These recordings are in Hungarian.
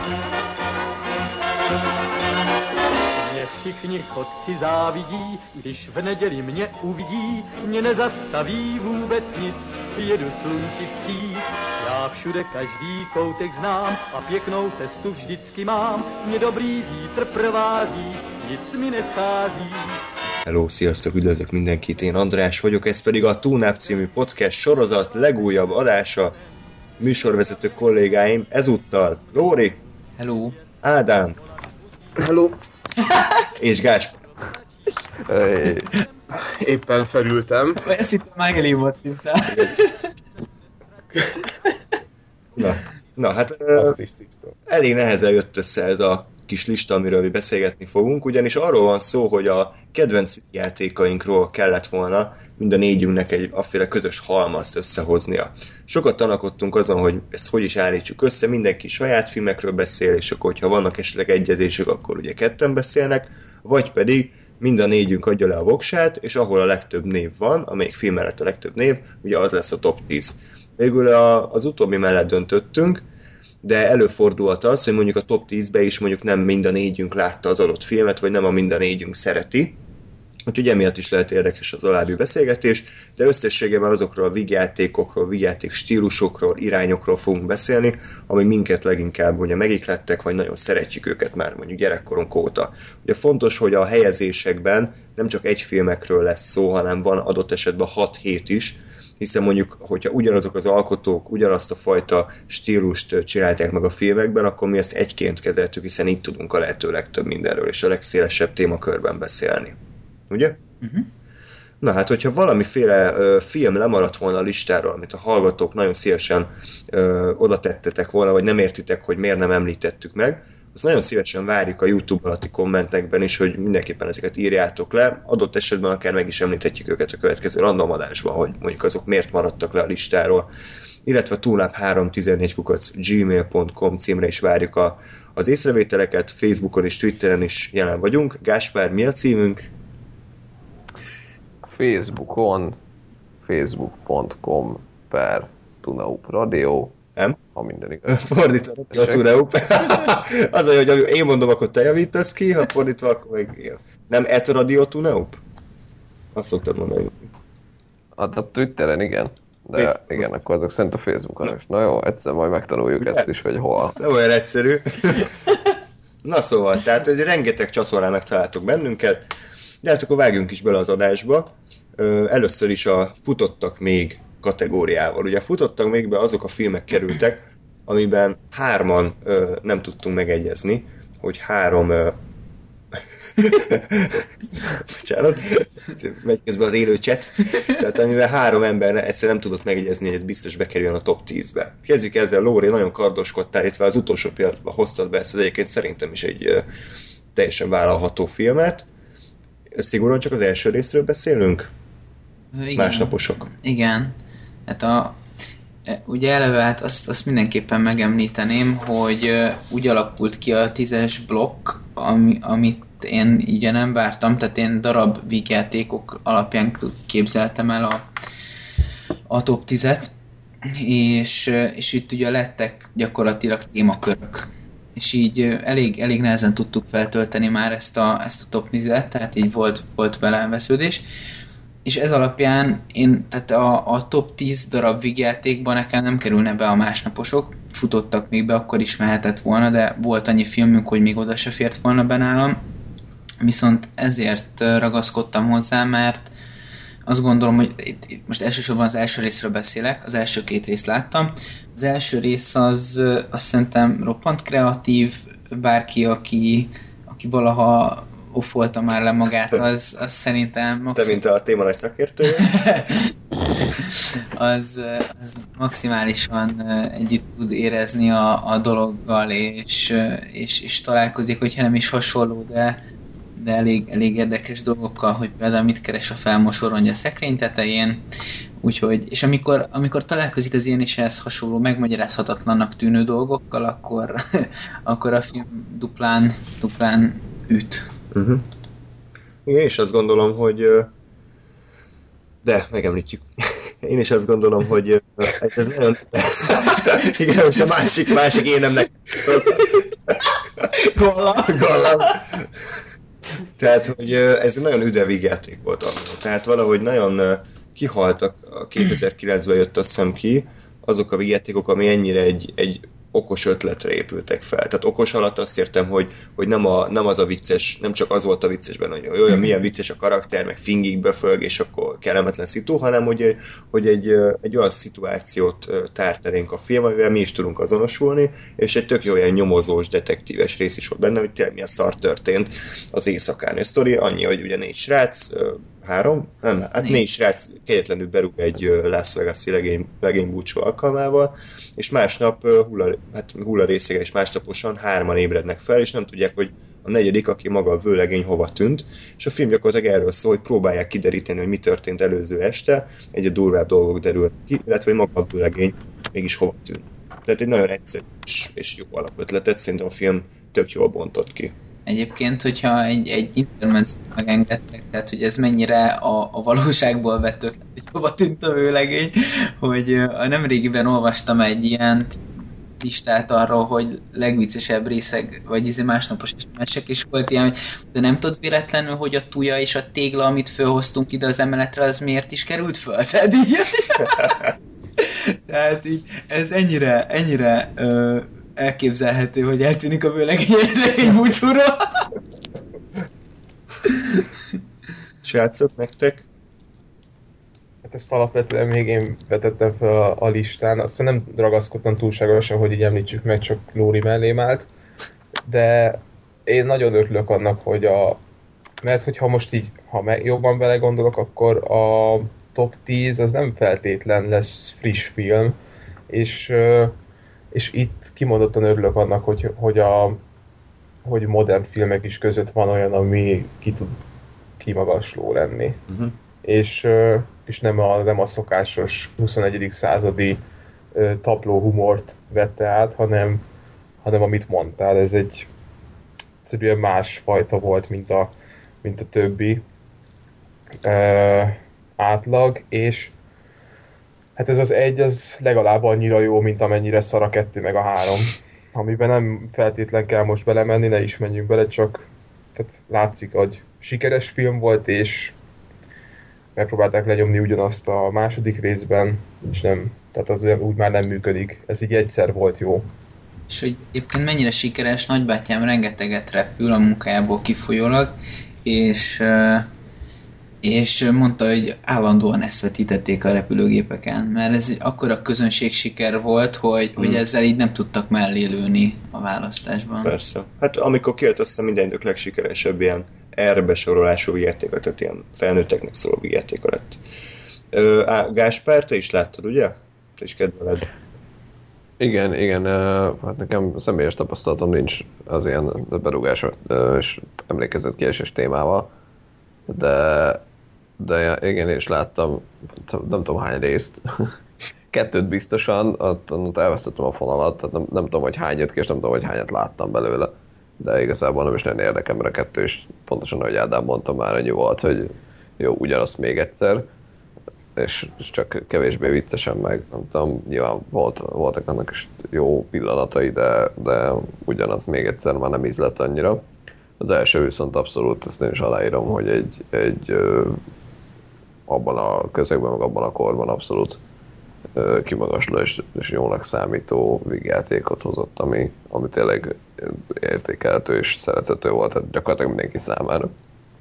Mě všichni chodci závidí, když v neděli mě uvidí, mě nezastaví vůbec nic, jedu slunci vstříc. Já všude každý koutek znám a pěknou cestu vždycky mám, mě dobrý vítr provází, nic mi neschází. Hello, sziasztok, üdvözlök mindenkit, én András vagyok, ez pedig a Túnáp című podcast sorozat legújabb adása. Műsorvezető kollégáim ezúttal Lóri, hello, Ádám, hello, és Gáspár. Éppen felültem. Ezt itt Mágeli volt szinte. Na hát azt is szívtam. Elég nehezen jött össze ez a kis lista, amiről mi beszélgetni fogunk, ugyanis arról van szó, hogy a kedvenc játékainkról kellett volna mind a négyünknek egy afféle közös halmazt összehoznia. Sokat tanakodtunk azon, hogy ezt hogy is állítsuk össze, mindenki saját filmekről beszél, és akkor, hogyha vannak esetleg egyezések, akkor ugye ketten beszélnek, vagy pedig mind a négyünk adja le a voksát, és ahol a legtöbb név van, amelyik film mellett a legtöbb név, ugye az lesz a top 10. Végül az utóbbi mellett döntöttünk, de előfordulhat az, hogy mondjuk a top 10-be is mondjuk nem mind a négyünk látta az adott filmet, vagy nem a mind a négyünk szereti. Úgyhogy emiatt is lehet érdekes az alábbi beszélgetés, de összességében azokról a vígjátékokról, vígjáték stílusokról, irányokról fogunk beszélni, ami minket leginkább ugye megiklettek, vagy nagyon szeretjük őket már mondjuk gyerekkorunk óta. Ugye fontos, hogy a helyezésekben nem csak egy filmekről lesz szó, hanem van adott esetben 6-7 is, hiszen mondjuk, hogyha ugyanazok az alkotók ugyanazt a fajta stílust csinálták meg a filmekben, akkor mi ezt egyként kezeltük, hiszen így tudunk a lehető legtöbb mindenről, és a legszélesebb témakörben beszélni. Ugye? Uh-huh. Na hát, hogyha valamiféle film lemaradt volna a listáról, amit a hallgatók nagyon szívesen oda tettetek volna, vagy nem értitek, hogy miért nem említettük meg, azt nagyon szívesen várjuk a YouTube alatti kommentekben is, hogy mindenképpen ezeket írjátok le. Adott esetben akár meg is említhetjük őket a következő random adásban, hogy mondjuk azok miért maradtak le a listáról. Illetve tunap314@gmail.com címre is várjuk az észrevételeket, Facebookon és Twitteren is jelen vagyunk. Gáspár, mi a címünk? Facebookon facebook.com/tunaupradio. Nem? Ha minden igaz. Fordítva a Tunaup. Az a jó, hogy én mondom, akkor te javítasz ki, ha fordítva, akkor meg... Nem Radio Tunaup? Azt szoktad mondani. A Twitteren igen. De Facebook. Igen, akkor azok szerint a Facebookon is. Na jó, egyszer majd megtanuljuk ezt is, hogy hol. Nem olyan egyszerű. Na szóval, tehát hogy rengeteg csatornán megtaláltok bennünket, de hát akkor vágjunk is bele az adásba. Először is a futottak még kategóriával. Ugye futottak még be azok a filmek kerültek, amiben hárman nem tudtunk megegyezni, hogy három... Bocsánat, megy közben az élő chat. Tehát amivel három ember egyszerűen nem tudott megegyezni, hogy ez biztos bekerüljön a top 10-be. Kezdjük ezzel, Lóri, nagyon kardoskodtál, itt az utolsó pillanatban hoztad be ezt az egyébként szerintem is egy teljesen vállalható filmet. Szigorúan csak az első részről beszélünk? Igen. Másnaposok. Igen. Hát ugye eleve hát azt mindenképpen megemlíteném, hogy úgy alakult ki a 10-es blokk, amit én ugye nem vártam, tehát én darab vígjátékok alapján képzeltem el a top 10-et, és itt ugye lettek gyakorlatilag témakörök. És így elég nehezen tudtuk feltölteni már ezt a top 10-et, tehát így volt vele vesződés. És ez alapján tehát a top 10 darab vígjátékban nekem nem kerülne be a másnaposok, futottak még be, akkor is mehetett volna, de volt annyi filmünk, hogy még oda se fért volna be nálam. Viszont ezért ragaszkodtam hozzá, mert azt gondolom, hogy itt most elsősorban az első részről beszélek, az első 2 részt láttam. Az első rész az szerintem roppant kreatív, bárki, aki valaha offolta már le magát, az szerintem... Te, mint a téma nagy szakértője? az maximálisan együtt tud érezni a dologgal, és találkozik, hogyha nem is hasonló, de elég érdekes dolgokkal, hogy például mit keres a felmosorongy a szekrény tetején, úgyhogy, és amikor találkozik az ilyen és ehhez hasonló, megmagyarázhatatlannak tűnő dolgokkal, akkor a film duplán üt. Uh-huh. Igen, és azt gondolom, hogy de megemlítjük. Én is azt gondolom, hogy ez nagyon... Igen, most a másik énemnek szólt. Gallam. Tehát, hogy ez nagyon üde vígjáték volt akkor. Tehát valahogy nagyon kihaltak, a 2009-ben jött azt hiszem ki, azok a vígjátékok, ami ennyire egy okos ötletre épültek fel. Tehát okos alatt azt értem, hogy nem az a vicces, nem csak az volt a vicces benne, hogy olyan milyen vicces a karakter, meg fingik befög, és akkor kellemetlen szitu, hanem hogy egy olyan szituációt tárt elénk a film, amivel mi is tudunk azonosulni, és egy tök jó olyan nyomozós, detektíves rész is volt benne, hogy tényleg milyen szar történt az éjszakán. A sztori annyi, hogy ugye 4 srác, 3? Nem, hát 4 srác kegyetlenül berúg egy Las Vegas-i legénybúcsú alkalmával, és másnap hullarészegen és másnaposan 3-an ébrednek fel, és nem tudják, hogy a 4., aki maga a vőlegény hova tűnt, és a film gyakorlatilag erről szól, hogy próbálják kideríteni, hogy mi történt előző este, egyre durvább dolgok derül ki, illetve hogy maga a vőlegény mégis hova tűnt. Tehát egy nagyon egyszerű és jó alapötletet szerintem a film tök jól bontott ki. Egyébként, hogyha egy intermenciót megengedtek, tehát hogy ez mennyire a valóságból vett ötlet, hogy hova tűnt a vőlegény, hogy nemrégiben olvastam egy ilyen listát arról, hogy legviccesebb részek, vagy másnapos mesek, és volt ilyen, hogy de nem tudod véletlenül, hogy a tuja és a tégla, amit fölhoztunk ide az emeletre, az miért is került föl? Tehát így, tehát így ez ennyire elképzelhető, hogy eltűnik a vőlegény egy búcsúról. Srácok, nektek? Hát ezt alapvetően még én vetettem fel a listán, aztán nem ragaszkodtam túlságosan, hogy így említsük meg, csak Lóri mellém állt, de én nagyon örülök annak, hogy mert hogyha most így, jobban belegondolok, akkor a top 10 az nem feltétlen lesz friss film, és itt kimondottan örülök annak, hogy modern filmek is között van olyan, ami ki tud kimagasló lenni. Uh-huh. És nem a szokásos 21. századi tapló humort vette át, hanem amit mondtál, ez egyszerűen másfajta volt, mint a többi átlag, és hát ez az 1 az legalább annyira jó, mint amennyire szar a 2 meg a 3, amiben nem feltétlen kell most belemenni, ne is menjünk bele, csak tehát látszik, hogy sikeres film volt, és megpróbálták lenyomni ugyanazt a második részben, és nem, tehát az úgy már nem működik. Ez így egyszer volt jó. És hogy éppen mennyire sikeres, nagybátyám rengeteget repül a munkájából kifolyólag, és mondta, hogy állandóan ezt vetítették a repülőgépeken, mert ez akkora közönségsiker volt, hogy ezzel így nem tudtak mellé lőni a választásban. Persze. Hát amikor kijött, azt hiszem minden idők legsikeresebb ilyen R-besorolású vígjátéka, tehát ilyen felnőtteknek szóló vígjátéka lett. Gáspár, te is láttad, ugye? Te is kedveled. Igen, hát nekem személyes tapasztalatom nincs az ilyen berúgás és emlékezetkiesés témával, de igen, én is láttam, nem tudom hány részt, 2 biztosan, ott elvesztettem a fonalat, tehát nem tudom, hogy hány jött ki, és nem tudom, hogy hányat láttam belőle, de igazából nem is nagyon érdekel, mert a 2 is pontosan, ahogy Ádám mondta, már annyi volt, hogy jó, ugyanazt még egyszer, és csak kevésbé viccesen meg, nem tudom, nyilván voltak annak is jó pillanatai, de ugyanaz még egyszer már nem ízlett annyira. Az első viszont abszolút, ezt én is aláírom, hogy egy abban a közegben, meg abban a korban abszolút kimagasló és jónak számító vígjátékot hozott, ami tényleg értékelhető és szerethető volt, tehát gyakorlatilag mindenki számára.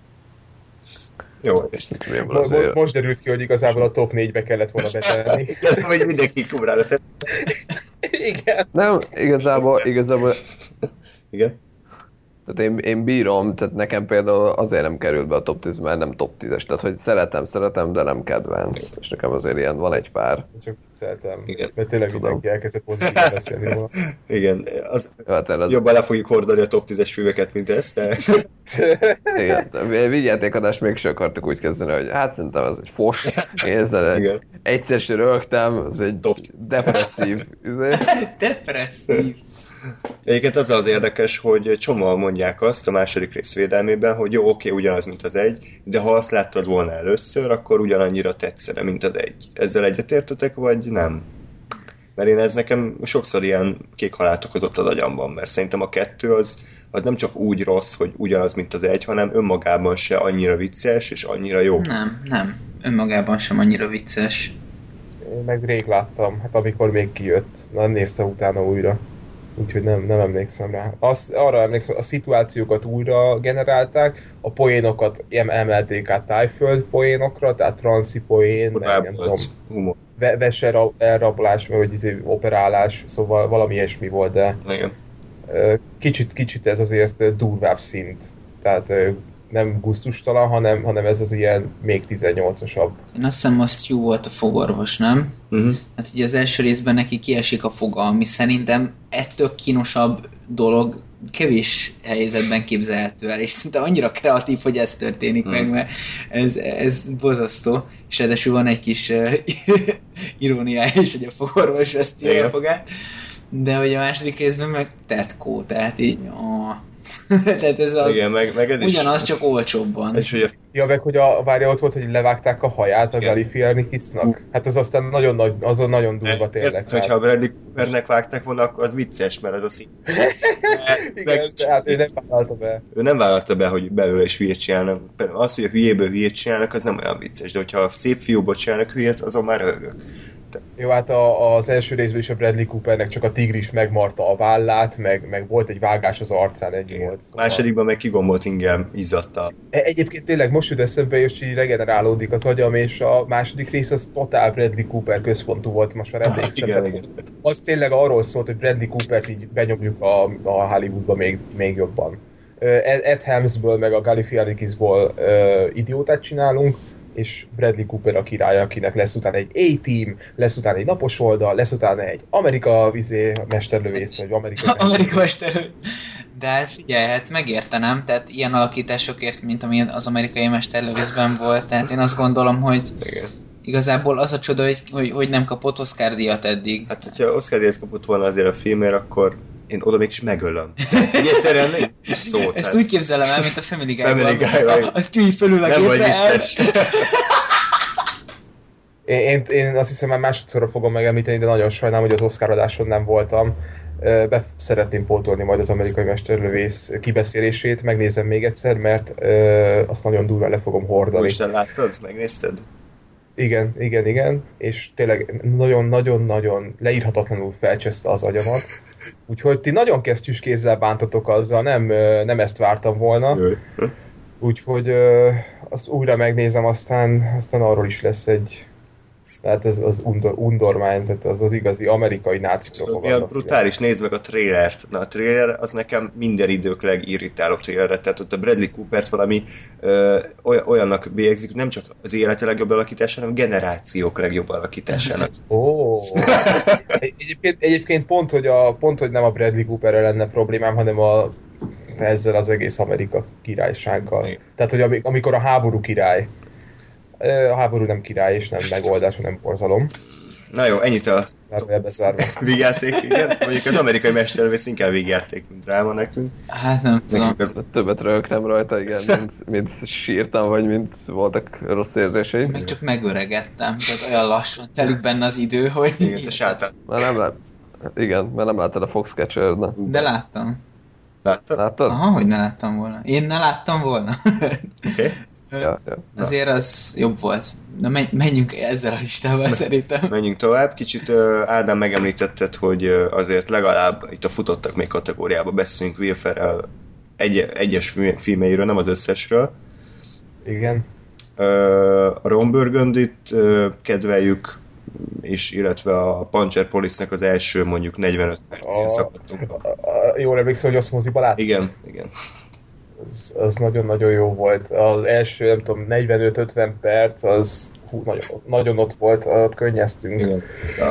Jó, és most derült ki, hogy igazából a top 4-be kellett volna betenni. Hogy mindenki kumrára szed. Igen. Nem, igazából igen. Tehát én bírom, tehát nekem például azért nem került be a top 10, mert nem top 10-es, tehát hogy szeretem, de nem kedvenc. És nekem azért ilyen van egy pár. Csak szeretem, mert tényleg mindenki elkezdett pozitívan beszélni róla. Igen, jobban le fogjuk hordani a top 10-es filmeket, mint ezt, de... Igen, vígjátékadást mégsem akartuk úgy kezdeni, hogy hát szerintem ez egy fos, ezzel egyszer sem rögtem, ez egy depresszív. Depresszív. Egyébként az érdekes, hogy csomóan mondják azt a második rész védelmében, hogy jó, oké, ugyanaz, mint az egy, de ha azt láttad volna először, akkor ugyanannyira tetszene, mint az egy. Ezzel egyetértetek, vagy nem? Mert ez nekem sokszor ilyen kék halált okozott az agyamban, mert szerintem a kettő az nem csak úgy rossz, hogy ugyanaz, mint az egy, hanem önmagában se annyira vicces, és annyira jó. Nem. Önmagában sem annyira vicces. Én meg rég láttam, hát amikor még kijött. Nem néztem utána újra. Úgyhogy nem emlékszem rá. Arra emlékszem, a szituációkat újra generálták, a poénokat emelték át tájföld poénokra, tehát transzi poén, meg nem tudom, humor. Vese elrablás, vagy operálás, szóval valami ilyesmi volt, de Igen. Kicsit ez azért durvább szint. Tehát nem gusztustalan, hanem ez az ilyen még 18-osabb. Én azt hiszem, azt jó volt a fogorvos, nem? Hát ugye az első részben neki kiesik a foga, ami szerintem ettől kínosabb dolog kevés helyzetben képzelhető el, és szinte annyira kreatív, hogy ez történik meg, mert ez borzasztó, és ráadásul van egy kis iróniája is, hogy a fogorvos veszti a fogát, de hogy a második részben meg tetkó, tehát így tehát ez az igen, meg ez ugyanaz, is, csak olcsóbban. Ja, meg hogy várja, ott volt, hogy levágták a haját a Galifianakisnak. Hát ez aztán nagyon durva tényleg. Hogyha a Bradley Coopernek vágták volna, akkor az vicces, mert ez a szín. Igen, tehát ő nem vállalta be. Ő nem vállalta be, hogy belőle is hülyét csinálnak. Az, hogy a hülyéből hülyét csinálnak, az nem olyan vicces, de hogyha a szép fiúból csinálnak hülyét, azon már röhögök. Jó, hát az első részben is a Bradley Coopernek csak a tigris megmarta a vállát, meg volt egy vágás az arcán, egy volt. Szóval... Másodikban meg kigombolt ingem izzatta. Egyébként tényleg most jut eszembe, és így regenerálódik az agyam, és a második rész az totál Bradley Cooper központú volt, most már emlékszem. Igen. Az tényleg arról szólt, hogy Bradley Coopert így benyomjuk a Hollywoodba még jobban. Ed Helmsből meg a Galifianakisból idiótát csinálunk, és Bradley Cooper a király, akinek lesz utána egy A-team, lesz utána egy napos oldal, lesz utána egy Amerika mesterlövész, vagy Amerika mesterlövész. De hát figyelj, hát megértenem, tehát ilyen alakításokért, mint ami az amerikai mesterlövészben volt, tehát én azt gondolom, hogy igazából az a csoda, hogy nem kapott Oscar-díjat eddig. Hát, hogyha Oscar-díjat kapott volna azért a filmért, akkor én oda mégis megölöm. Tehát, egyszerűen nem szó. Ezt úgy képzelem el, mint a Family Guy-ban. Azt tűnj fölül a nem gépre. vagy vicces. Én azt hiszem már másodszorra fogom megemlíteni, de nagyon sajnálom, hogy az Oscar adáson nem voltam. Be szeretném pótolni majd az amerikai mesterlövész kibeszélését, megnézem még egyszer, mert azt nagyon durván le fogom hordani. Most láttad? Megnézted? Igen, és tényleg nagyon-nagyon-nagyon leírhatatlanul felcseszte az agyamat. Úgyhogy ti nagyon kesztyűs kézzel bántatok azzal, nem ezt vártam volna. Úgyhogy azt újra megnézem, aztán arról is lesz egy... Tehát ez az undormány, tehát az igazi amerikai náci propaganda. Milyen brutális, nézd meg a trailert. Na, a trailer az nekem minden idők legirritálóbb trailerre. Tehát ott a Bradley Coopert valami olyannak bélyegzik, nem csak az élete legjobb alakításának, hanem generációk legjobb alakításának. Egyébként pont, hogy nem a Bradley Cooperrel lenne problémám, hanem ezzel az egész Amerika királysággal. Tehát, hogy amikor a háború király. A háború nem király, és nem megoldás, hanem borzalom. Na jó, ennyit a vígjáték, igen. Mondjuk az amerikai mesterlövész inkább vígjáték, mint dráma nekünk. Hát nem tudom. Többet röhögtem rajta, igen, mint sírtam, vagy mint voltak rossz érzéseim. Meg csak megöregettem, tehát olyan lassan telik benne az idő, hogy... Igen, te sátán. Igen, mert nem láttad a Foxcatcher, na. De láttam. Láttad? Aha, hogy ne láttam volna. Én ne láttam volna. Oké. Ja. Azért az jobb volt. Na menjünk ezzel a listával szerintem. Menjünk tovább. Kicsit Ádám megemlítetted, hogy azért legalább itt a futottak még kategóriába beszélünk Will Ferrell egyes filmeiről, nem az összesről. Igen. A Ron Burgundyt kedveljük, és illetve a Puncher Police-nek az első mondjuk 45 percén szakadtunk. Jól emlékszem, hogy azt moziba láttam. Igen. Az nagyon-nagyon jó volt. Az első, nem tudom, 45-50 perc, az nagyon ott volt, ott könnyeztünk. Igen.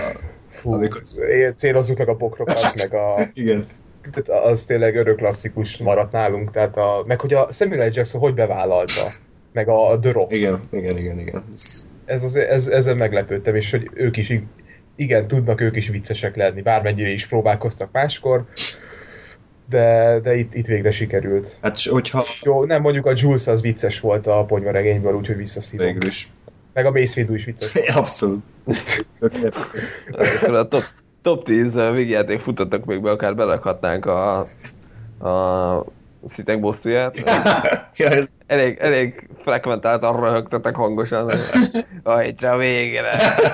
Célozzuk meg a pokrokat, meg a... Igen. Az tényleg örök klasszikus maradt nálunk, tehát meg hogy a Samuel L. Jackson hogy bevállalta, meg a The Rock. Igen. Ezzel meglepődtem, és hogy ők is igen, tudnak ők is viccesek lenni, bármennyire is próbálkoztak máskor, de itt végre sikerült. Hát hogyha Jó, nem mondjuk a Jules az vicces volt a ponyvaregényből, úgyhogy visszaszívom. végül is. Meg a Mace Windu is vicces volt. Abszolút. Akkor a top 10 vígjáték futottak még be, akár berakhatnánk a Szitek bosszúját. Ja, ez Elég frekventáltan röhögtetek hangosan. Hajtsra a végre!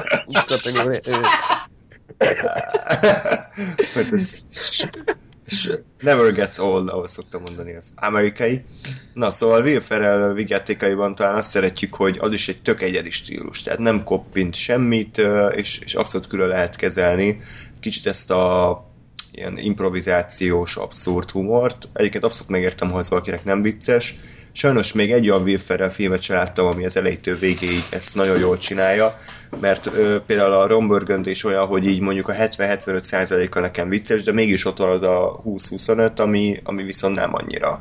mert ez never gets old, ahogy szoktam mondani, az amerikai. Na, szóval Will Ferrell vígjátékaiban talán azt szeretjük, hogy az is egy tök egyedi stílus, tehát nem koppint semmit, és abszolút külön lehet kezelni. Kicsit ezt a ilyen improvizációs, abszurd humort. Egyébként abszolút megértem, ha ez valakinek nem vicces. Sajnos még egy olyan Will Ferrell filmet sem láttam, ami az elejétől végéig ezt nagyon jól csinálja, mert például a Ron Burgundy is olyan, hogy így mondjuk a 70-75%-a nekem vicces, de mégis ott van az a 20-25, ami viszont nem annyira.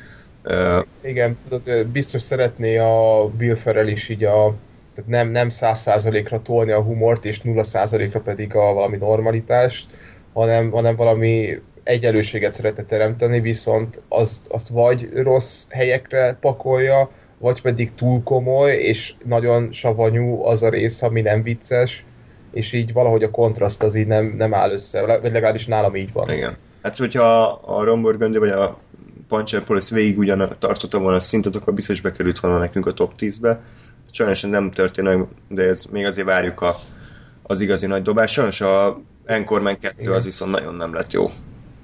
Igen, tudod, biztos szeretné a Will Ferrell is így tehát nem 100%-ra tolni a humort, és 0%-ra pedig a valami normalitást, hanem valami egyenlőséget szeretne teremteni, viszont azt vagy rossz helyekre pakolja, vagy pedig túl komoly, és nagyon savanyú az a rész, ami nem vicces, és így valahogy a kontraszt az így nem áll össze, vagy legalábbis nálam így van. Igen. Hát, hogyha a Ron Burgundy vagy a Puncher végig ugyan tartotta volna a szintet, akkor biztos bekerült volna nekünk a top 10-be. Sajnos nem történik, de ez még azért várjuk az igazi nagy dobás. Sajnos a Anchorman 2 az viszont nagyon nem lett jó.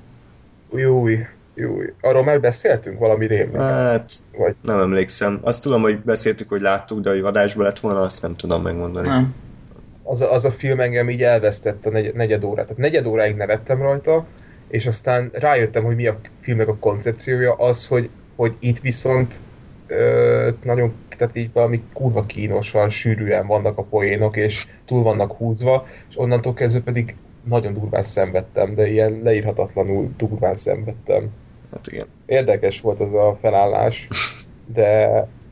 Júj. Arról már beszéltünk valami rémben? Hát, Vagy... nem emlékszem. Azt tudom, hogy beszéltük, hogy láttuk, de hogy adásba lett volna, azt nem tudom megmondani. Nem. Az a film engem így elvesztett a negyed órát. Tehát negyed óráig nevettem rajta, és aztán rájöttem, hogy mi a filmnek a koncepciója, az, hogy itt viszont nagyon, tehát így valami kurva kínosan, sűrűen vannak a poénok, és túl vannak húzva, és onnantól kezdve pedig nagyon durván szenvedtem, de ilyen leírhatatlanul durván szenvedtem. Hát igen. Érdekes volt az a felállás, de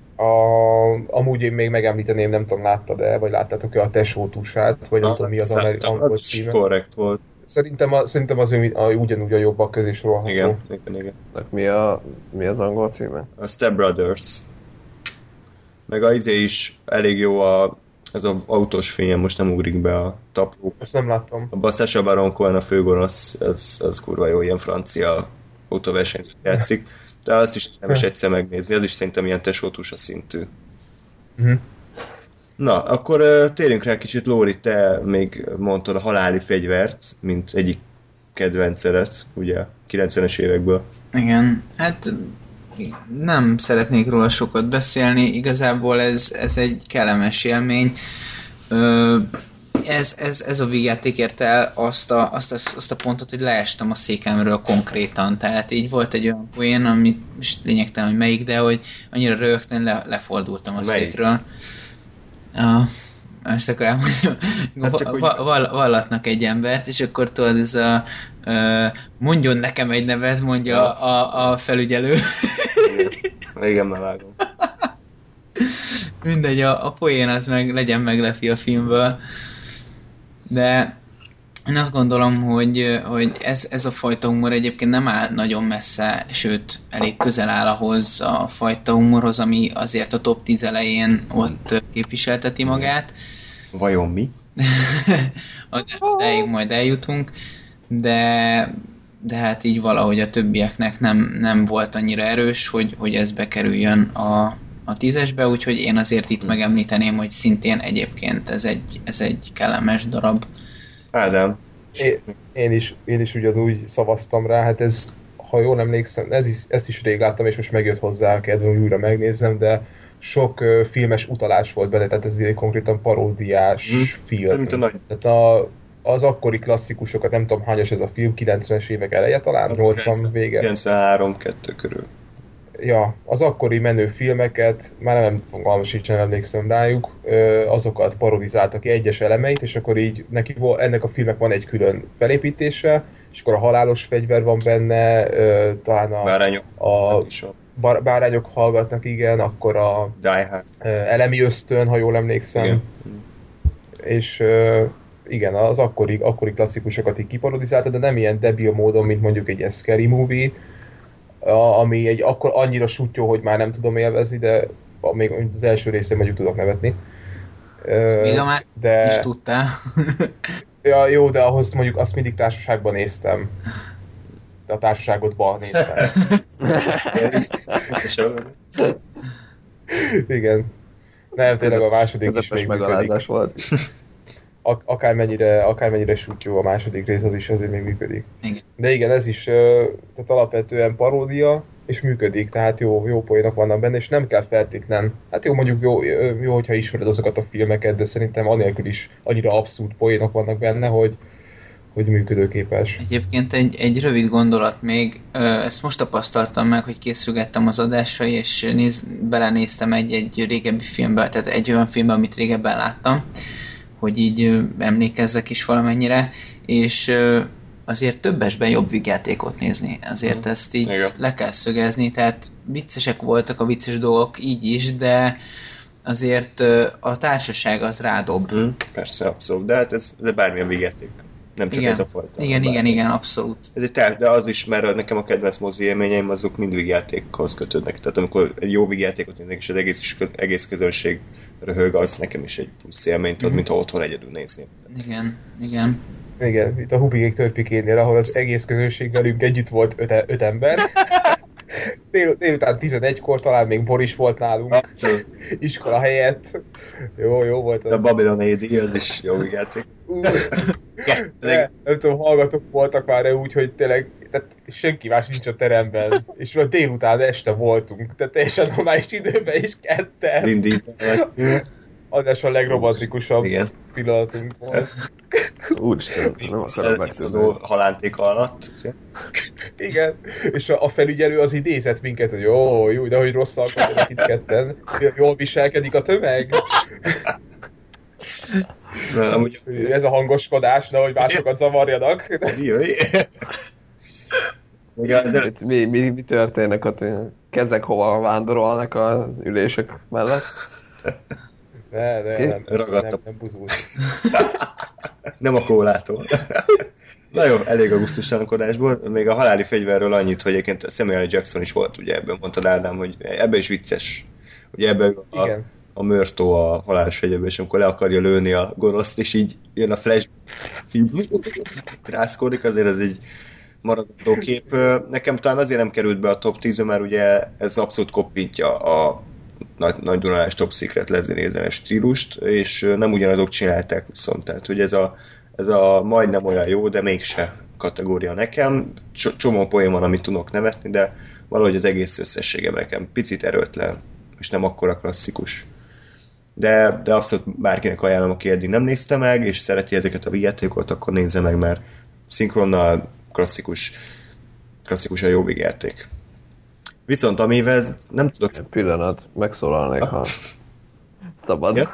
amúgy én még megemlíteném, nem tudom, láttad-e, vagy láttátok-e a Tesótusát, vagy nem tudom, mi az angol címe. Korrekt volt. Szerintem az ugyanúgy a jobbak közé sorolható. Igen. Mi az angol címe? A Step Brothers. Meg a izé is elég jó ez az autós fényen, most nem ugrik be a tapló. Ezt nem láttam. A Sacha Baron Cohen a főgonosz, az kurva jó, ilyen francia autóversenyzőt játszik. De azt is nem is egyszer megnézni, az is szerintem ilyen Tesótus a szintű. Uh-huh. Na, akkor térjünk rá kicsit, Lóri, te még mondtad a Haláli fegyvert, mint egyik kedvencedet, ugye, 90-es évekből. Igen, hát nem szeretnék róla sokat beszélni, igazából ez egy kellemes élmény. Ez a vígjáték érte el azt a pontot, hogy leestem a székemről konkrétan, tehát így volt egy olyan poén, amit most lényegtelen, hogy melyik, de hogy annyira rögtön lefordultam a székről. Most akkor elmondjam, vallatnak egy embert, és akkor tudod, ez mondjon nekem egy nevet, mondja a felügyelő. Igen, már vágom. Mindegy, a poén az legyen meglepi a filmből. De én azt gondolom, hogy ez a fajta humor egyébként nem áll nagyon messze, sőt, elég közel áll ahhoz a fajta humorhoz, ami azért a top 10 elején ott képviselteti magát. Vajon mi? De majd eljutunk, de hát így valahogy a többieknek nem volt annyira erős, hogy ez bekerüljön a 10-esbe, úgyhogy én azért itt megemlíteném, hogy szintén egyébként ez egy kellemes darab. Ádám. Én is ugyanúgy szavaztam rá, hát ez, ha jól emlékszem, ezt is rég láttam, és most megjött hozzá a kedvem, hogy újra megnézzem, de sok filmes utalás volt benne, tehát ez egy konkrétan paródiás film. Tehát az akkori klasszikusokat, nem tudom hányas ez a film, 90-es évek eleje talán, 80 vége. 93-2 körül. Ja, az akkori menő filmeket, már nem fogalmam sincsen, emlékszem rájuk, azokat parodizáltak ki egyes elemeit, és akkor így ennek a filmnek van egy külön felépítése, és akkor a halálos fegyver van benne, talán bárányok hallgatnak, igen, akkor a elemi ösztön, ha jól emlékszem. Igen. igen, az akkori klasszikusokat így kiparodizálta, de nem ilyen debil módon, mint mondjuk egy ilyen Scary Movie, ami egy akkor annyira sutyó, hogy már nem tudom élvezni, de még az első részén mondjuk tudok nevetni. Még a már de... is tudtál. Ja, jó, de ahhoz mondjuk azt mindig társaságban néztem. De a társaságodban néztem. Igen. Nem, tényleg a második is még működik. Volt. Akármennyire sutyó a második rész, az is azért még működik. Igen. De igen, ez is tehát alapvetően paródia, és működik, tehát jó poénok vannak benne, és nem kell feltétlen, hát jó, mondjuk jó, hogyha ismered azokat a filmeket, de szerintem anélkül is annyira abszurd poénok vannak benne, hogy működőképes. Egyébként egy rövid gondolat még, ezt most tapasztaltam meg, hogy készülgettem az adásra, és belenéztem egy régebbi filmbe, tehát egy olyan filmbe, amit régebben láttam, hogy így emlékezzek is valamennyire, és azért többesben jobb vígjátékot nézni. Azért ezt így le kell szögezni, tehát viccesek voltak a vicces dolgok így is, de azért a társaság az rádob. Persze, abszolút, de hát ez bármilyen vígjáték. Nem csak igen. ez a fajta. Igen, abszolút. De az is, mert nekem a kedvenc mozi élményeim azok mind vígjátékhoz kötődnek. Tehát amikor egy jó vígjátékot néznek, és az egész közönség röhög, az nekem is egy plusz élmény, tudod, mintha otthon egyedül nézni. Igen. Igen, itt a Hubigék Törpikénél, ahol az egész közönség velünk együtt volt 5 ember. Délután 11-kor talán még Boris volt nálunk. Iskola helyett. Jó volt az. A Babylon AD, az is jó vígjáték. Nem tudom, hallgatók voltak már úgy, hogy tényleg tehát senki más nincs a teremben, és a délután este voltunk, tehát teljesen normális időben is ketten. Lindítanak. Az a legromantikusabb pillanatunk volt. Úristen, nem akarom megtudni. Halánték alatt. Igen, és a felügyelő az idézett minket, hogy jó, de hogy rosszalkodnak itt ketten. Jól viselkedik a tömeg? Na, amúgy... Ez a hangoskodás, de hogy másokat zavarjanak. Jöjj! Mi történnek ott? Kezek hova vándorolnak az ülések mellett? Nem buzult. Nem a kólától. Na jó, elég a gusztustalankodásból. Még a haláli fegyverről annyit, hogy egyébként Samuel Jackson is volt, ugye ebben mondtad Ádám, hogy ebben is vicces. Ugye ebben a Mörtó a halálos fegyverben, és amikor le akarja lőni a goroszt, és így jön a flash, rászkódik, azért ez egy maradandó kép. Nekem talán azért nem került be a top 10-be, mert ugye ez abszolút koppintja a Nagy Dunás Top Secret lezenézenes stílust, és nem ugyanazok csinálták viszont. Tehát, hogy ez a majdnem olyan jó, de mégse kategória nekem. Csomó poén van, amit tudok nevetni, de valahogy az egész összességem nekem picit erőtlen, és nem akkora klasszikus. De abszolút bárkinek ajánlom, aki eddig nem nézte meg, és szereti ezeket a vígjátékokat, akkor nézze meg, mert szinkronnal klasszikus a jó vígjáték. Viszont amivel nem tudok... Egy pillanat, megszólalnék, ha szabad. Ja?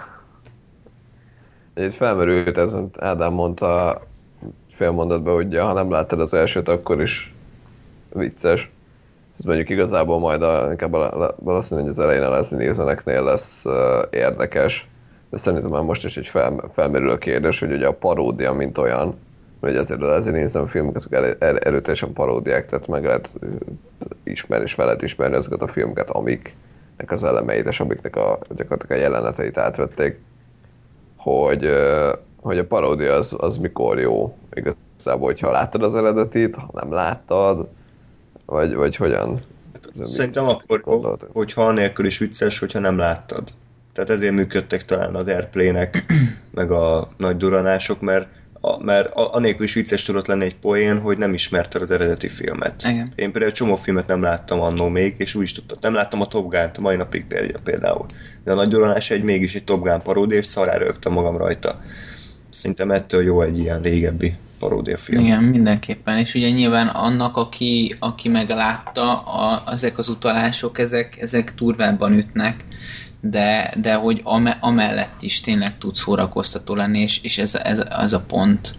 Itt felmerült, ez Ádám mondta fél mondatban, hogy ha nem láttad az elsőt, akkor is vicces. Ez mondjuk igazából majd inkább valószínűleg az elején a Leslie Nielseneknél lesz érdekes, de szerintem már most is egy felmerül a kérdés, hogy ugye a paródia, mint olyan, hogy azért a Leslie Nielsen filmek azok erőteljesen paródiák, tehát meg lehet ismerni és fel lehet ismerni azokat a filmeket, amiknek az elemeit és amiknek gyakorlatilag a jeleneteit átvették, hogy a paródia az mikor jó igazából, hogyha láttad az eredetit, ha nem láttad, vagy hogyan? Szerintem akkor, hogyha anélkül is vicces, hogyha nem láttad. Tehát ezért működtek talán az Airplay-nek, meg a nagy duranások, mert anélkül is vicces tudott lenni egy poén, hogy nem ismerted az eredeti filmet. Igen. Én például csomó filmet nem láttam annó még, és úgy is tudtam. Nem láttam a Top Gun-t, mai napig például. De a nagy duranás mégis egy Top Gun paródia, és szarrára rögtem magam rajta. Szerintem ettől jó egy ilyen régebbi paródiafilm. Igen, mindenképpen. És ugye nyilván annak, aki meglátta, ezek az utalások, ezek durvábban ütnek, de hogy amellett is tényleg tud szórakoztató lenni, és ez a pont.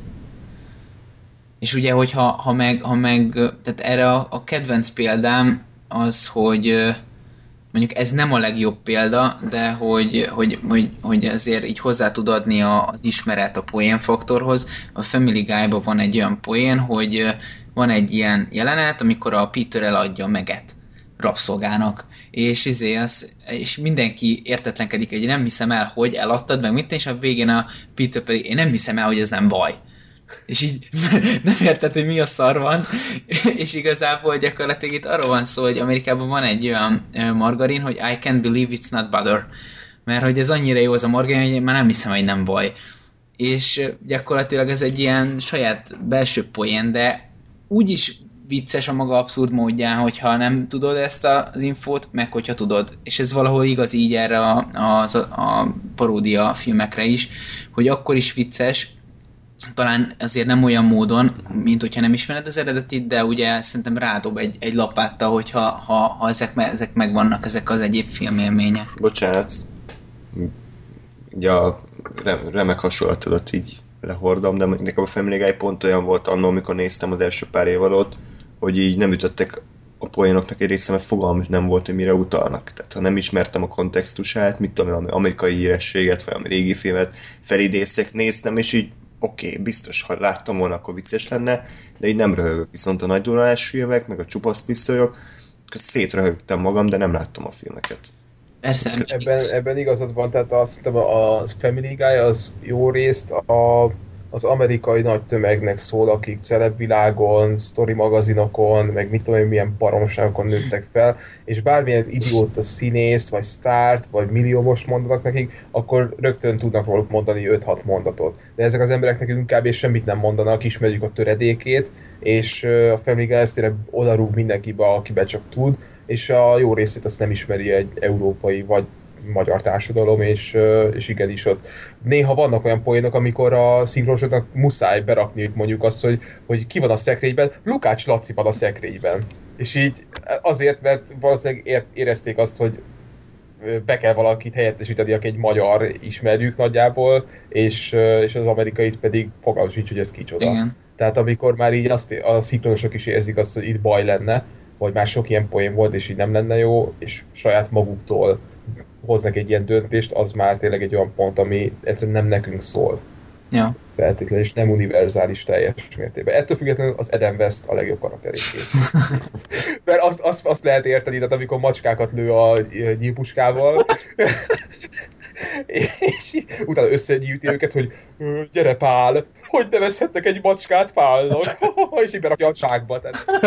És ugye, hogy ha meg tehát erre a kedvenc példám az, hogy mondjuk ez nem a legjobb példa, de hogy azért így hozzá tud adni az ismeret a poénfaktorhoz. A Family Guy-ban van egy olyan poén, hogy van egy ilyen jelenet, amikor a Peter eladja Meget rabszolgának, és mindenki értetlenkedik, hogy nem hiszem el, hogy eladtad, meg mit, és a végén a Peter pedig, én nem hiszem el, hogy ez nem baj. És így nem érted, hogy mi a szar van, és igazából gyakorlatilag itt arról van szó, hogy Amerikában van egy olyan margarin, hogy I can't believe it's not butter, mert hogy ez annyira jó az a margarin, hogy már nem hiszem, hogy nem baj. És gyakorlatilag ez egy ilyen saját belső poén, de úgyis vicces a maga abszurd módján, hogyha nem tudod ezt az infót, meg hogyha tudod. És ez valahol igaz így erre a paródia filmekre is, hogy akkor is vicces, talán azért nem olyan módon, mint hogyha nem ismered az eredetit, de ugye szerintem rádob egy lapáttal, hogyha ha ezek megvannak, ezek az egyéb filmélmények. Bocsánat. Ugye a remek hasonlatodat így lehordom, de nekem a Family Guy pont olyan volt annól, amikor néztem az első pár évadot, hogy így nem ütöttek a poénoknak egy része, mert fogalmam nem volt, hogy mire utalnak. Tehát ha nem ismertem a kontextusát, mit tudom, amerikai hírességet, vagy ami régi filmet felidéztek, néztem, és így oké, biztos, ha láttam volna, akkor vicces lenne, de így nem röhögök. Viszont a nagy durralás filmek, meg a csupasz pisztolyok, szétröhögtem magam, de nem láttam a filmeket. Persze. Ebben igazad van, tehát azt hiszem a Family Guy az jó részt az amerikai nagy tömegnek szól, akik celebvilágon, sztori magazinokon, meg mit tudom én, milyen baromságokon nőttek fel, és bármilyen idióta színészt, vagy sztárt, vagy milliómos mondanak nekik, akkor rögtön tudnak róluk mondani 5-6 mondatot. De ezek az emberek nekünk inkább és semmit nem mondanak, ismerjük a töredékét, és a Family Guy ezt tényleg odarúg mindenkibe, akibe csak tud, és a jó részét azt nem ismeri egy európai vagy magyar társadalom, és igenis ott. Néha vannak olyan poénok, amikor a szinkronosoknak muszáj berakni mondjuk azt, hogy ki van a szekrényben, Lukács Laci van a szekrényben. És így azért, mert valószínűleg érezték azt, hogy be kell valakit helyettesíteni, aki egy magyar ismerjük nagyjából, és az amerikait pedig fogalmam sincs, hogy ez kicsoda. Igen. Tehát amikor már így a szinkronosok is érzik azt, hogy itt baj lenne, vagy már sok ilyen poén volt, és így nem lenne jó, és saját maguktól hoznak egy ilyen döntést, az már tényleg egy olyan pont, ami egyszerűen nem nekünk szól. Ja. Feltétlenül, és nem univerzális teljes mértékben. Ettől függetlenül az Adam West a legjobb karakterét. Mert azt lehet érteni, tehát amikor macskákat lő a nyílpuskával, és utána összegyűjti őket, hogy gyere Pál, hogy nevezhetnek egy macskát Pálnak? És így berakja a ságba.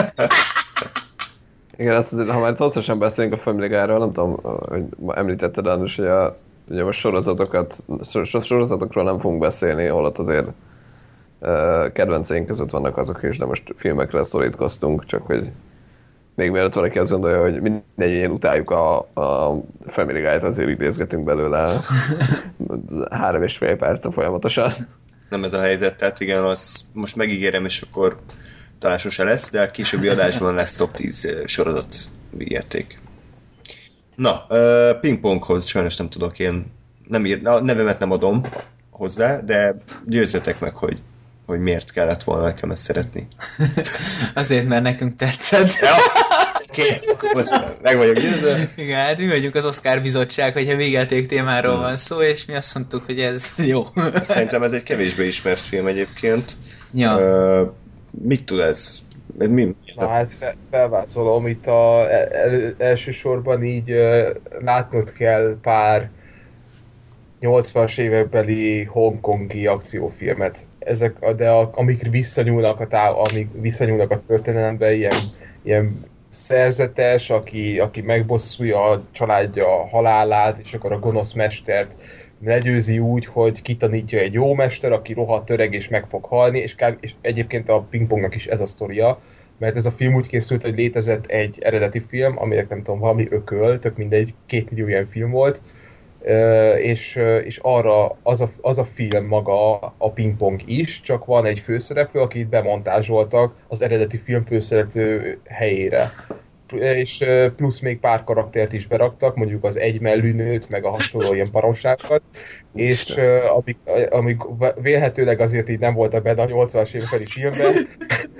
Igen, azt azért, ha már hosszasan beszélünk a Family Guy-ról, nem tudom, hogy említetted András, hogy ugye most sorozatokról nem fogunk beszélni, holott azért kedvenceink között vannak azok is, de most filmekre szorítkoztunk, csak hogy még mielőtt valaki azt gondolja, hogy mindegyén utáljuk a Family Guy-t, azért idézgetünk belőle 3,5 perc folyamatosan. Nem ez a helyzet, tehát igen, az most megígérem, és akkor talán sose lesz, de a későbbi adásban lesz top 10 sorozat játék. Na, pingponghoz sajnos nem tudok én, a nevemet nem adom hozzá, de győzzetek meg, hogy miért kellett volna nekem ezt szeretni. Azért, mert nekünk tetszett. Ja, oké, meg vagyok győzve. Igen, hát mi vagyunk az Oscar bizottság, hogyha végjáték témáról van szó, és mi azt mondtuk, hogy ez jó. Szerintem ez egy kevésbé ismert film egyébként. Ja. Mit tud ez? Hát felvázolom, itt elsősorban így látnod kell pár 80-as évekbeli hongkongi akciófilmet. Amik visszanyúlnak a történelembe, ilyen szerzetes, aki megbosszulja a családja halálát, és akkor a gonosz mestert legyőzi úgy, hogy kitanítja egy jó mester, aki rohadt öreg és meg fog halni, és egyébként a pingpongnak is ez a sztoria, mert ez a film úgy készült, hogy létezett egy eredeti film, aminek nem tudom, valami ököl, tök mindegy, 2 millió ilyen film volt, és arra az a film maga a pingpong is, csak van egy főszereplő, akit bemontázsoltak az eredeti film főszereplő helyére. És plusz még pár karaktert is beraktak, mondjuk az egymellű nőt, meg a hasonló ilyen baromságokat, és amik vélhetőleg azért így nem voltak benne a 80-as évekbeli filmben,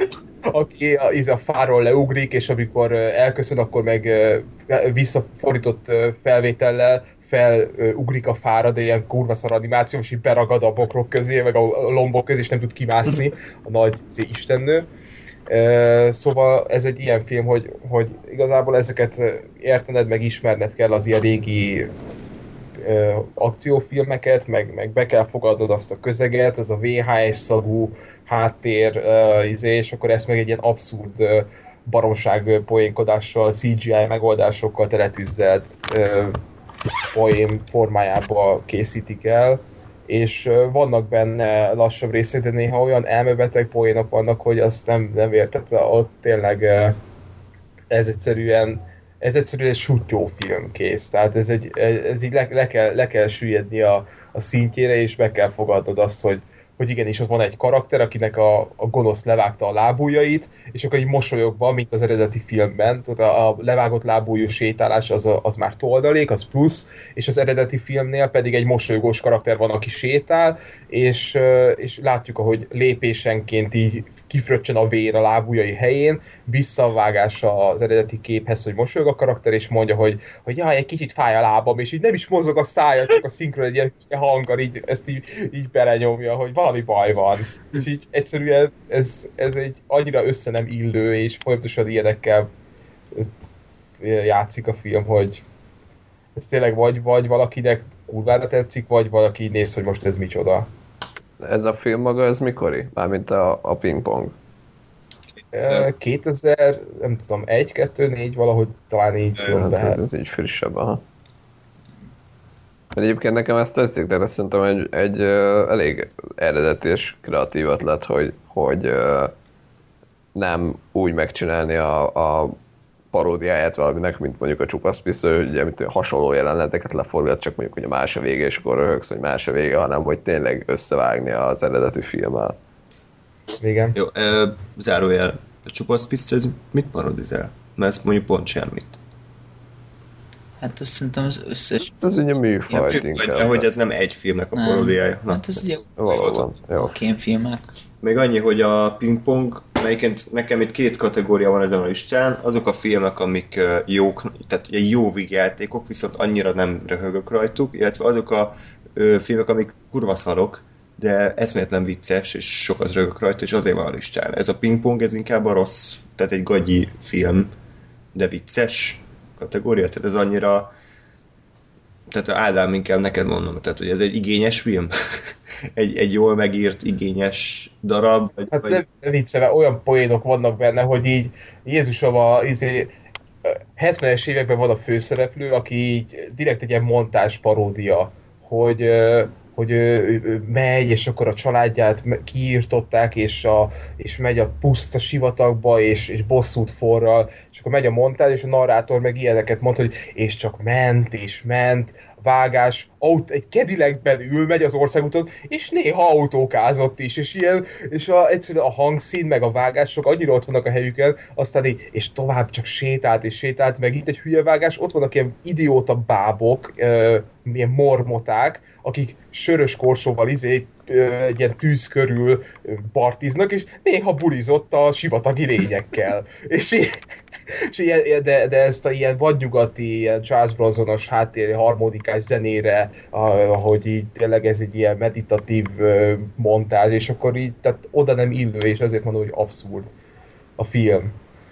aki a fáról leugrik, és amikor elköszön, akkor meg visszafordított felvétellel felugrik a fára, de ilyen kurva szar animáció, és így beragad a bokrok közé, meg a lombok közé, és nem tud kimászni a nagy istennő. Szóval ez egy ilyen film, hogy igazából ezeket értened, meg ismerned kell az ilyen régi akciófilmeket, meg be kell fogadnod azt a közeget, ez a VHS szagú háttér, és akkor ezt meg egy ilyen abszurd baromság poénkodással, CGI megoldásokkal teletűzzelt poém formájába készítik el, és vannak benne lassabb részek, de néha olyan elmebeteg poénok vannak, hogy azt nem értetve, ott tényleg ez egyszerűen egy suttyó film kész. Tehát ez így le kell süllyedni a szintjére, és be kell fogadnod azt, hogy igenis ott van egy karakter, akinek a gonosz levágta a lábujjait, és akkor így mosolyogva, mint az eredeti filmben, a levágott lábujjú sétálás az már toldalék, az plusz, és az eredeti filmnél pedig egy mosolygós karakter van, aki sétál, és látjuk, ahogy lépésenként így kifröccsen a vér a lábujjai helyén, visszavágása az eredeti képhez, hogy mosolyog a karakter, és mondja, hogy jaj, egy kicsit fáj a lábam, és így nem is mozog a szája, csak a szinkron egy ilyen hanggal, ezt így belenyomja, hogy valami baj van. És így egyszerűen ez egy annyira össze nem illő, és folyamatosan ilyenekkel játszik a film, hogy ez tényleg vagy valakinek kurvára tetszik, vagy valaki néz, hogy most ez micsoda. Ez a film maga, ez mikori? Mármint a pingpong. 2000, nem tudom, 1, 2, 4, valahogy talán így jön be. Ez így frissebb, aha. Egyébként nekem ezt tetszik, de azt szerintem egy elég eredeti és kreatív ötlet, hogy nem úgy megcsinálni a paródiáját valaminek, mint mondjuk a Csupaszpisztoly, hogy ugye hasonló jeleneteket leforgat, csak mondjuk ugye más a vége, és akkor röhögsz, hogy más a vége, hanem hogy tényleg összevágni az eredeti filmmel. Igen. Jó, zárójel, a Csupaszpisztoly, ez mit parodizál? Mert ezt mondjuk pont semmit. Hát azt szerintem az összes... Ez ugye műfaj inkább. De hogy ez nem egy filmnek a paródiája. Hát ez ugye valóban. Jó. kémfilmek. Még annyi, hogy a pingpong, melyiként nekem itt 2 kategória van ezen a listán, azok a filmek, amik jók, tehát jó vígjátékok, viszont annyira nem röhögök rajtuk, illetve azok a filmek, amik kurva szarok, de eszméletlen vicces, és sokat röhögök rajta, és azért van a listán. Ez a pingpong, ez inkább a rossz, tehát egy gagyi film, de vicces kategória, tehát ez annyira, tehát Ádám, inkább neked mondom, tehát hogy ez egy igényes film? egy jól megírt, igényes darab? Hát nem viccelve, olyan poénok vannak benne, hogy így Jézusom 70-es években van a főszereplő, aki így direkt egy ilyen montás paródia, hogy ő megy, és akkor a családját kiírtották, és megy a puszta sivatagba, és bosszút forral, és akkor megy a montázs, és a narrátor meg ilyeneket mond, hogy és csak ment, vágás, egy Cadillacben ül, megy az országúton, és néha autókázott is, és ilyen, egyszerűen a hangszín, meg a vágások annyira ott vannak a helyüken, aztán így, és tovább csak sétált, meg itt egy hülye vágás, ott vannak ilyen idióta bábok, ilyen mormoták, akik sörös korsóval egy ilyen tűz körül partiznak, és néha bulizott a sivatagi lényekkel. De ezt a ilyen vadnyugati, ilyen Charles Bronsonos háttér, harmonikás zenére, ahogy így tényleg ez egy ilyen meditatív montázs, és akkor így, tehát oda nem illő, és ezért mondom, hogy abszurd a film.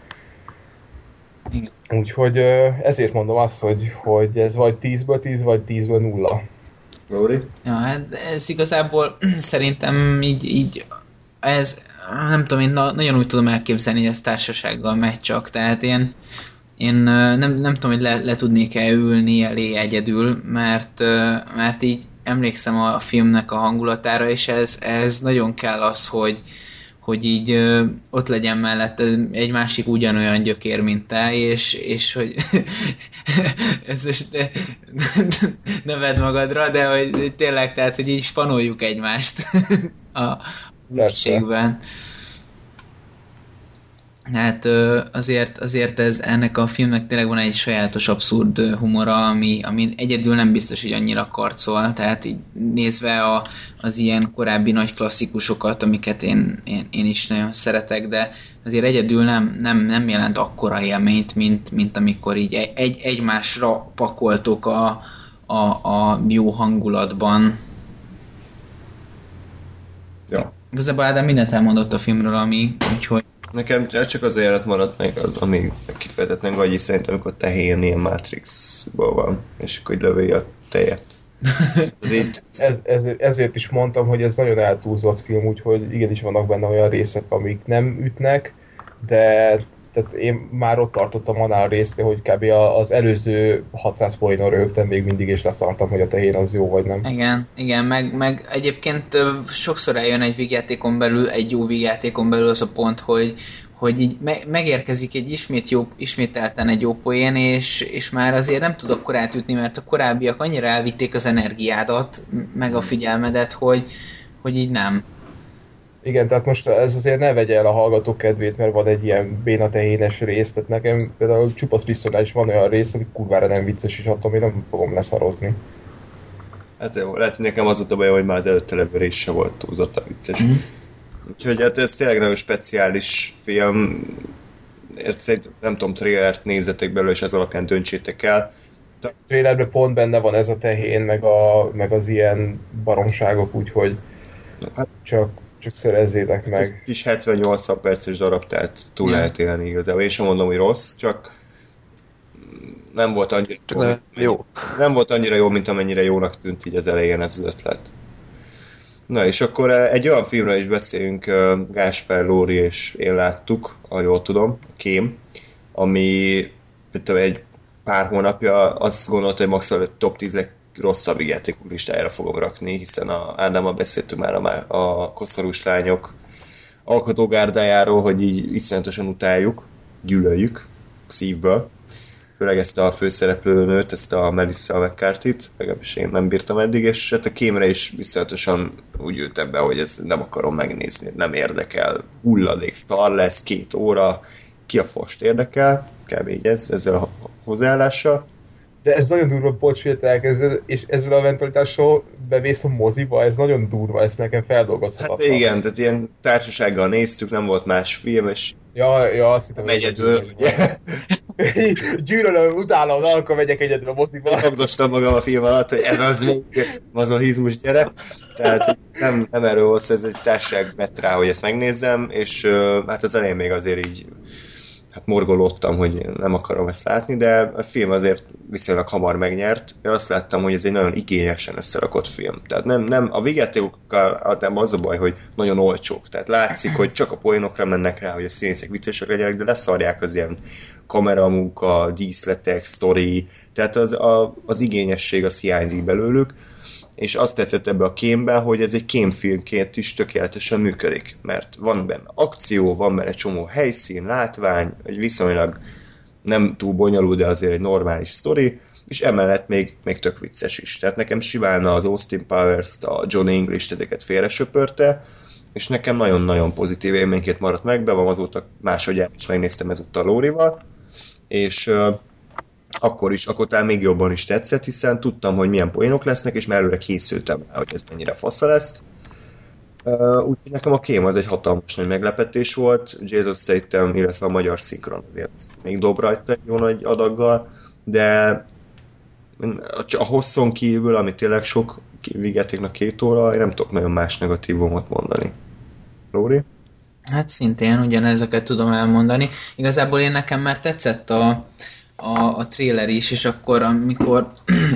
Igen. Úgyhogy ezért mondom azt, hogy ez vagy 10-ből 10, vagy 10-ből 0. Lóri? Ja, hát ez igazából szerintem így ez, nem tudom, én nagyon úgy tudom elképzelni, hogy ez társasággal megy csak, tehát én nem tudom, hogy le tudnék-e ülni elé egyedül, mert így emlékszem a filmnek a hangulatára, és ez nagyon kell az, hogy így ott legyen mellett egy másik ugyanolyan gyökér, mint te, és hogy ez most ne vedd magadra, de hogy tényleg, tehát, hogy így spanoljuk egymást a műségben. Hát azért ennek a filmnek tényleg van egy sajátos abszurd humora, ami egyedül nem biztos, hogy annyira karcol, tehát így nézve az ilyen korábbi nagy klasszikusokat, amiket én is nagyon szeretek, de azért egyedül nem jelent akkora élményt, mint amikor így egymásra pakoltok a jó hangulatban. Ja. Igazából Ádám mindent elmondott a filmről, úgyhogy Nekem csak az a jelenet maradt meg, az, ami kifejezetten gagyi szerint, amikor tehén ilyen Matrixból van, és akkor így lövői a tejet. Ezért is mondtam, hogy ez nagyon eltúlzott film, úgyhogy igenis vannak benne olyan részek, amik nem ütnek, de tehát én már ott tartottam annál a részt, hogy kb. Az előző 600 poénon rögtem még mindig, és leszartam, hogy a tehén az jó vagy nem. Igen, meg egyébként sokszor eljön egy vígjátékon belül, egy jó vígjátékon belül az a pont, hogy így megérkezik egy ismételten egy jó poén, és már azért nem tud akkor átütni, mert a korábbiak annyira elvitték az energiádat, meg a figyelmedet, hogy így nem. Igen, tehát most ez azért ne vegye el a hallgatók kedvét, mert van egy ilyen béna tehénes rész, tehát nekem például Csupasz Pisztonál is van olyan rész, ami kurvára nem vicces, és attól én nem fogom leszarozni. Hát jó, lehet, hogy nekem az volt a baj, hogy már az előtte levő rész se volt túlzottan vicces. Úgyhogy hát ez tényleg nagyon speciális film. Nem tudom, trailert nézzetek belőle, és ez alapján döntsétek el. A trailerben pont benne van ez a tehén, meg az ilyen baromságok, úgyhogy Hát, csak szerezzétek meg. egy kis 70-80 perces darab, tehát túl lehet élni igazából. Én sem mondom, hogy rossz, csak nem volt annyira jó. Nem volt annyira jó, mint amennyire jónak tűnt így az elején ez az ötlet. Na és akkor egy olyan filmről is beszélünk, Gáspár, Lóri és én láttuk, ha jól tudom, Kém, ami egy pár hónapja azt gondolta, hogy max. A top 10 rosszabb játékok listájára fogom rakni, hiszen Ádámmal beszéltünk már a koszorús lányok alkotógárdájáról, hogy így iszonyatosan utáljuk, gyűlöljük szívből. Főleg ezt a főszereplőnőt, ezt a Melissa McCarthy-t, legalábbis én nem bírtam eddig, és hát a Kémre is viszonyatosan úgy ültem be, hogy ezt nem akarom megnézni, nem érdekel, hulladék szar lesz, 2 óra, ki a fost érdekel, kb. Így ezzel a hozzáállással. De ez nagyon durva, bocs, hogy elkezded, és ezzel a mentalitással bevész a moziba, ez nagyon durva, ez nekem feldolgozhatatlan. Hát igen, tehát ilyen társasággal néztük, nem volt más film, és Ja, azt hittem, egyedül, ugye? Gyűlölöm, utálom, akkor megyek egyedül a moziba. Fogdostam magam a film alatt, hogy ez az még mazohizmus, gyere. Tehát nem erről volt, ez egy társaság vett rá, hogy ezt megnézzem, és hát az elején még azért így morgolódtam, hogy nem akarom ezt látni, de a film azért viszonylag hamar megnyert. Én azt láttam, hogy ez egy nagyon igényesen összerakott film. Tehát nem a végjátékokkal az a baj, hogy nagyon olcsók. Tehát látszik, hogy csak a poénokra mennek rá, hogy a színészek viccesek legyenek, de leszarják az ilyen kameramunka, díszletek, sztori. Tehát az igényesség az hiányzik belőlük. És azt tetszett ebbe a Kémben, hogy ez egy kémfilmként is tökéletesen működik, mert van benne akció, van benne csomó helyszín, látvány, egy viszonylag nem túl bonyolult, de azért egy normális sztori, és emellett még tök vicces is. Tehát nekem simán az Austin Powers-t, a John English-t, ezeket félresöpörte, és nekem nagyon-nagyon pozitív élményként maradt meg, be van azóta másodjára is megnéztem ezúttal Lórival, és akkor talán még jobban is tetszett, hiszen tudtam, hogy milyen poénok lesznek, és már előre készültem rá, hogy ez mennyire fassa lesz. Úgyhogy nekem a Kém az egy hatalmas nagy meglepetés volt, Jason Statham, illetve a magyar szinkron azért még dob rajta egy jó nagy adaggal, de a hosszon kívül, ami tényleg sok vígjátéknak 2 óra, én nem tudok nagyon más negatívumot mondani. Lóri? Hát szintén ugyanezeket tudom elmondani. Igazából nekem már tetszett a trailer is, és akkor, amikor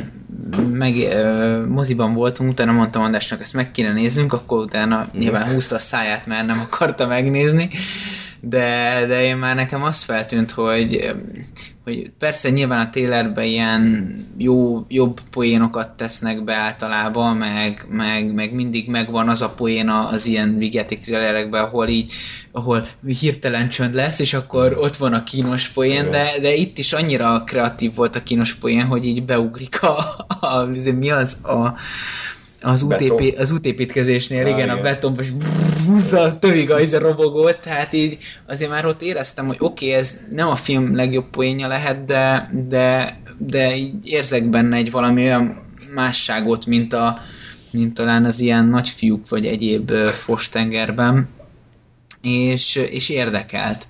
moziban voltunk, utána mondtam Andrásnak, ezt meg kéne néznünk, akkor utána nyilván húzta a száját, mert nem akarta megnézni, de én már nekem azt feltűnt, hogy persze nyilván a trailerben ilyen jobb poénokat tesznek be általában, meg mindig megvan az a poén az ilyen vígjáték trailerekben, ahol hirtelen csönd lesz, és akkor ott van a kínos poén, de itt is annyira kreatív volt a kínos poén, hogy így beugrik mi az Az útépítkezésnél, igen, igen. a betonba, és húzza a tövig a robogót, tehát így azért már ott éreztem, hogy oké, ez nem a film legjobb poénja lehet, de így érzek benne egy valami olyan másságot, mint talán az ilyen nagyfiúk, vagy egyéb Fostengerben, és érdekelt.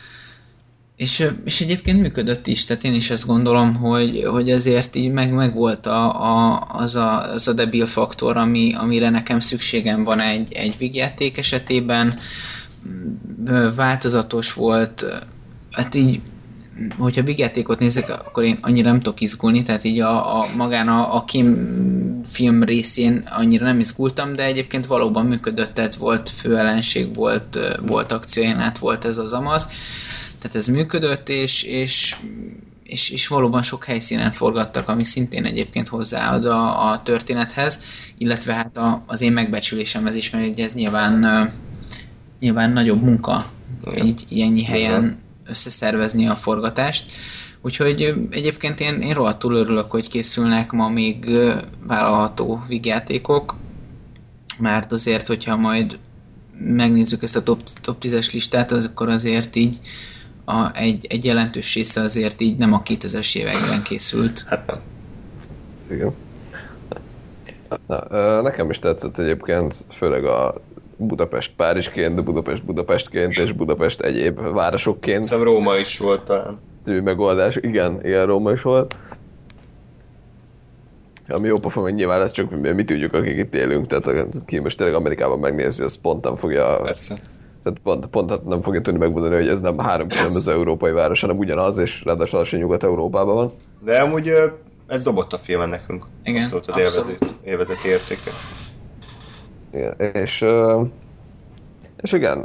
És egyébként működött is, tehát én is azt gondolom, hogy azért így meg volt az a debil faktor, amire nekem szükségem van egy vígjáték esetében. Változatos volt, hát így, hogyha vígjátékot nézek, akkor én annyira nem tudok izgulni, tehát így magán a film részén annyira nem izgultam, de egyébként valóban működött, tehát volt főellenség, volt akciójánát, volt ez az amaz. Tehát ez működött, és valóban sok helyszínen forgattak, ami szintén egyébként hozzáad a történethez, illetve hát az én megbecsülésemhez is, mert ugye ez nyilván nagyobb munka, így ennyi helyen összeszervezni a forgatást. Úgyhogy egyébként én rohadtul örülök, hogy készülnek ma még vállalható vígjátékok, mert azért, hogyha majd megnézzük ezt a top 10-es listát, akkor azért így egy jelentős része azért így nem a 2000-es években készült. Hát nem. Igen. Nekem is tetszett egyébként, főleg a Budapest-Párizsként, de Budapest-Budapestként és Budapest egyéb városokként. Hiszem Róma is volt talán. Megoldás, igen, Róma is volt. Ami jó pofa, meg nyilván ez csak mi tudjuk, akik itt élünk, tehát ki most tényleg Amerikában megnézi, az pont nem fogja... Persze. Tehát pont nem fogja tudni megmondani, hogy ez nem 3 különböző európai város, hanem ugyanaz, és ráadásul az sem Nyugat-Európában van. De amúgy ez dobott a filmen nekünk. Igen, abszolút az élvezeti értéke. Igen, és igen,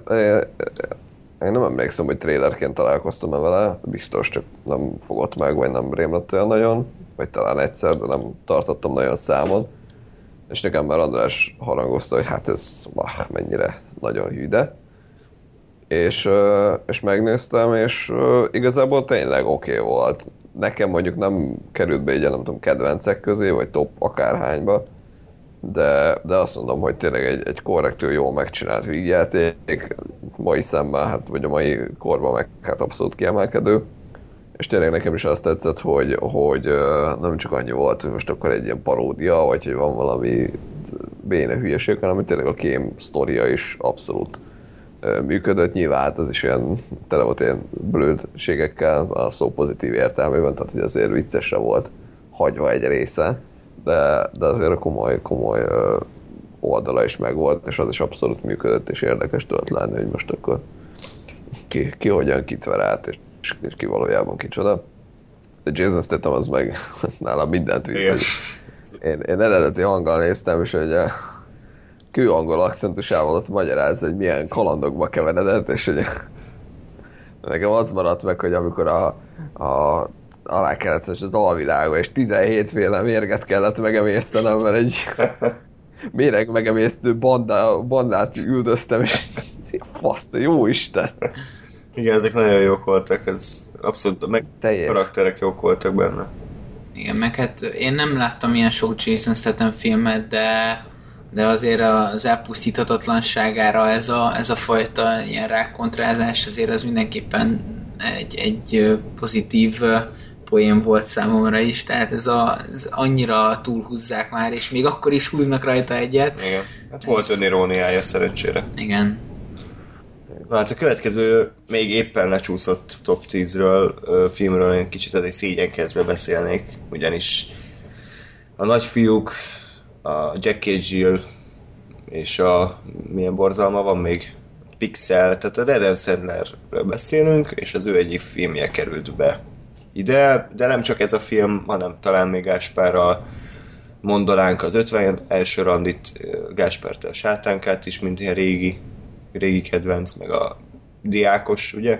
én nem emlékszem, hogy trailerként találkoztam-e vele, biztos csak nem fogott meg, vagy nem rémlett olyan nagyon, vagy talán egyszer, de nem tartottam nagyon számon. És nekem már András harangozta, hogy hát ez mennyire nagyon hűde. És megnéztem, és igazából tényleg oké volt. Nekem mondjuk nem került be így, nem tudom, kedvencek közé, vagy top akárhányba, de azt mondom, hogy tényleg egy korrektül jól megcsinált vígjáték, mai szemmel, hát, vagy a mai korban meg hát abszolút kiemelkedő. És tényleg nekem is azt tetszett, hogy nem csak annyi volt, hogy most akkor egy ilyen paródia, vagy hogy van valami béne hülyeség, hanem hogy tényleg a kém sztoria is abszolút működött. Nyilván hát az is ilyen, tele volt ilyen blödségekkel a szó pozitív értelmében, tehát hogy azért viccesre volt hagyva egy része, de azért a komoly oldala is megvolt, és az is abszolút működött, és érdekes tudott lenni, hogy most akkor ki hogyan kitver át, és ki valójában kicsoda. De Jason Statham az meg nálam mindent vitt. Én eredeti hanggal néztem, és hogy a kőangol akcentusával ott magyarázza, hogy milyen kalandokba keveredett, és hogy nekem az maradt meg, hogy amikor alá kellett az alvilágba, és 17 féle mérget kellett megemésztenem, mert egy méreg megemésztő bandát üldöztem, és fasz, jó Isten! Igen, ezek nagyon jók voltak, ez abszolút, meg karakterek jók voltak benne. Igen, meg hát én nem láttam ilyen sok Jason Statham filmet, de azért az elpusztíthatatlanságára ez a fajta ilyen rákkontrázás azért az mindenképpen egy pozitív poén volt számomra is, tehát ez annyira túlhúzzák már, és még akkor is húznak rajta egyet. Igen, hát volt öniróniája szerencsére. Igen. Na hát a következő még éppen lecsúszott top 10-ről filmről én kicsit azért szégyenkezve beszélnék, ugyanis a nagyfiúk, a Jack és Jill és milyen borzalma van még? Pixel, tehát az Adam Sandlerről beszélünk, és az ő egyik filmje került be ide, de nem csak ez a film, hanem talán még Gáspárral mondanánk az 51. randit, Gáspártól a Sátánkát is, mint ilyen régi kedvenc, meg a Diákos, ugye?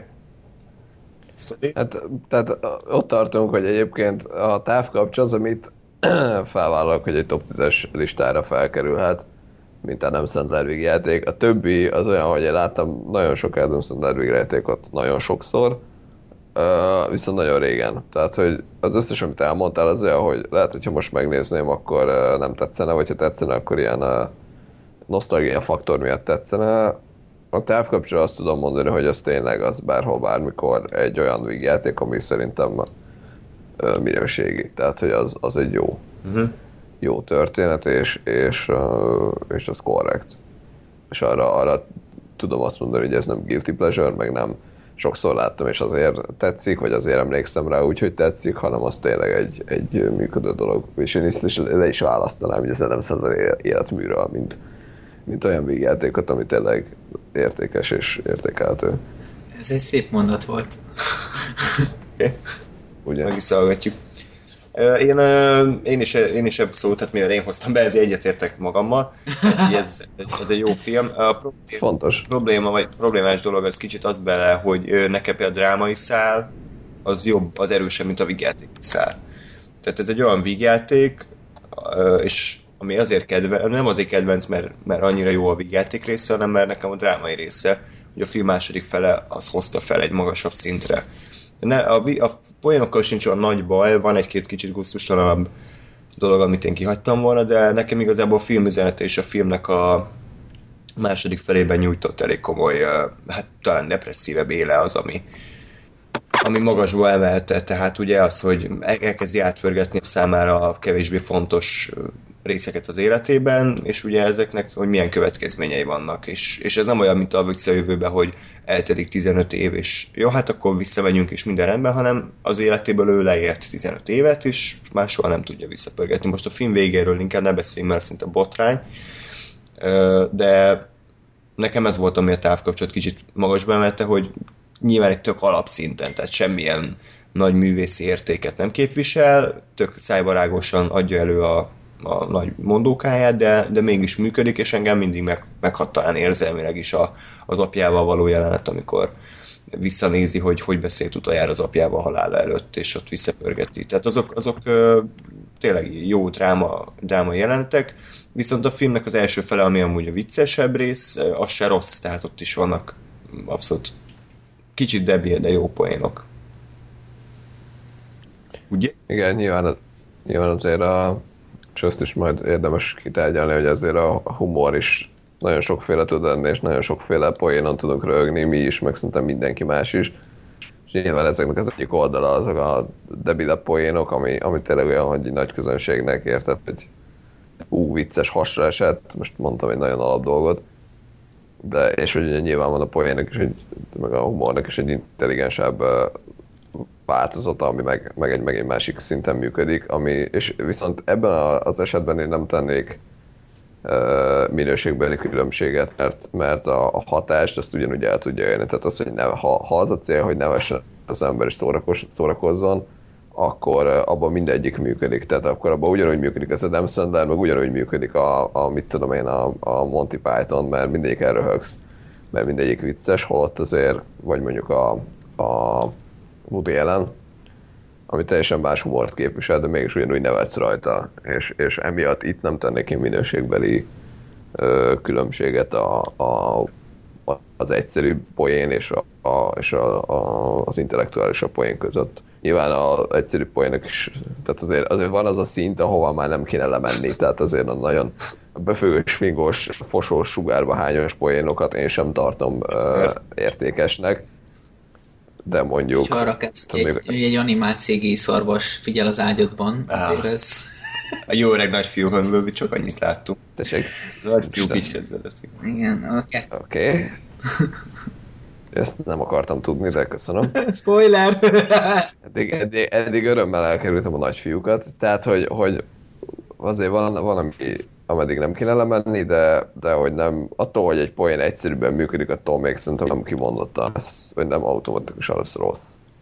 Hát, tehát ott tartunk, hogy egyébként a távkapcs az, amit felvállalok, hogy egy top 10-es listára felkerülhet, mint Adam Sandler vígjáték. A többi az olyan, hogy én láttam nagyon sok Adam Sandler vígjátékot nagyon sokszor, viszont nagyon régen. Tehát, hogy az összes, amit elmondtál, az olyan, hogy lehet, hogyha most megnézném, akkor nem tetszene, vagy ha tetszene, akkor ilyen nosztalgia faktor miatt tetszene. A távkapcsoló azt tudom mondani, hogy az tényleg az bárhol, bármikor egy olyan vígjáték, ami szerintem minőségi. Tehát, hogy az egy jó történet, és az korrekt. És arra tudom azt mondani, hogy ez nem guilty pleasure, meg nem sokszor láttam, és azért tetszik, vagy azért emlékszem rá úgy, hogy tetszik, hanem az tényleg egy működő dolog. És én is le is választanám, hogy ez nem szerintem életműről, mint olyan vígjátékot, ami tényleg értékes és értékelhető. Ez egy szép mondat volt. Ugye? Meg is szalgatjuk. Én is abszolút, tehát mivel én hoztam be, ezért egyetértek magammal. Ez egy jó film. Ez fontos. Problémás dolog az kicsit az bele, hogy nekem például a drámai szál az jobb, az erősebb, mint a vígjáték szál. Tehát ez egy olyan vígjáték, és ami azért nem azért kedvenc, mert annyira jó a vígjáték része, hanem mert nekem a drámai része, hogy a film második fele az hozta fel egy magasabb szintre. A poénokkal sincs olyan nagy baj, van egy-két kicsit gusztustalanabb dolog, amit én kihagytam volna, de nekem igazából a filmüzenete és a filmnek a második felében nyújtott elég komoly, hát talán depresszívebb éle az, ami magasba emelte, tehát ugye az, hogy elkezdi átpörgetni számára a kevésbé fontos részeket az életében, és ugye ezeknek, hogy milyen következményei vannak. És ez nem olyan, mint a visszajövőben, hogy eltelik 15 év, és jó, hát akkor visszamegyünk, és minden rendben, hanem az életéből ő leért 15 évet, és már soha nem tudja visszapörgetni. Most a film végéről inkább ne beszéljünk, mert szinte botrány, de nekem ez volt, ami a távkapcsolat kicsit magasba emelte, hogy nyilván egy tök alapszinten, tehát semmilyen nagy művészi értéket nem képvisel, tök szájbarágosan adja elő a nagy mondókáját, de mégis működik, és engem mindig meghat talán érzelmileg is az apjával való jelenet, amikor visszanézi, hogy beszélt utoljára az apjával halála előtt, és ott visszapörgeti. Tehát azok tényleg jó dráma jelenetek, viszont a filmnek az első fele, ami amúgy a viccesebb rész, az se rossz, tehát ott is vannak abszolút kicsit debil, de jó poénok. Ugye? Igen, nyilván azért és azt is majd érdemes kitárgyalni, hogy azért a humor is nagyon sokféle tud lenni, és nagyon sokféle poénon tudunk röhögni, mi is, meg szerintem mindenki más is. És nyilván ezeknek az egyik oldala azok a debilebb poénok, ami tényleg olyan, hogy nagy közönségnek érted, hogy vicces hasra esett, most mondtam egy nagyon alap dolgot, és hogy ugye nyilván van a poénok is, meg a humornak is egy intelligensebb változata, ami meg egy másik szinten működik, és viszont ebben az esetben én nem tennék minőségbeli különbséget, mert a hatást azt ugyanúgy el tudja érni. Tehát az, hogy ha az a cél, hogy nevessen az ember is szórakozzon, akkor abban mindegyik működik. Tehát akkor abban ugyanúgy működik az Adam Sandler, meg ugyanúgy működik mit tudom én, a Monty Python, mert mindegyik elröhögsz, mert mindegyik vicces, holott azért, vagy mondjuk a Woody Allen, ami teljesen más humort képvisel, de mégis ugyanúgy nevetsz rajta, és emiatt itt nem tennék én minőségbeli különbséget az egyszerű poén és az intellektuális poén között. Nyilván az egyszerű poénok is, tehát azért van az a szint, ahova már nem kéne lemenni, tehát azért a nagyon befőgős, fingós, fosós, sugárba hányos poénokat én sem tartom értékesnek. De mondjuk... Arra kezd, egy animációgi szarvas figyel az ágyadban, azért ez... A jó öreg nagyfiú hömből csak annyit láttuk. Tessék. Az nagyfiúk így kezdődeszik. Igen, Oké. Ezt nem akartam tudni, de köszönöm. Spoiler! Eddig örömmel elkerültem a nagyfiúkat, tehát hogy azért van ami ameddig nem kéne lemenni, de hogy nem, attól, hogy egy poén egyszerűbben működik, attól még szerintem nem kimondottan, hogy nem automatikusan lesz rossz.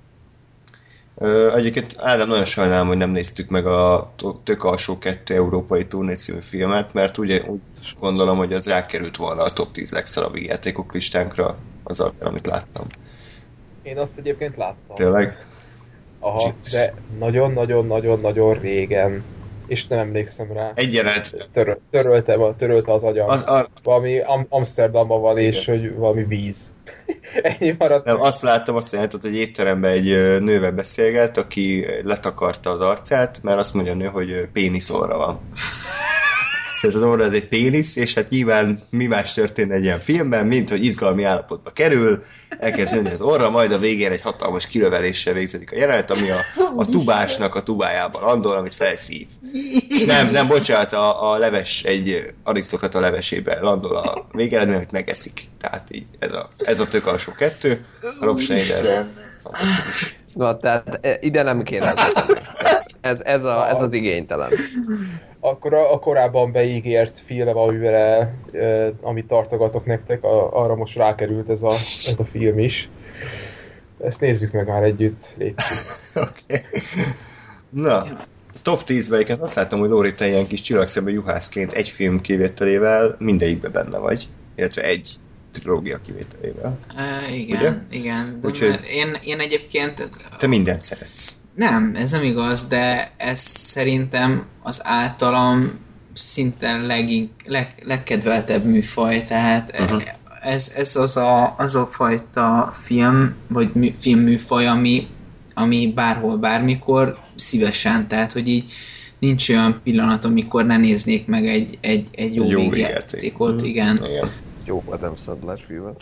Egyébként Ádám, nagyon sajnálom, hogy nem néztük meg a Tök alsó 2 európai turné című filmet, mert úgy gondolom, hogy ez rákerült volna a top 10 legszarabb játékok listánkra, az alapján, amit láttam. Én azt egyébként láttam. Tényleg? Aha, de nagyon-nagyon-nagyon-nagyon régen. és nem emlékszem rá. Egy jelenet. Törölte az agyam. Valami Amsterdamban van, Igen. és hogy valami víz. Ennyi maradt Nem, meg. azt láttam, azt jelentett, hogy étteremben egy nővel beszélget, aki letakarta az arcát, mert azt mondja a nő, hogy pénisz orra van. Tehát az orra ez egy pénisz, és hát nyilván mi más történne egy ilyen filmben, mint hogy izgalmi állapotba kerül, elkezd jönni az orra, majd a végén egy hatalmas kilöveléssel végződik a jelenet, ami a tubásnak a tubájában landol, amit felszív. És nem, bocsánat, a leves, egy arisztokrata levesébe landol a végeredmény, amit megeszik. Tehát így ez a tök alsó kettő, a Rob Schneider fantasztikus. Na, tehát ide nem kéne. Ez az igénytelen. Akkor a korábban beígért film, amit tartogatok nektek, arra most rákerült ez a film is. Ezt nézzük meg már együtt, létszik. Okay. Na, top 10-ben azt láttam, hogy Lóri, te ilyen kis csillagszemű juhászként egy film kivételével mindegyikben benne vagy, illetve egy trilógia kivételével. Igen. De Úgyhogy én egyébként... Te mindent szeretsz. Nem, ez nem igaz, de ez szerintem az általam szinte legkedveltebb műfaj, tehát ez az a fajta film, vagy filmműfaj, ami bárhol, bármikor szívesen, tehát hogy így nincs olyan pillanat, amikor ne néznék meg egy jó végjátékot, igen. Jó Adam Sandler filmet.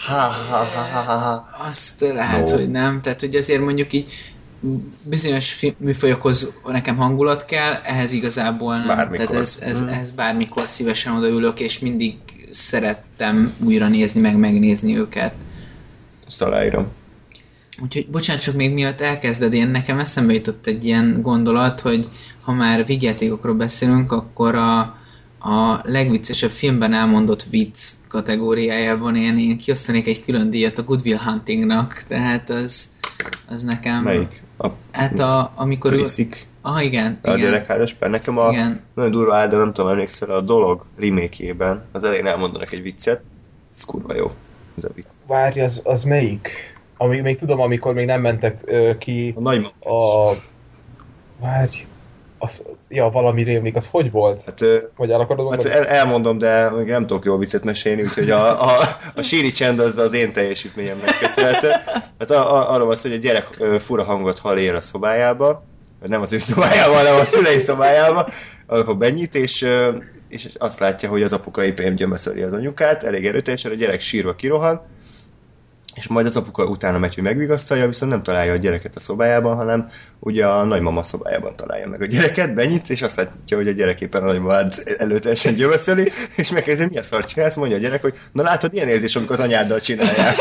Azt lehet, hogy nem, tehát hogy azért mondjuk így bizonyos műfajokhoz nekem hangulat kell, ehhez igazából nem. Bármikor. Tehát ez bármikor szívesen odaülök, és mindig szerettem újra nézni, megnézni őket. Ezt aláírom. Úgyhogy bocsánat, csak még miatt elkezded, nekem eszembe jutott egy ilyen gondolat, hogy ha már vígjátékokról beszélünk, akkor a legviccesebb filmben elmondott vicc kategóriájában én kiosztanék egy külön díjat a Good Will Huntingnak, tehát az nekem... Melyik? Amikor Priszik. Igen. A gyerekházas per. Nekem nagyon durva áll, de nem tudom, emlékszel, a Dolog remake-ében az elején elmondanak egy viccet. Ez kurva jó. Ez a vicc. Várj, az melyik? Még tudom, amikor még nem mentek ki A nagymama. Várj. Valami rémlik, az hogy volt? Vagy el akarod mondani? Elmondom, de még nem tudok jó viccet mesélni, úgyhogy a síri csend az én teljesítményemnek köszönhető. Hát arról van szó, hogy a gyerek fura hangot hall ér a szobájába, nem az ő szobájába, hanem a szülei szobájába, amikor benyit, és azt látja, hogy az apuka éppen gyömöszöli az anyukát, elég erőteljesen, a gyerek sírva kirohan, és majd az apuka utána megy, hogy megvigasztalja, viszont nem találja a gyereket a szobájában, hanem ugye a nagymama szobájában találja meg a gyereket, benyit, és azt látja, hogy a gyerek éppen a nagymamát előteljesen gyömöszöli, és megkérdezi, mi a szart csinálsz, mondja a gyerek, hogy na látod, ilyen érzés, amikor az anyáddal csinálják.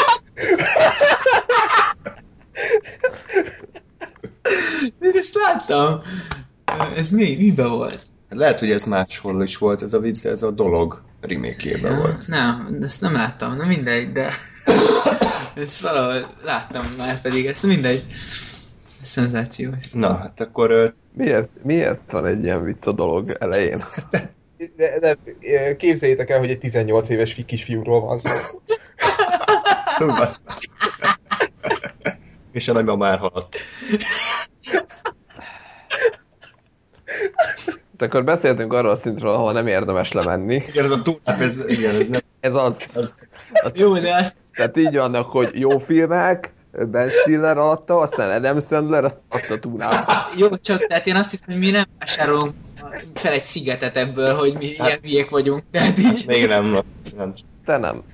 Én ezt láttam. Ez miben volt? Lehet, hogy ez máshol is volt, ez a vicc, ez a Dolog remake-jében volt. Nem, ezt nem láttam, na mindegy, de ezt valahol láttam már pedig, ezt mindegy. Ez szenzációs. Na, hát akkor... Miért van egy ilyen vicc a Dolog elején? De képzeljétek el, hogy egy 18 éves kisfiúról van szó. És a nagymama már halott. De akkor beszéltünk arról a szintről, ahol nem érdemes lemenni. Igen, ez a túláp, Ez az. Jó, de azt... Tehát így vannak, hogy jó filmek, Ben Stiller alatta, aztán Adam Sandler, azt a túláp. Jó, csak tehát én azt hiszem, hogy mi nem vásárolunk fel egy szigetet ebből, hogy mi ilyen hülyék vagyunk. Tehát így... Még nem. Te nem.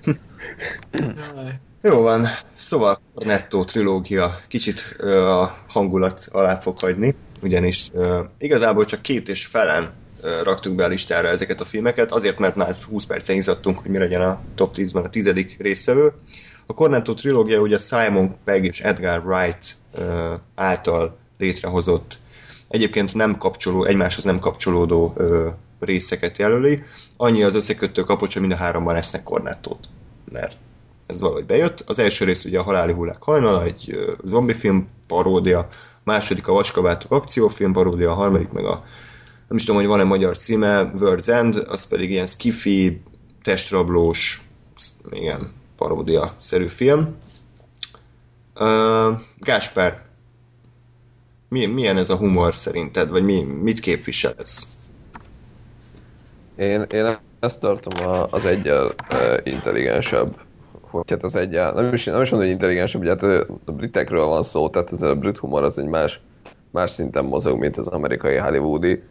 Jó van, szóval Cornetto trilógia, kicsit a hangulat alá fog hagyni, ugyanis igazából csak 2,5 raktuk be a listára ezeket a filmeket, azért, mert már 20 percen izzadtunk, hogy mi legyen a top 10-ben a 10. résztvevő. A Cornetto trilógia ugye Simon Pegg és Edgar Wright által létrehozott, egyébként egymáshoz nem kapcsolódó részeket jelöli. Annyi az összekötő kapocs, hogy mind a háromban esznek Cornettót, mert ez valahogy bejött. Az első rész ugye a Haláli hullák hajnala, egy zombifilm paródia, a második a Vaskabátok akciófilm paródia, a harmadik meg a, nem is tudom, hogy van-e magyar címe, World's End, az pedig ilyen skifi, testrablós, igen, paródia-szerű film. Gáspár, Milyen ez a humor szerinted, vagy mit képvisel ez? Én ezt tartom az egyel intelligensebb. Hogy hát az egyel, nem is mondom, hogy intelligensebb, ugye hát a britekről van szó, tehát ez a brit humor az egy más szinten mozog, mint az amerikai hollywoodi.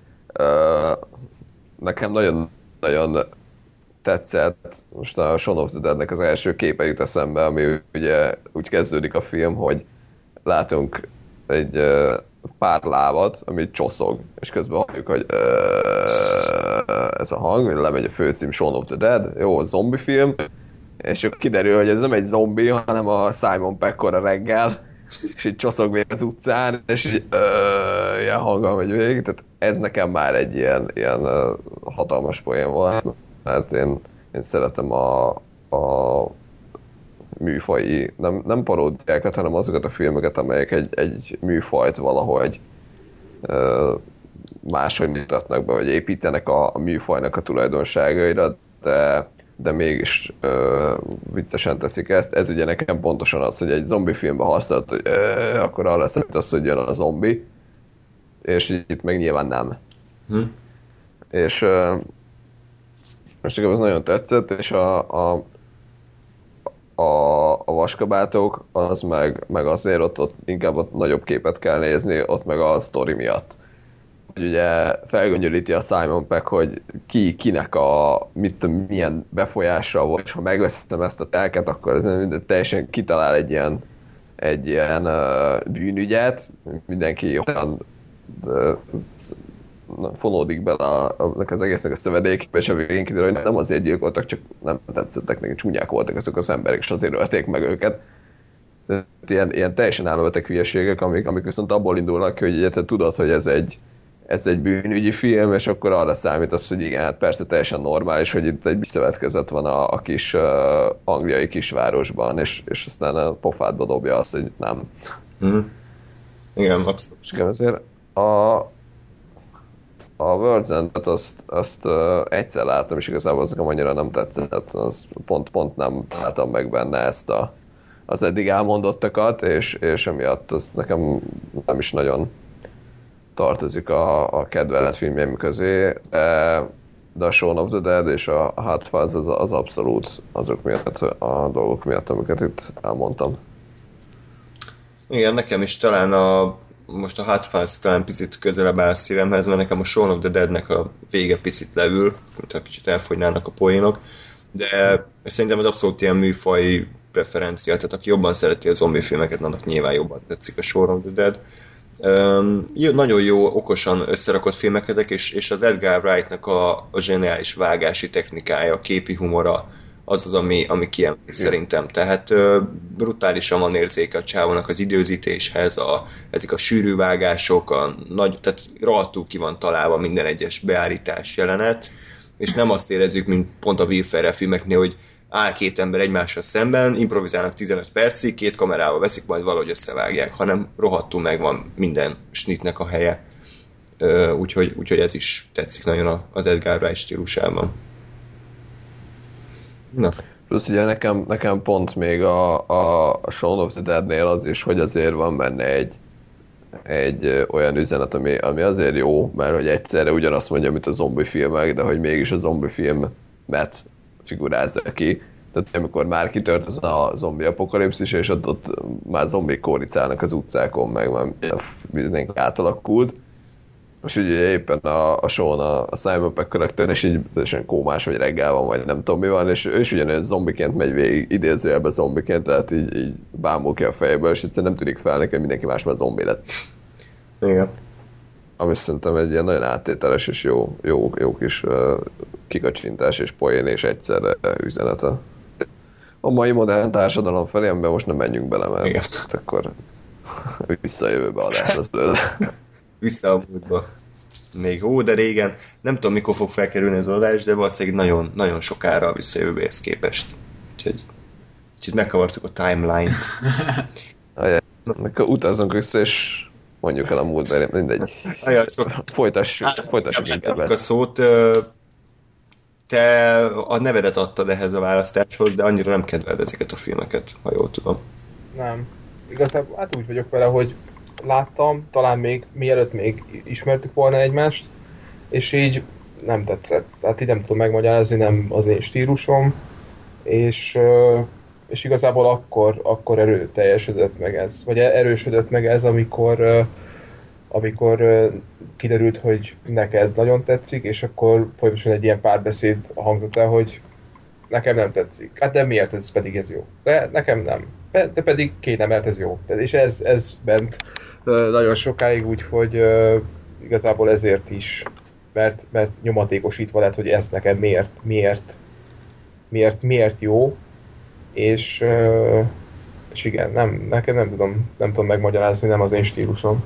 Nekem nagyon tetszett, most a Shaun of the Deadnek az első képe jut eszembe, ami ugye úgy kezdődik a film, hogy látunk egy pár lábat, ami csoszog, és közben halljuk, hogy ez a hang, hogy lemegy a főcím Shaun of the Dead, jó, zombi film, és akkor kiderül, hogy ez nem egy zombi, hanem a Simon Pegg a reggel, és így csoszog még az utcán, és így ilyen hanggal megy végig, tehát ez nekem már egy ilyen hatalmas poén volt, mert én szeretem a műfaji, nem paródiákat, hanem azokat a filmeket, amelyek egy műfajt valahogy máshogy mutatnak be, vagy építenek a műfajnak a tulajdonságaira, de mégis viccesen teszik ezt. Ez ugye nekem pontosan az, hogy egy zombi filmben használt, hogy akkor arra számítasz, hogy jön a zombi, és itt meg nyilván nem. És nekem ez nagyon tetszett, és a vaskabátok, az meg azért ott inkább ott nagyobb képet kell nézni, ott meg a sztori miatt. Hogy ugye felgöngyölíti a Simon Pegg, hogy kinek milyen befolyással volt, és ha megveszem ezt a telket, akkor ez teljesen kitalál egy ilyen bűnügyet, mindenki olyan fonódik bele az egésznek a szövedékbe, és a végén kiderül, hogy nem azért gyilkoltak, csak nem tetszettek neki, csúnyák voltak ezek az emberek, és azért ölték meg őket. Ilyen teljesen elmebeteg hülyeségek, amik viszont abból indulnak, hogy ugye te tudod, hogy ez egy bűnügyi film, és akkor arra számítasz, hogy igen, hát persze teljesen normális, hogy itt egy szövetkezet van a kis angliai kisvárosban, és aztán a pofádba dobja azt, hogy nem. Igen, abszolút. És azért a World's End-et azt egyszer láttam, és igazából az nekem annyira nem tetszett, pont nem találtam meg benne ezt az eddig elmondottakat, és emiatt az nekem nem is nagyon tartozik a kedvelet filmjeim közé, de a Shaun of the Dead és a Hot Fuzz az abszolút azok miatt, a dolgok miatt, amiket itt elmondtam. Igen, nekem is talán most a Hot Fuzz talán picit közelebb áll a szívemhez, mert nekem a Shaun of the Deadnek a vége picit leül, mintha kicsit elfogynának a poénok, de szerintem ez abszolút ilyen műfaj preferencia, tehát aki jobban szereti a zombi filmeket, annak nyilván jobban tetszik a Shaun of the Dead. Nagyon jó, okosan összerakott filmek ezek, és az Edgar Wrightnak a zseniális vágási technikája, a képi humora, az, ami kiemel szerintem. Tehát brutálisan van érzéke a csávónak az időzítéshez, ezek a sűrű vágások, tehát rohadtul ki van találva minden egyes beállítás jelenet, és nem azt érezzük, mint pont a Will Ferrell filmeknél, hogy áll két ember egymással szemben, improvizálnak 15 percig, két kamerával veszik, majd valahogy összevágják, hanem rohadtul megvan minden snitnek a helye. Úgyhogy ez is tetszik nagyon az Edgar Wright stílusában. Na. Plusz ugye nekem pont még a Shaun of the Deadnél az is, hogy azért van benne egy olyan üzenet, ami azért jó, mert hogy egyszerre ugyanazt mondja, mint a zombi filmek, de hogy mégis a zombi filmet figurázza ki. Tehát amikor már kitört az a zombi apokalipszis, és ott már zombik kóricálnak az utcákon, meg már mindenki átalakult. És ugye éppen a Sean, a Simon Pegg karakter, és így teljesen kómás, vagy reggel van, vagy nem tudom mi van, és ő is ugyanolyan zombiként megy végig, idézőjelben zombiként, tehát így bámul ki a fejéből, és egyszerűen nem tűnik fel nekem, mindenki más már zombi lett. Igen. Ami szerintem egy ilyen nagyon áttételes és jó kis kikacsintás és poén és egyszerre üzenete. A mai modern társadalom felé, amiben most nem menjünk bele, mert akkor visszajövőbe adás lesz belőle. Vissza a múltba. Még de régen. Nem tudom, mikor fog felkerülni az adás, de valószínűleg nagyon, nagyon sokára a visszajövőbéhez képest. Úgyhogy kicsit megkavartuk a timeline-t. Akkor utazzunk vissza, és mondjuk el a múltba, mindegy. Folytassuk inkább. A szót, te a nevedet adtad ehhez a választáshoz, de annyira nem kedveled ezeket a filmeket, ha jól tudom. Nem. Igazából hát úgy vagyok vele, hogy láttam, talán még mielőtt még ismertük volna egymást, és így nem tetszett. Tehát így nem tudom megmagyarázni, nem az én stílusom, és igazából akkor erőteljesedett meg ez, vagy erősödött meg ez, amikor kiderült, hogy neked nagyon tetszik, és akkor folyamatosan egy ilyen párbeszéd hangzott el, hogy nekem nem tetszik. Hát de miért ez pedig ez jó? De nekem nem. De pedig kéne, mert ez jó. És ez bent nagyon sokáig, úgyhogy igazából ezért is, mert nyomatékosítva lett, hogy ez nekem miért jó, és igen, nekem nem tudom megmagyarázni, nem az én stílusom.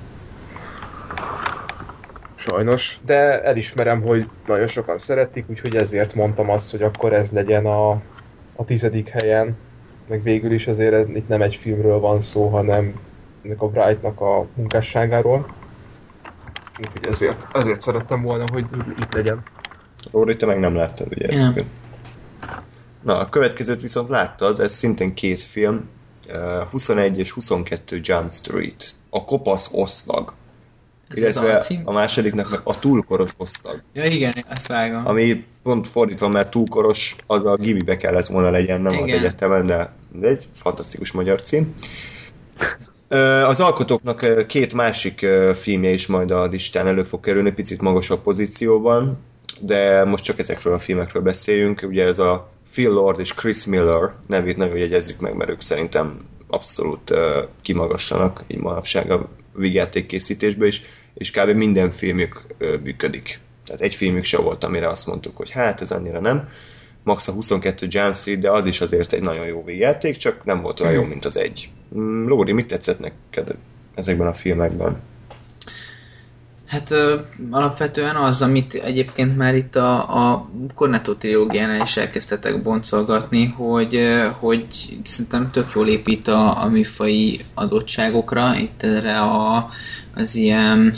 Sajnos, de elismerem, hogy nagyon sokan szeretik, úgyhogy ezért mondtam azt, hogy akkor ez legyen a 10. helyen. Meg végül is azért itt nem egy filmről van szó, hanem ennek a Wrightnak a munkásságáról. Úgyhogy ezért szerettem volna, hogy itt legyen. Róri, te meg nem láttad, ugye ezt? Ja. Na, a következőt viszont láttad, ez szintén két film, 21 és 22 Jump Street. A kopasz osztag. Illetve a másodiknak meg a túlkoros osztag. Ja igen, azt vágom. Ami pont fordítva, mert túlkoros, az a gimibe kellett volna legyen, nem igen. Az egyetemen, de egy fantasztikus magyar cím. Az alkotóknak két másik filmje is majd a listán elő fog kerülni, picit magasabb pozícióban, de most csak ezekről a filmekről beszéljünk. Ugye ez a Phil Lord és Chris Miller nevét nagyon jegyezzük meg, mert ők szerintem abszolút kimagaslanak így manapság a vígjátékkészítésbe is, és kb. Minden filmjük működik. Tehát egy filmjük se volt, amire azt mondtuk, hogy hát ez annyira nem. Max a 22 Jump Street, de az is azért egy nagyon jó vígjáték, csak nem volt olyan jó, mint az egy. Lóri, mit tetszett neked ezekben a filmekben? Hát alapvetően az, amit egyébként már itt a Cornetto trilógiánál is elkezdtetek boncolgatni, hogy szerintem tök jól épít a műfai adottságokra, itt erre az ilyen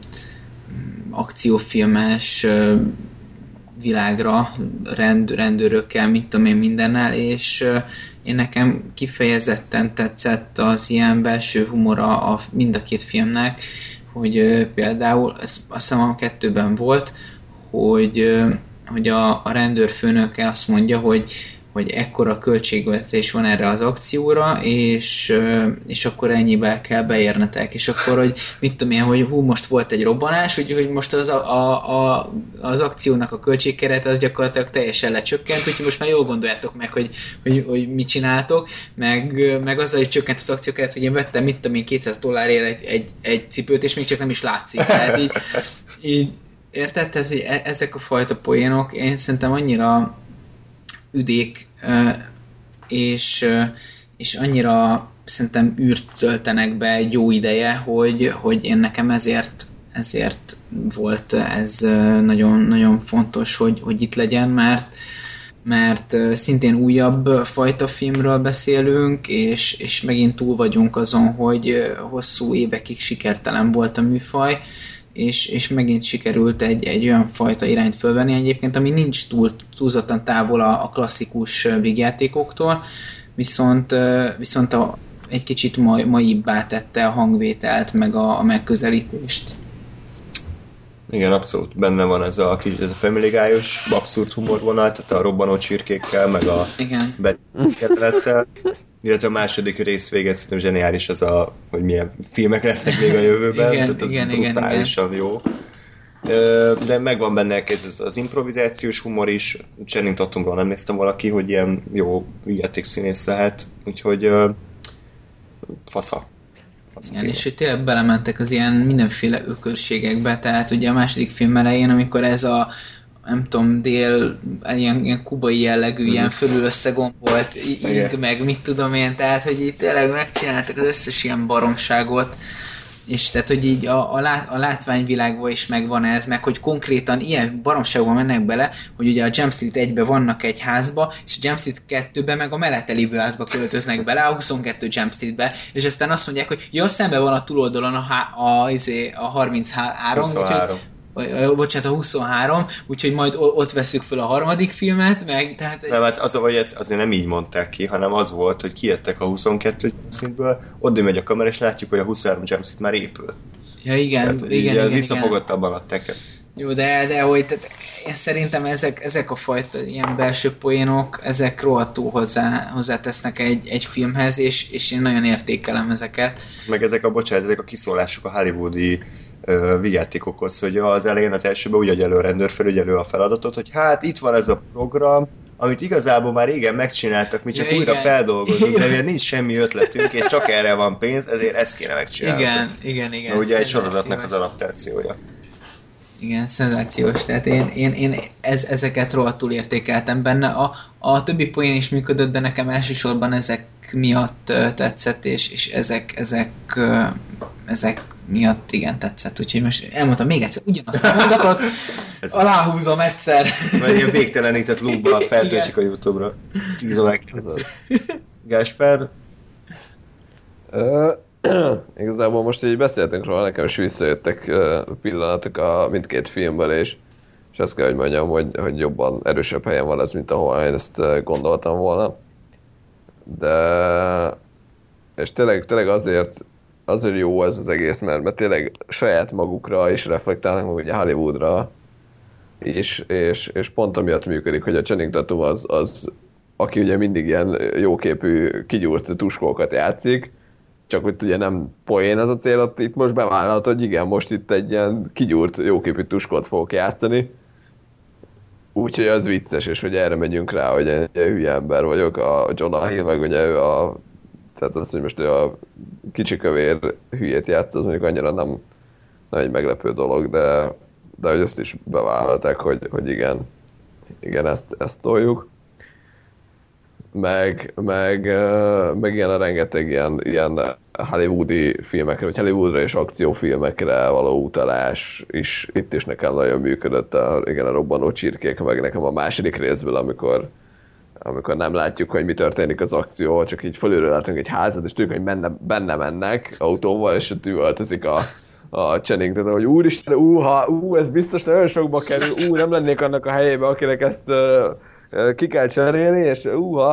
akciófilmes világra, rendőrökkel, mit tudom én mindennel, és én nekem kifejezetten tetszett az ilyen belső humora mind a két filmnek, hogy például, azt hiszem a 2-ben volt, hogy a rendőrfőnöke azt mondja, hogy ekkora költségvetés van erre az akcióra, és akkor ennyibe kell beérnetek. És akkor, hogy mit tudom én, hogy most volt egy robbanás, hogy most az akciónak a költségkerete az gyakorlatilag teljesen lecsökkent, úgyhogy most már jól gondoljátok meg, hogy mit csináltok, meg azzal is csökkent az akciókeret, hogy én vettem, mit tudom én, $200 egy cipőt, és még csak nem is látszik. Tehát így érted? Ezek a fajta poénok, én szerintem annyira üdék, és annyira szerintem űrt töltenek be egy jó ideje, hogy én nekem ezért volt ez nagyon, nagyon fontos, hogy itt legyen, mert szintén újabb fajta filmről beszélünk, és megint túl vagyunk azon, hogy hosszú évekig sikertelen volt a műfaj, és megint sikerült egy olyan fajta irányt fölvenni egyébként, ami nincs túlzottan távol a klasszikus vígjátékoktól, viszont egy kicsit maibbá tette a hangvételt, meg a megközelítést. Igen, abszolút benne van ez a Family Guy-os abszurd humorvonal, tehát a robbanó csirkékkel, meg a betlettel. Illetve a második rész végén szerintem zseniális az hogy milyen filmek lesznek még a jövőben, igen, tehát az igen, brutálisan jó. De megvan benne az improvizációs humor is, Channing Tatumról nem néztem valaki, hogy ilyen jó vígjátékszínész lehet, úgyhogy fasza. Igen, és hogy tényleg belementek az ilyen mindenféle ökörségekbe, tehát ugye a második film elején, amikor ez a nem tudom, ilyen kubai jellegű, ilyen fölül összegombolt ing, meg mit tudom én, tehát, hogy itt tényleg megcsináltak az összes ilyen baromságot, és tehát, hogy így a látványvilágban is megvan ez, meg hogy konkrétan ilyen baromságban mennek bele, hogy ugye a Jump Street 1-ben vannak egy házba, és a Jump Street 2-ben meg a mellette lévő házba költöznek bele, a 22 Jump Streetbe, és aztán azt mondják, hogy ja, szemben van a túloldalon a 33, 23. bocsánat, a 23, úgyhogy majd ott veszük fel a harmadik filmet, meg tehát... Nem, hát az, hogy ezt azért nem így mondták ki, hanem az volt, hogy kijöttek a 22 Jumpsuitből, oda megy a kamera, és látjuk, hogy a 23 Jumpsuit már épül. Ja, igen, tehát, igen. Visszafogottabban a teket. Jó, de hogy tehát én szerintem ezek a fajta ilyen belső poénok, ezek rohadtul hozzátesznek egy filmhez, és én nagyon értékelem ezeket. Meg ezek a kiszólások a hollywoodi vigyátékokhoz, hogy az elején az elsőben úgy adja elő a rendőrfelügyelő a feladatot, hogy hát itt van ez a program, amit igazából már régen megcsináltak, mi csak újra feldolgozunk, de miért nincs semmi ötletünk, és csak erre van pénz, ezért ezt kéne megcsinálni. Igen. Na, ugye egy sorozatnak az adaptációja. Igen, szenzációs. Tehát én ezeket rohadtul értékeltem benne. A többi poén is működött, de nekem elsősorban ezek miatt tetszett, és ezek miatt igen tetszett. Úgyhogy most elmondtam még egyszer ugyanazt a mondatot, aláhúzom egyszer. Majd ilyen végtelenített loopba feltöltjük a YouTube-ra. 10 órák. Gásper? Igazából most így beszéltünk róla, nekem is visszajöttek pillanatok a mindkét filmből, és azt kell, hogy mondjam, hogy jobban erősebb helyen van ez, mint ahol én ezt gondoltam volna. De... és tényleg azért jó ez az egész, mert tényleg saját magukra is reflektálnak, ugye Hollywoodra, és pont amiatt működik, hogy a Channing Tatum az aki ugye mindig ilyen jóképű, kigyúrt tuskókat játszik, csak hogy ugye nem poén ez a cél, ott itt most bevállalt, hogy igen, most itt egy ilyen kigyúrt, jóképű tuskót fogok játszani. Úgyhogy az vicces, és hogy erre megyünk rá, hogy egy hülye ember vagyok, a Jonah Hill, meg ugye ő tehát az, hogy most ő a kicsi kövér hülyét játsz, az mondjuk annyira nem egy meglepő dolog, de hogy ezt is bevállalták, hogy igen, ezt toljuk. Meg ilyen a rengeteg ilyen hollywoodi filmekre, vagy Hollywoodra és akciófilmekre való utalás is itt is nekem nagyon működött a robbanó csirkék, meg nekem a második részből, amikor nem látjuk, hogy mi történik az akció, csak így fölülről látunk egy házat, és tudjuk, hogy benne mennek autóval, és ott üvöltözik a Channing, tehát hogy úristen, ez biztos nagyon sokba kerül, nem lennék annak a helyébe, akinek ezt ki kell cserélni, és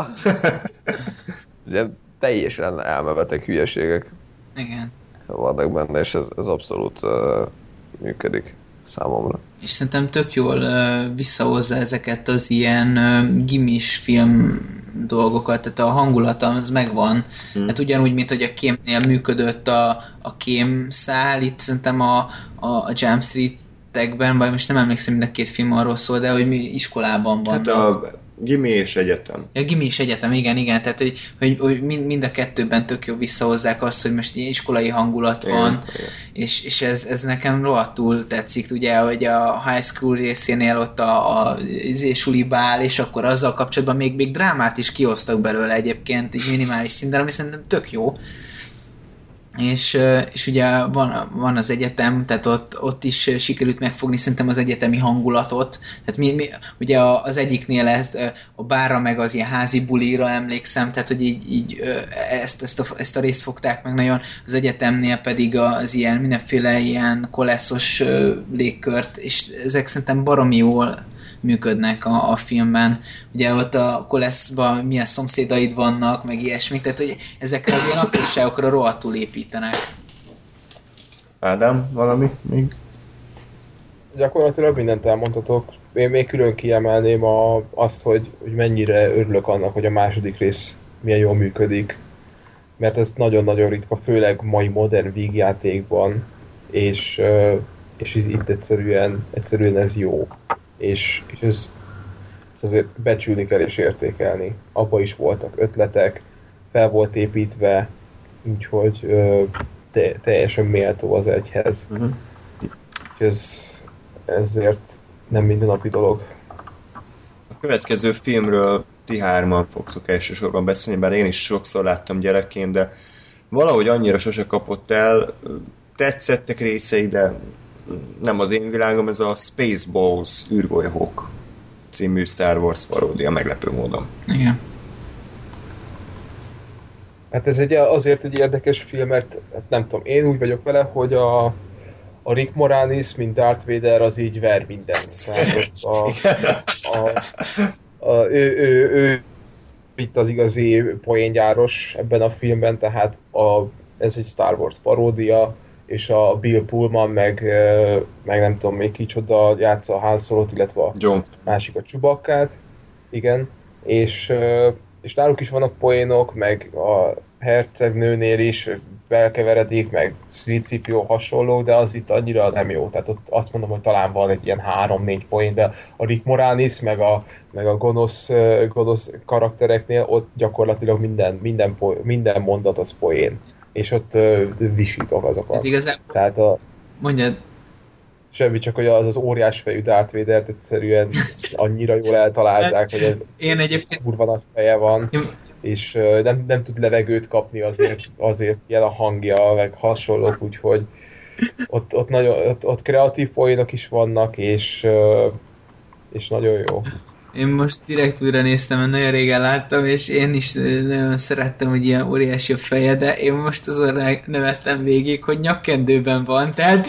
ugye teljesen elmebeteg hülyeségek vannak benne, és ez abszolút működik számomra. És szerintem tök jól visszahozza ezeket az ilyen gimis film dolgokat, tehát a hangulata az megvan. Hát ugyanúgy, mint hogy a Kémnél működött a Kém szál, itt szerintem a Jump Street-ekben, vagy most nem emlékszem, mind a két film arról szól, de hogy mi iskolában vannak. Hát a Gimi és egyetem. Ja, Gimi és egyetem, igen. Tehát, hogy mind a kettőben tök jó visszahozzák azt, hogy most ilyen iskolai hangulat van, és ez nekem rohadtul tetszik, ugye, hogy a high school részénél ott a suli bál, és akkor azzal kapcsolatban még drámát is kihoztak belőle egyébként, így minimális szinten, ami szerintem tök jó. És ugye van az egyetem, tehát ott is sikerült megfogni szerintem az egyetemi hangulatot. Tehát ugye az egyiknél a bárra meg az ilyen házi bulira emlékszem, tehát hogy így ezt a részt fogták meg nagyon, az egyetemnél pedig az ilyen mindenféle ilyen koleszos légkört, és ezek szerintem baromi jól működnek a filmben. Ugye ott a koleszban milyen szomszédaid vannak, meg ilyesmik, tehát hogy ezekre az ilyen apróságokra rohadtul építenek. Ádám, valami még? Gyakorlatilag mindent elmondhatok. Én még külön kiemelném azt, hogy mennyire örülök annak, hogy a második rész milyen jól működik. Mert ez nagyon-nagyon ritka, főleg mai modern vígjátékban, és itt egyszerűen ez jó. És ez azért becsülni kell és értékelni. Abba is voltak ötletek, fel volt építve, úgyhogy teljesen méltó az egyhez. Ezért nem mindennapi dolog. A következő filmről ti hárman fogtok elsősorban beszélni, bár én is sokszor láttam gyerekként, de valahogy annyira sose kapott el, tetszettek részei, de nem az én világom, ez a Spaceballs űrgolyók című Star Wars paródia meglepő módon. Igen. Hát ez azért egy érdekes film, mert hát nem tudom, én úgy vagyok vele, hogy a Rick Moranis, mint Darth Vader, az így ver mindent. Tehát ő itt az igazi poéngyáros ebben a filmben, tehát ez egy Star Wars paródia, és a Bill Pullman, meg nem tudom még kicsoda játsza a Han Solot, illetve a John. másik a Chewbaccát. Igen. És náluk is vannak poénok, meg a hercegnőnél is belkeveredik, meg C-3PO hasonló, de az itt annyira nem jó. Tehát ott azt mondom, hogy talán van egy ilyen 3-4 poén, de a Rick Moranis, meg a gonosz karaktereknél ott gyakorlatilag minden mondat az poén. És ott visítok azokat. Ez igazából... Tehát Mondjad. Semmi, csak hogy az óriásfejű Darth Vader-t egyszerűen annyira jól eltalálták, hogy én egyébként... kurva nagy feje van, és nem tud levegőt kapni, azért ilyen a hangja, meg hasonlók, úgyhogy ott kreatív poénok is vannak, és nagyon jó. Én most direkt újra néztem, mert nagyon régen láttam, és én is nagyon szerettem, hogy ilyen óriási a feje, de én most azon nevettem végig, hogy nyakkendőben van, tehát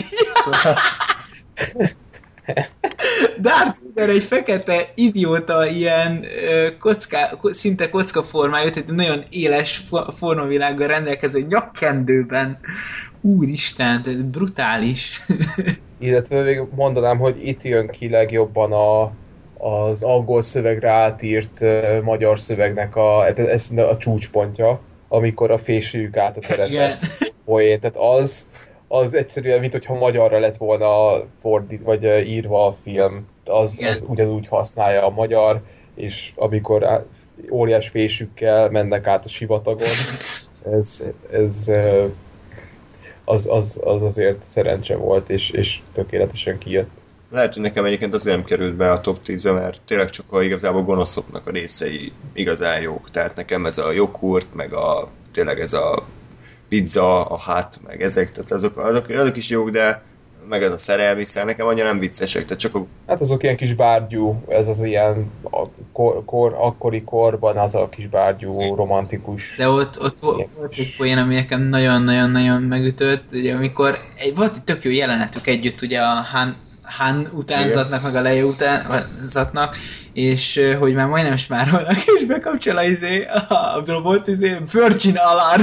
Darth Vader egy fekete idióta, ilyen szinte kocka formájú, tehát nagyon éles formavilággal rendelkező nyakkendőben. Úristen, tehát brutális. Illetve még mondanám, hogy itt jön ki legjobban az angol szövegre átírt magyar szövegnek a csúcspontja, amikor a fésüljük át a teret. Tehát az egyszerűen, mint hogyha magyarra lett volna vagy írva a film. Az ugyanúgy használja a magyar, és amikor óriás fésükkel mennek át a sivatagon, az azért szerencse volt, és tökéletesen kijött. Lehet, hogy nekem egyébként azért nem került be a top 10-be, mert tényleg csak igazából gonoszoknak a részei igazán jók. Tehát nekem ez a joghurt, meg tényleg ez a pizza, a hát, meg ezek, tehát azok is jók, de meg ez a szerelmi szál, nekem annyira nem viccesek, tehát csak Hát azok ilyen kis bárgyú, ez az ilyen akkori korban az a kis bárgyú, romantikus. De ott volt egy poén, ami nekem nagyon-nagyon-nagyon megütött, ugye amikor volt egy tök jó jelenetük együtt, ugye a Han utánzatnak, meg a Leia utánzatnak, és hogy már majdnem smárolnak, és bekapcsol a robot, Virgin Alarm!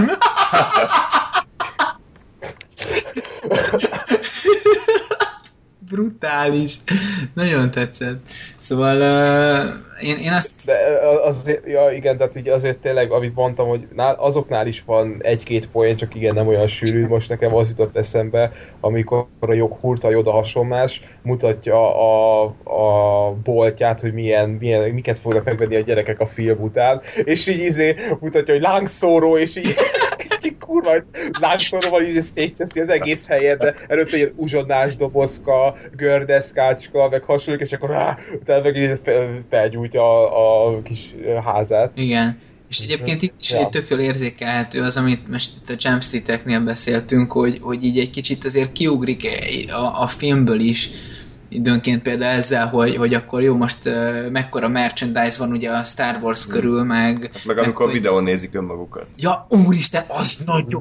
Brutális. Nagyon tetszett. Szóval én azt... De azért, ja igen, tehát így azért tényleg, amit mondtam, hogy azoknál is van egy-két poén, csak igen, nem olyan sűrű. Most nekem az jutott eszembe, amikor a joghurt, a Yoda hasonlás mutatja a boltját, hogy miket fognak megvenni a gyerekek a film után, és így mutatja, hogy lángszóró, és így kurva, hogy lángszóróval így szétcseszi az egész helyet, de előtte egy uzsonnás dobozka, gördeszkácska, meg hasonlók, és akkor utána meg így felgyújtja a kis házát. Igen. És egyébként itt is egy tök jól érzékelhető az, amit most itt a Jumpstreet-eknél beszéltünk, hogy így egy kicsit azért kiugrik a filmből is, időnként például ezzel, hogy akkor jó, most mekkora merchandise van ugye a Star Wars körül, meg amikor videón nézik önmagukat. Ja, úristen, az nagyon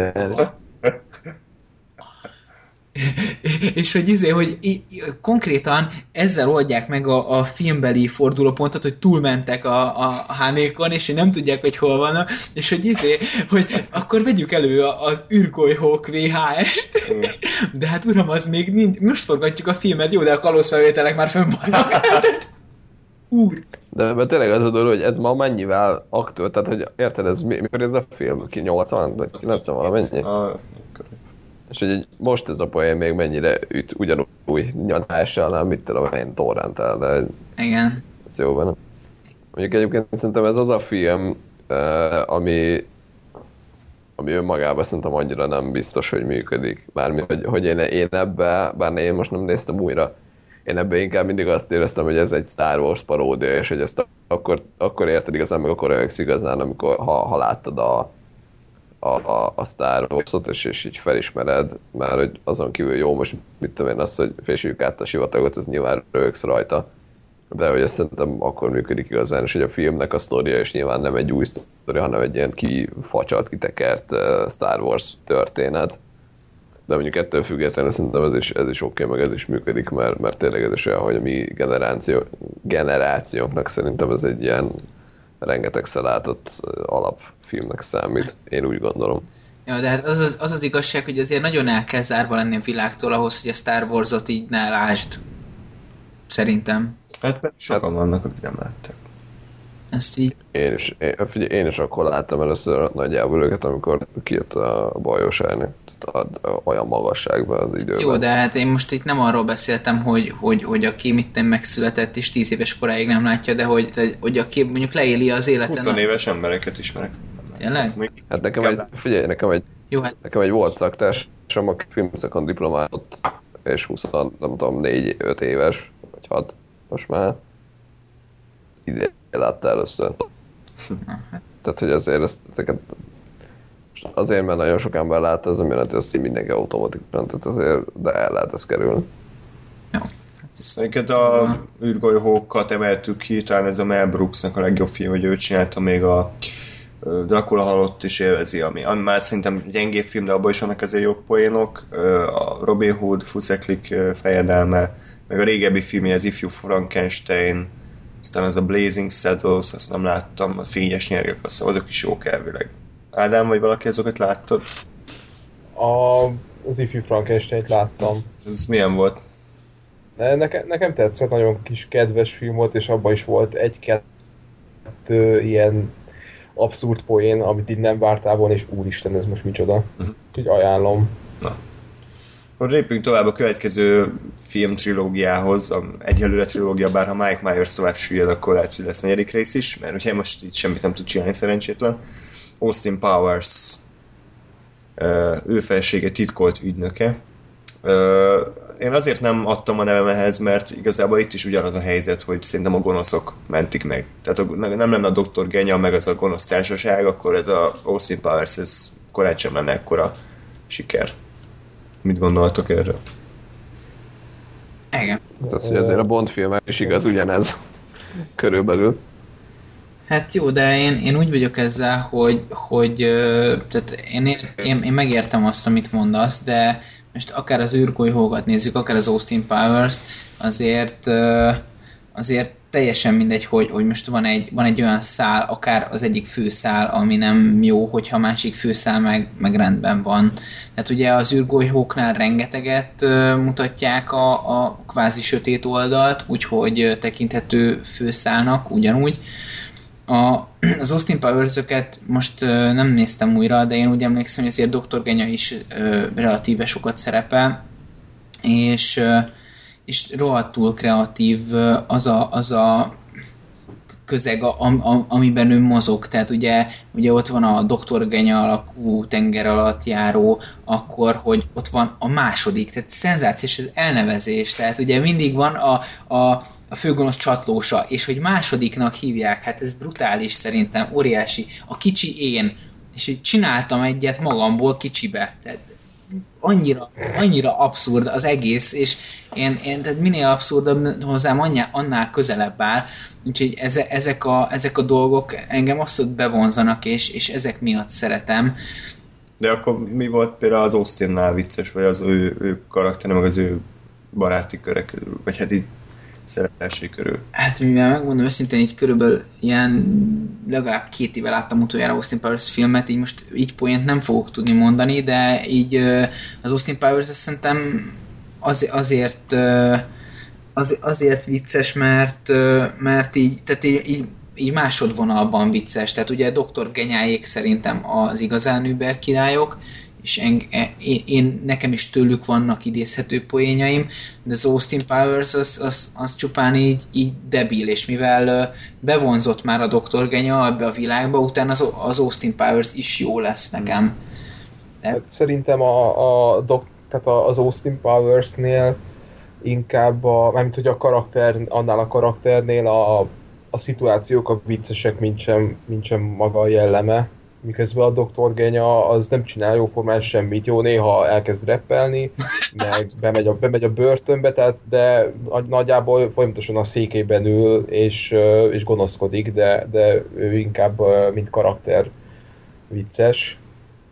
és hogy konkrétan ezzel oldják meg a filmbeli fordulópontot, hogy túlmentek a Hánékon, és nem tudják, hogy hol vannak, és hogy akkor vegyük elő az űrgolyhók VHS-t, de hát uram, az még nincs, most forgatjuk a filmet, jó, de a kalózfelvételek már fönn vannak. Úr! De mert tényleg az a dolog, hogy ez ma mennyivel aktuál, tehát hogy érted, mikor ez a film? Ki 80 vagy 90 valamennyi? És hogy most ez a poén még mennyire üt ugyanúgy nyanással, nem mit tudom én torrentel, de igen. Ez jó benne. Mondjuk egyébként szerintem ez az a film, ami önmagában szerintem annyira nem biztos, hogy működik. Mármint, hogy én ebbe, bár én most nem néztem újra, én ebbe inkább mindig azt éreztem, hogy ez egy Star Wars paródia, és hogy ezt akkor érted igazán, meg akkor röhögsz igazán, amikor ha láttad a Star Wars-ot, és így felismered, már hogy azon kívül jó, most mit tudom én, az, hogy fésüljük át a sivatagot, az nyilván röhögsz rajta. De hogy ezt szerintem akkor működik igazán, és hogy a filmnek a sztoria is nyilván nem egy új sztori, hanem egy ilyen kifacsalt, kitekert Star Wars történet. de mondjuk ettől függetlenül szerintem ez is oké, meg ez is működik, mert tényleg ez is olyan, hogy a mi generációnknak szerintem ez egy ilyen rengetegszer látott alapfilmnek számít. Én úgy gondolom. Ja, de hát az igazság, hogy azért nagyon el kell zárva lenni a világtól ahhoz, hogy a Star Wars-ot így ne lásd. Szerintem. Hát sokan vannak, akik nem látták. Ezt így... Én is akkor láttam először nagyjából őket, amikor kijött a Bajos Árni. Olyan magasságban az időben. Jó, de hát én most itt nem arról beszéltem, hogy aki mitten megszületett és 10 éves koráig nem látja, de hogy aki mondjuk leéli az életen. 20 éves embereket ismerek. Tényleg? Hát nekem egy volt szaktársam, aki filmszakon diplomázott, és 20, nem tudom, 4-5 éves, vagy 6, most már idén látta először. Tehát, hogy ezeket azért, mert nagyon sok ember látta, az nem jelenti azt, hogy mindenki automatikusan, tehát azért, de el lehet ezt kerülni. Jó. Egyébként a űrgolyókat emeltük ki, talán ez a Mel Brooksnak a legjobb film, hogy ő csinálta, még a Dracula halott is élvezi, ami már szerintem gyengébb film, de abban is vannak azért jobb poénok. A Robin Hood, Fuszeklik fejedelme, meg a régebbi filmje, az Ifjú Frankenstein, aztán az a Blazing Saddles, azt nem láttam, a Fényes nyergek, azt hiszem, azok is jók elvileg. Ádám, vagy valaki azokat láttad? Az Ifjú Frankenstein-t láttam. Ez milyen volt? Nekem tetszett, nagyon kis kedves film volt, és abban is volt egy-kettő ilyen abszurd poén, amit így nem vártál volna, és úristen, ez most micsoda. Úgyhogy ajánlom. Na. Akkor lépjünk tovább a következő film trilógiához, egyelőre trilógia, bár ha Mike Myers tovább süllyed, akkor lehet, hogy lesz 4. rész is, mert ugye most itt semmit nem tud csinálni, szerencsétlen. Austin Powers, ő felesége titkolt ügynöke. Én azért nem adtam a nevem ehhez, mert igazából itt is ugyanaz a helyzet, hogy szerintem a gonoszok mentik meg. Tehát nem lenne a Dr. Genya, meg az a gonosz társaság, akkor ez a Austin Powers, ez korán sem lenne ekkora siker. Mit gondoltok erről? Igen. Tehát, hogy azért a Bond filmek is igaz ugyanez körülbelül. Hát jó, de én úgy vagyok ezzel, hogy tehát én megértem azt, amit mondasz, de most akár az űrgolyókat nézzük, akár az Austin Powers-t, azért teljesen mindegy, hogy most van egy olyan szál, akár az egyik főszál, ami nem jó, hogyha a másik főszál meg rendben van. Tehát ugye az űrgolyóknál rengeteget mutatják a kvázi sötét oldalt, úgyhogy tekinthető főszálnak ugyanúgy. Az Austin Powers-öket most nem néztem újra, de én úgy emlékszem, hogy azért Dr. Genya is relatíve sokat szerepel, és rohadtul kreatív az a közeg, amiben ő mozog. Tehát ugye ott van a Dr. Genya alakú tenger alatt járó, akkor, hogy ott van a második, tehát szenzációs az elnevezés, tehát ugye mindig van a főgonosz csatlósa, és hogy másodiknak hívják, hát ez brutális szerintem, óriási. A kicsi én, és így csináltam egyet magamból kicsibe. Tehát annyira abszurd az egész, és én tehát minél abszurdabb hozzám annál közelebb áll, úgyhogy ezek a dolgok engem abszolút bevonzanak, és ezek miatt szeretem. De akkor mi volt például az Austinnál vicces, vagy az ő karakter, meg az ő baráti körek körül, vagy hát így szereptársai körül? Hát mivel megmondom őszintén, így körülbelül ilyen legalább 2 éve láttam utoljára Austin Powers filmet, így most így poént nem fogok tudni mondani, de így az Austin Powers szerintem azért vicces, mert így másodvonalban vicces. Tehát ugye Dr. Genyáék szerintem az igazán über királyok, és nekem is tőlük vannak idézhető poénjaim, de az Austin Powers az csupán így debil, és mivel bevonzott már a Dr. Genya ebbe a világba, utána az Austin Powers is jó lesz nekem. Hát szerintem tehát az Austin Powers-nél inkább mármint, hogy annál a karakternél a szituációk a viccesek, mint sem maga a jelleme. Miközben a Dr. Genya az nem csinál jóformán semmit, jó, néha elkezd reppelni, meg bemegy a börtönbe, de nagyjából folyamatosan a székében ül, és gonoszkodik, de ő inkább mint karakter vicces.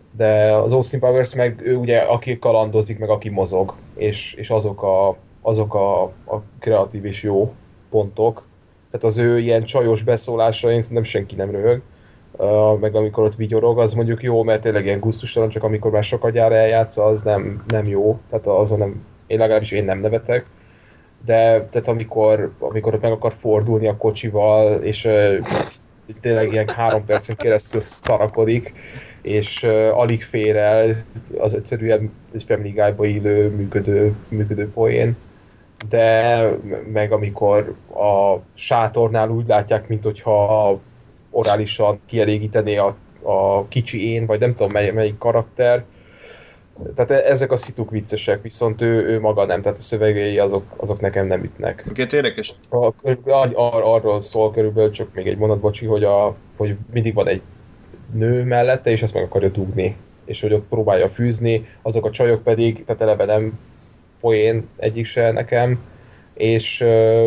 De az Austin Powers meg ő ugye, aki kalandozik, meg aki mozog, és azok a kreatív és jó pontok. Tehát az ő ilyen csajos beszólásain szerintem senki nem röhög. Meg amikor ott vigyorog, az mondjuk jó, mert tényleg ilyen gusztustalan, csak amikor már sokat gyára eljátsza, az nem jó. Tehát azon nem, legalábbis én nem nevetek. De tehát amikor ott meg akar fordulni a kocsival, és tényleg ilyen 3 percen keresztül szarakodik, és alig fér el, az egyszerűen egy Family Guy-ba illő működő poén. De meg amikor a sátornál úgy látják, mint hogyha orálisan kielégítené a kicsi én, vagy nem tudom melyik karakter. Tehát ezek a szituk viccesek, viszont ő maga nem, tehát a szövegei azok nekem nem ütnek. Két érdekes. Arról szól körülbelül, csak még egy mondat, bocsi, hogy mindig van egy nő mellette, és ezt meg akarja dugni. És hogy ott próbálja fűzni, azok a csajok pedig, tehát eleve nem poén egyik se nekem, és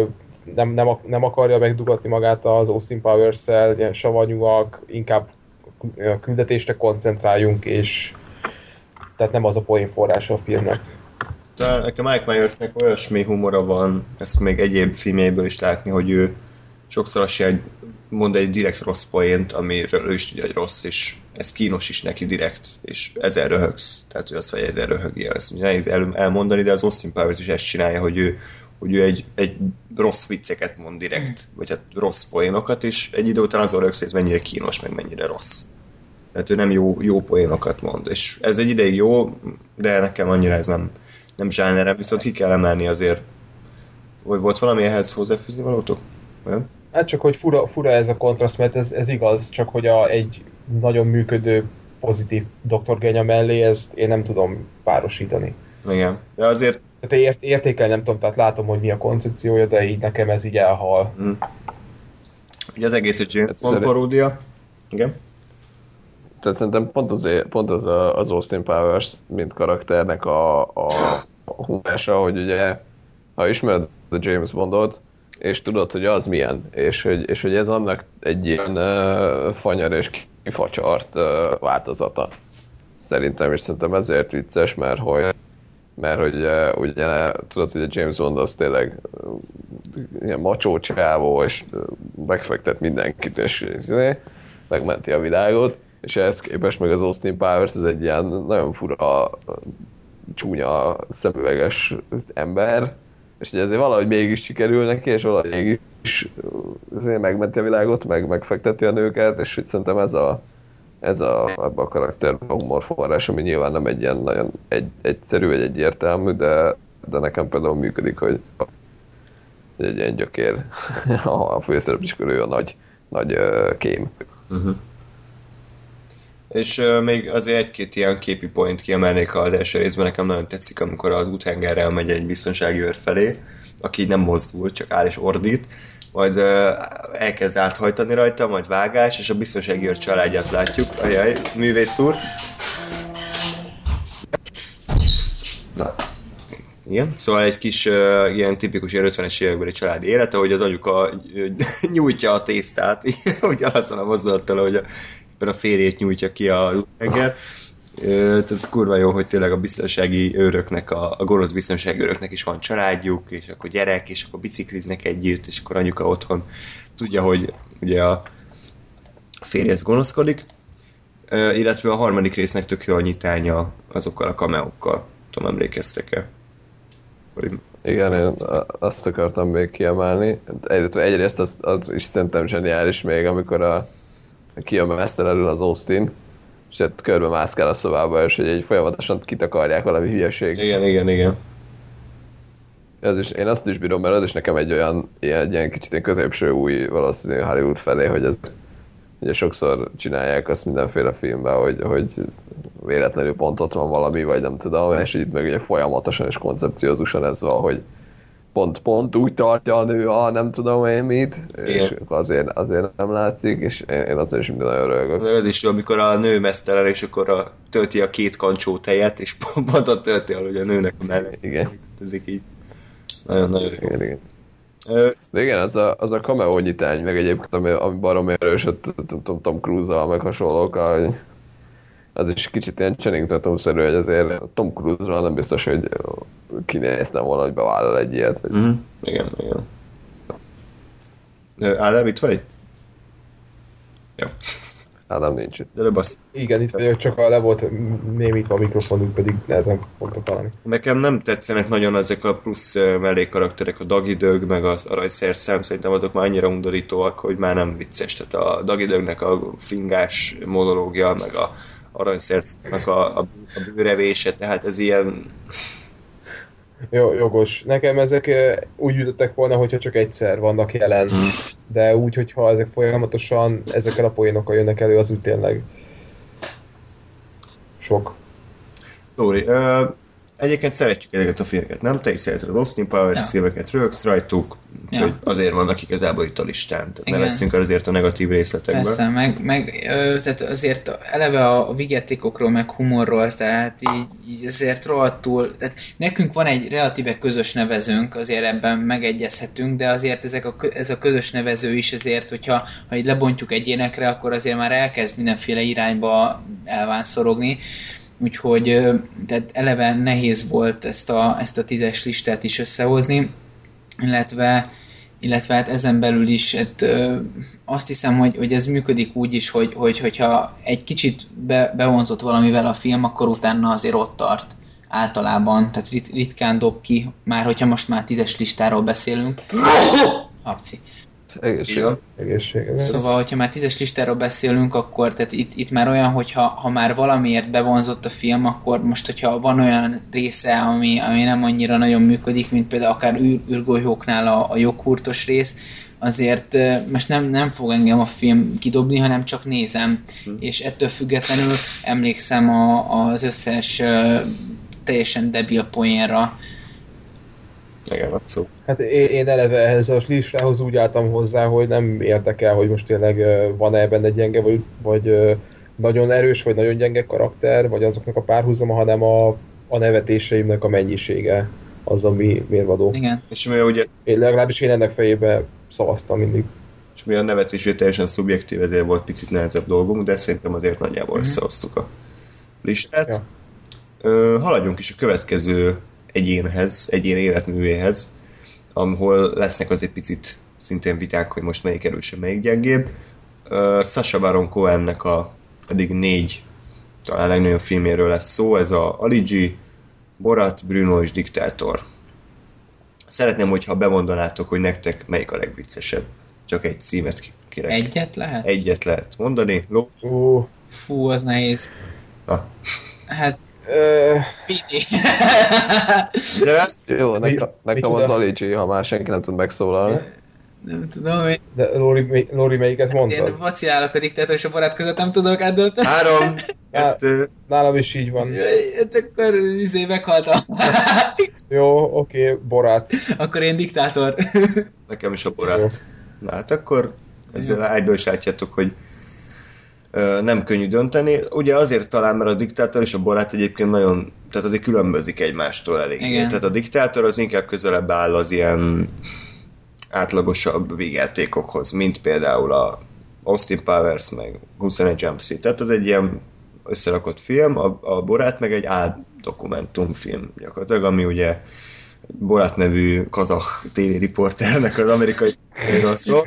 nem akarja megdugatni magát az Austin Powers-szel, ilyen savanyúak, inkább a küldetésre koncentráljunk, és tehát nem az a poén forrása a filmnek. De nekem Mike Myersnek olyasmi humora van, ezt még egyéb filmjeiből is látni, hogy ő sokszor azt mond egy direkt rossz poént, amiről ő is tudja, hogy rossz, és ez kínos is neki direkt, és ezzel röhögsz. Tehát, hogy azt vagy ezzel röhögjél. Ezt nehéz elmondani, de az Austin Powers is ezt csinálja, hogy ő egy rossz vicceket mond direkt, vagy hát rossz poénokat, és egy idő után azon röhögsz, hogy ez mennyire kínos, meg mennyire rossz. Tehát ő nem jó poénokat mond, és ez egy ideig jó, de nekem annyira ez nem zsánerem, viszont ki kell emelni azért. Vagy volt valami ehhez hozzáfűzni valótok? Olyan? Hát csak, hogy fura ez a kontraszt, mert ez igaz, csak hogy egy nagyon működő, pozitív Dr. Genya mellé ezt én nem tudom párosítani. Igen, de azért... Tehát értékelni nem tudom, tehát látom, hogy mi a koncepciója, de így nekem ez így elhal. Ugye az egész egy James Bond paródia. Igen? Tehát szerintem pont az Austin Powers, mint karakternek a humása, hogy ugye, ha ismered a James Bondot, és tudod, hogy az milyen, és hogy ez annak egy ilyen fanyar és kifacsart változata. Szerintem, és szerintem ezért vicces, mert hogy ugye tudod, hogy a James Bond az tényleg ilyen macsó csávó, és megfektet mindenkit, és megmenti a világot, és ehhez képest meg az Austin Powers ez egy ilyen nagyon fura, csúnya, szemüveges ember, és ezért valahogy mégis sikerül neki, és valahogy mégis megmenti a világot, megfekteti a nőket, és szerintem ez ebben a karakterben a humorforrás, ami nyilván nem egy ilyen nagyon egyszerű, vagy egyértelmű, de nekem például működik, hogy egy ilyen gyökér a főszereplő is körül a nagy kém. Uh-huh. És még azért egy-két ilyen képi point kiemelnék az első részben, nekem nagyon tetszik, amikor az úthengerrel megy egy biztonsági őr felé, aki nem mozdul, csak áll és ordít, majd elkezd áthajtani rajta, majd vágás, és a biztonsági őr családját látjuk. Ajaj, művész úr! Na. Igen, szóval egy kis ilyen tipikus ilyen 50-es évekbeli családi élete, hogy az anyuka nyújtja a tésztát, úgy alszol a mozdulattal, hogy a férjét nyújtja ki a úthenger. Ez kurva jó, hogy tényleg a biztonsági őröknek, a gonosz biztonsági őröknek is van családjuk, és akkor gyerek, és akkor bicikliznek együtt, és akkor anyuka otthon tudja, hogy ugye a férjez gonoszkodik. Illetve a harmadik résznek tök jó a nyitánya azokkal a cameókkal. Tudom, emlékeztek-e? Igen, én azt akartam még kiemelni. Egyrészt az is szerintem zseniális még, amikor kijön messze elől az Austin, és hát körbe mászkál a szobába, és egy folyamatosan kitakarják valami hülyeség. Igen. Én azt is bírom, mert az is nekem egy ilyen kicsit középső új valószínű Hollywood felé, hogy ez ugye sokszor csinálják azt mindenféle filmben, hogy véletlenül pont ott van valami, vagy nem tudom, és itt meg ugye folyamatosan és koncepciózusan ez van, hogy pont úgy tartja a nő, nem tudom én mit, és azért nem látszik, és én azért is minden nagyon rögök. Ez is jó, amikor a nő mesztelen, és akkor tölti a 2 kancsó tejet, és pont ott tölti, ahogy a nőnek a mellett. Igen. Ezek így nagyon jó. Igen. De igen, az a cameo nyitány, meg egyébként ami baromi erős, Tom Cruise-al, meg hasonlókkal, hogy az is kicsit ilyen Channing Tatum-szerű, hogy azért Tom Cruise-ra nem biztos, hogy kinéztem volna, hogy bevállal egy ilyet. Igen. Ádám, itt vagy? Jó. Ádám nincs itt. Előbb azt. Igen, itt vagyok, csak le volt némítva a mikrofonunk, pedig nehezen mondtam találni. Nekem nem tetszenek nagyon ezek a plusz mellékkarakterek, a Dagi Dög, meg az aranyszerszám, szerintem azok már annyira undorítóak, hogy már nem vicces. Tehát a Dagi Dögnek a fingás monológia, meg a aranyszerszámnak a bőrevése, tehát ez ilyen... Jó, jogos. Nekem ezek úgy jutottak volna, hogyha csak egyszer vannak jelen. De úgy, hogyha ezek folyamatosan ezekkel a poénokkal jönnek elő, az úgy tényleg sok. Lóri, egyébként szeretjük ezeket a filmeket, nem? Te is szereted az Austin Powers filmeket, rögsz rajtuk, úgyhogy azért vannak igazából itt a listán. Tehát ne veszünk el azért a negatív részletekből. Persze, tehát azért eleve a vigyátékokról, meg humorról, tehát így azért rohadtul, tehát nekünk van egy relatíve közös nevezőnk, azért ebben megegyezhetünk, de azért ez a közös nevező is azért, hogyha így lebontjuk egyénekre, akkor azért már elkezd mindenféle irányba elvánszorogni. Úgyhogy tehát eleve nehéz volt ezt a 10-es listát is összehozni, illetve hát ezen belül is azt hiszem, hogy ez működik úgy is, hogyha egy kicsit bevonzott valamivel a film, akkor utána azért ott tart általában, tehát ritkán dob ki, már hogyha most már 10-es listáról beszélünk. Hapci. Egészség. Szóval, hogyha már 10-es listáról beszélünk, akkor tehát itt már olyan, hogyha már valamiért bevonzott a film, akkor most, hogyha van olyan része, ami nem annyira nagyon működik, mint például akár űrgolyóknál a joghurtos rész, azért most nem fog engem a film kidobni, hanem csak nézem. És ettől függetlenül emlékszem az összes teljesen debil poénra. Igen, abszolút. Hát én eleve ehhez a listához úgy álltam hozzá, hogy nem érdekel, hogy most tényleg van-e benne gyenge, vagy nagyon erős, vagy nagyon gyenge karakter, vagy azoknak a párhuzama, hanem a nevetéseimnek a mennyisége az, ami mérvadó. Igen. És mi ugye... Legalábbis én ennek fejébe szavaztam mindig. És mi a nevetésű teljesen szubjektív, ezért volt picit nehezebb dolgunk, de szerintem azért nagyjából összehoztuk a listát. Ja. Haladjunk is a következő egyén életművéhez, ahol lesznek azért picit szintén viták, hogy most melyik erősebb, melyik gyengébb. Sacha Baron Cohennek a eddig 4 talán legnagyobb filmjéről lesz szó, ez a Ali G, Borat, Bruno és Diktátor. Szeretném, hogyha bemondanátok, hogy nektek melyik a legviccesebb. Csak egy címet kérek. Egyet lehet? Egyet lehet mondani. Fú, az nehéz. Hát PD. Jó, nekem az Ali G, ha már senki nem tud megszólalni. Nem tudom, hogy... De Lóri melyiket mondtad? Én vacilálok a Diktátor és a Barát között, nem tudok átdölteni. 3, 2... Nálam is így van. Hát akkor meghaltam. Jó, oké, Borát. Akkor én Diktátor. Nekem is a Borát. Na hát akkor ezzel egyből is látjátok, hogy nem könnyű dönteni. Ugye azért talán, mert a Diktátor és a Borát egyébként nagyon, tehát azért különbözik egymástól eléggé. Tehát a Diktátor az inkább közelebb áll az ilyen átlagosabb végjátékokhoz, mint például a Austin Powers meg 21 Jump Street. Tehát az egy ilyen összerakott film, a Borát meg egy dokumentumfilm gyakorlatilag, ami ugye Borat nevű kazah tévériporternek az amerikai tévéről szól.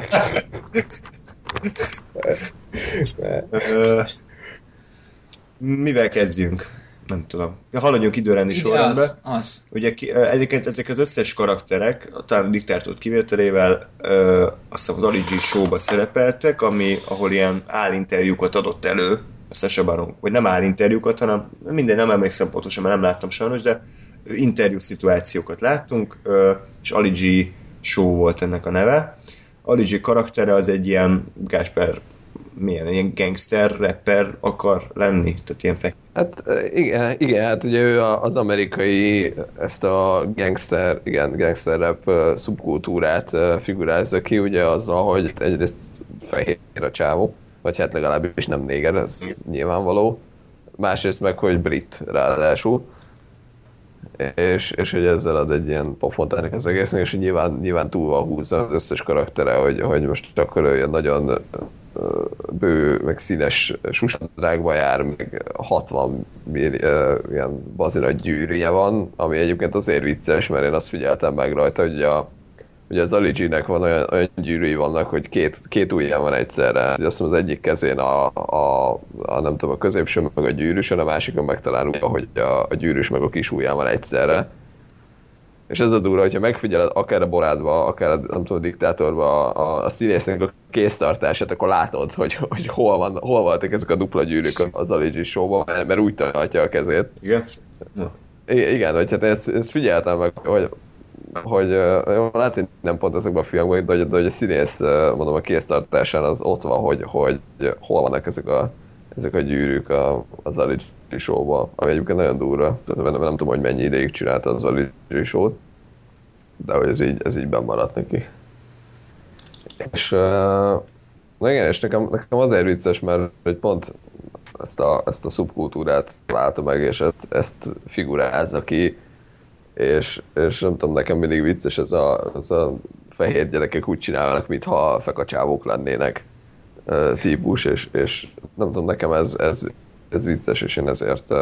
Mivel kezdjünk? Nem tudom. Haladjunk időrendi sorrendbe. Ugye ezek az összes karakterek, talán a Diktátort kivételével azt hiszem az Ali G show-ba szerepeltek, ahol ilyen állinterjúkat adott elő a Sacha Baron, vagy nem állinterjúkat, hanem minden, nem emlékszem pontosan, mert nem láttam sajnos, de interjú szituációkat láttunk, és Ali G show volt ennek a neve. Ali G karaktere az egy ilyen Gásper, ilyen gangster, rapper akar lenni, tehát ilyen Hát igen, hát ugye ő az amerikai, ezt a gangster rap szubkultúrát figurázza ki, ugye azzal, hogy egyrészt fehér a csávó, vagy hát legalábbis nem néger, ez nyilvánvaló. Másrészt meg, hogy brit ráadásul. És hogy ezzel ad egy ilyen pofont ennek az egésznek, és nyilván túl van húzza az összes karaktere, hogy most akkor ő nagyon bő, meg színes susadrágba jár, meg 60 ilyen bazinagy gyűrűje van, ami egyébként azért vicces, mert én azt figyeltem meg rajta, hogy ugye az Ali G-nek van olyan gyűrűi vannak, hogy két ujján van egyszerre. Azt hiszem az egyik kezén nem tudom, a középső meg a gyűrűsön, a másikon meg talán úgy, hogy a gyűrűs meg a kis ujján van egyszerre. És ez a durva, hogyha megfigyeled akár a Borátba, akár a, nem tudom, a Diktátorba a színésznek a kéztartását, akkor látod, hogy hol voltak ezek a dupla gyűrűk az Ali G showban, mert úgy tartja a kezét. Igen? No. Igen, hogy hát ezt figyeltem meg, hogy lehet, hogy nem pont ezekben a filmekben, de hogy a színész, mondom, a kéztartásán az ott van, hogy hol vannak ezek a gyűrűk az Ali G showban, ami egyébként nagyon durva. Tehát nem tudom, hogy mennyi ideig csinálta az Ali G show-t, de hogy ez így bennmaradt neki. És igen, és nekem azért vicces, mert hogy pont ezt a szubkultúrát látom meg, és ezt figurázza ki, és nem tudom, nekem mindig vicces ez a fehér gyerekek úgy csinálnak, mintha fekacsávók lennének típus, és nem tudom, nekem ez vicces, és én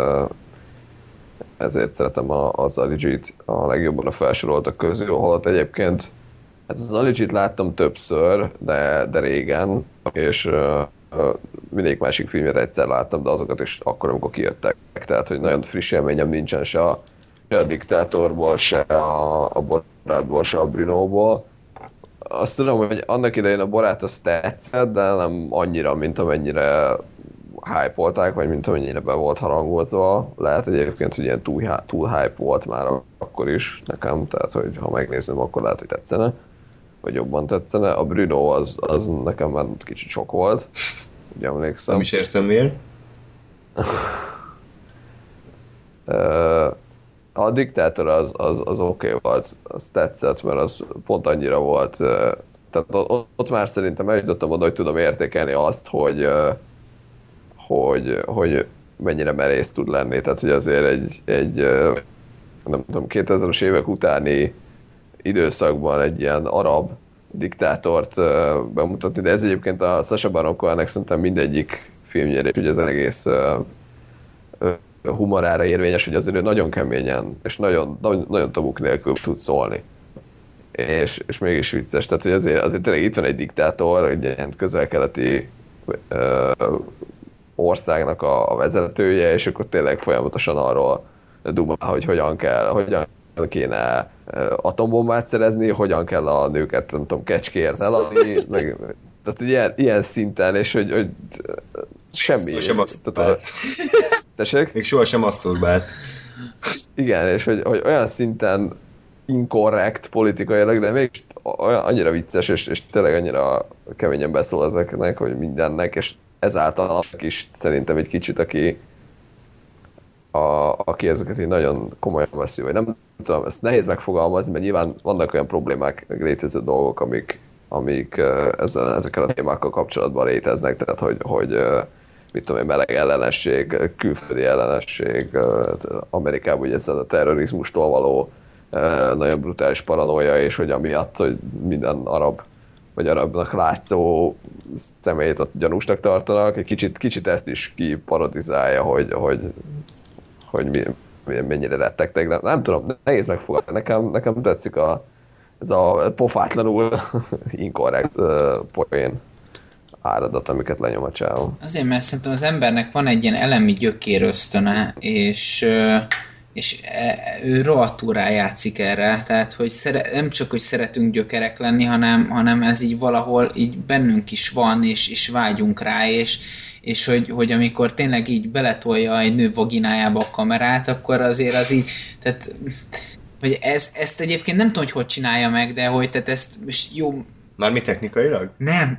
ezért szeretem az Ali G-t a legjobban a felsoroltak közül, holott egyébként hát az Ali G-t láttam többször, de régen, és mindegyik másik filmet egyszer láttam, de azokat is akkor, amikor kijöttek. Tehát, hogy nagyon friss élményem nincsen se a Diktátorból, se a Borátból, se a Brunóból. Azt tudom, hogy annak idején a Borát azt tetszett, de nem annyira, mint amennyire hype-olták, vagy mint amennyire be volt harangozva. Lehet egyébként, hogy ilyen túl hype volt már akkor is nekem, tehát hogy ha megnézem, akkor lehet, hogy tetszene, vagy jobban tetszene. A Bruno az nekem már kicsit sok volt, ugye emlékszem. Nem is értem miért. A Diktátor az oké volt, az tetszett, mert az pont annyira volt, tehát ott már szerintem eljutottam oda, hogy tudom értékelni azt, hogy mennyire merész tud lenni, tehát hogy azért egy nem tudom, 2000-es évek utáni időszakban egy ilyen arab diktátort bemutatni, de ez egyébként a Sacha Baron Cohennek szerintem mindegyik filmjére, és ugye az egész humorára érvényes, hogy azért ő nagyon keményen, és nagyon, nagyon tabuk nélkül tud szólni. És mégis vicces. Tehát, hogy azért tényleg itt van egy diktátor, egy ilyen közel-keleti országnak a vezetője, és akkor tényleg folyamatosan arról dumál, hogy hogyan kéne atombombát szerezni, hogyan kell a nőket, nem tudom, kecskért eladni, meg, tehát ilyen szinten, és hogy semmi. Még sohasem masturbált. Igen, és hogy olyan szinten inkorrekt politikailag, de mégis annyira vicces, és tényleg annyira keményen beszól ezeknek, hogy mindennek, és ezáltal annak is szerintem egy kicsit, aki ezeket így nagyon komolyan veszi, vagy nem tudom, ezt nehéz megfogalmazni, mert nyilván vannak olyan problémák, létező dolgok, amik ezekkel a témákkal kapcsolatban léteznek, tehát hogy mit tudom én, meleg ellenesség, külföldi ellenesség, Amerikában ugye ezzel a terrorizmustól való nagyon brutális paranoia, és hogy amiatt, hogy minden arab vagy arabnak látszó személyt ott gyanúsnak tartanak, egy kicsit ezt is kiparodizálja, hogy mennyire rettegtek, de nem tudom, nehéz megfogalmazni. Nekem tetszik ez a pofátlanul inkorrekt poén áradat, amiket lenyom a csávó. Azért, mert szerintem az embernek van egy ilyen elemi gyökér ösztöne, és ő rohadtul rájátszik erre, tehát hogy nem csak, hogy szeretünk gyökerek lenni, hanem ez így valahol így bennünk is van, és vágyunk rá, és hogy amikor tényleg így beletolja egy nő vaginájába a kamerát, akkor azért az így, tehát hogy ezt egyébként nem tudom, hogy csinálja meg, de hogy tehát ezt most jó... Mármi technikailag? Nem,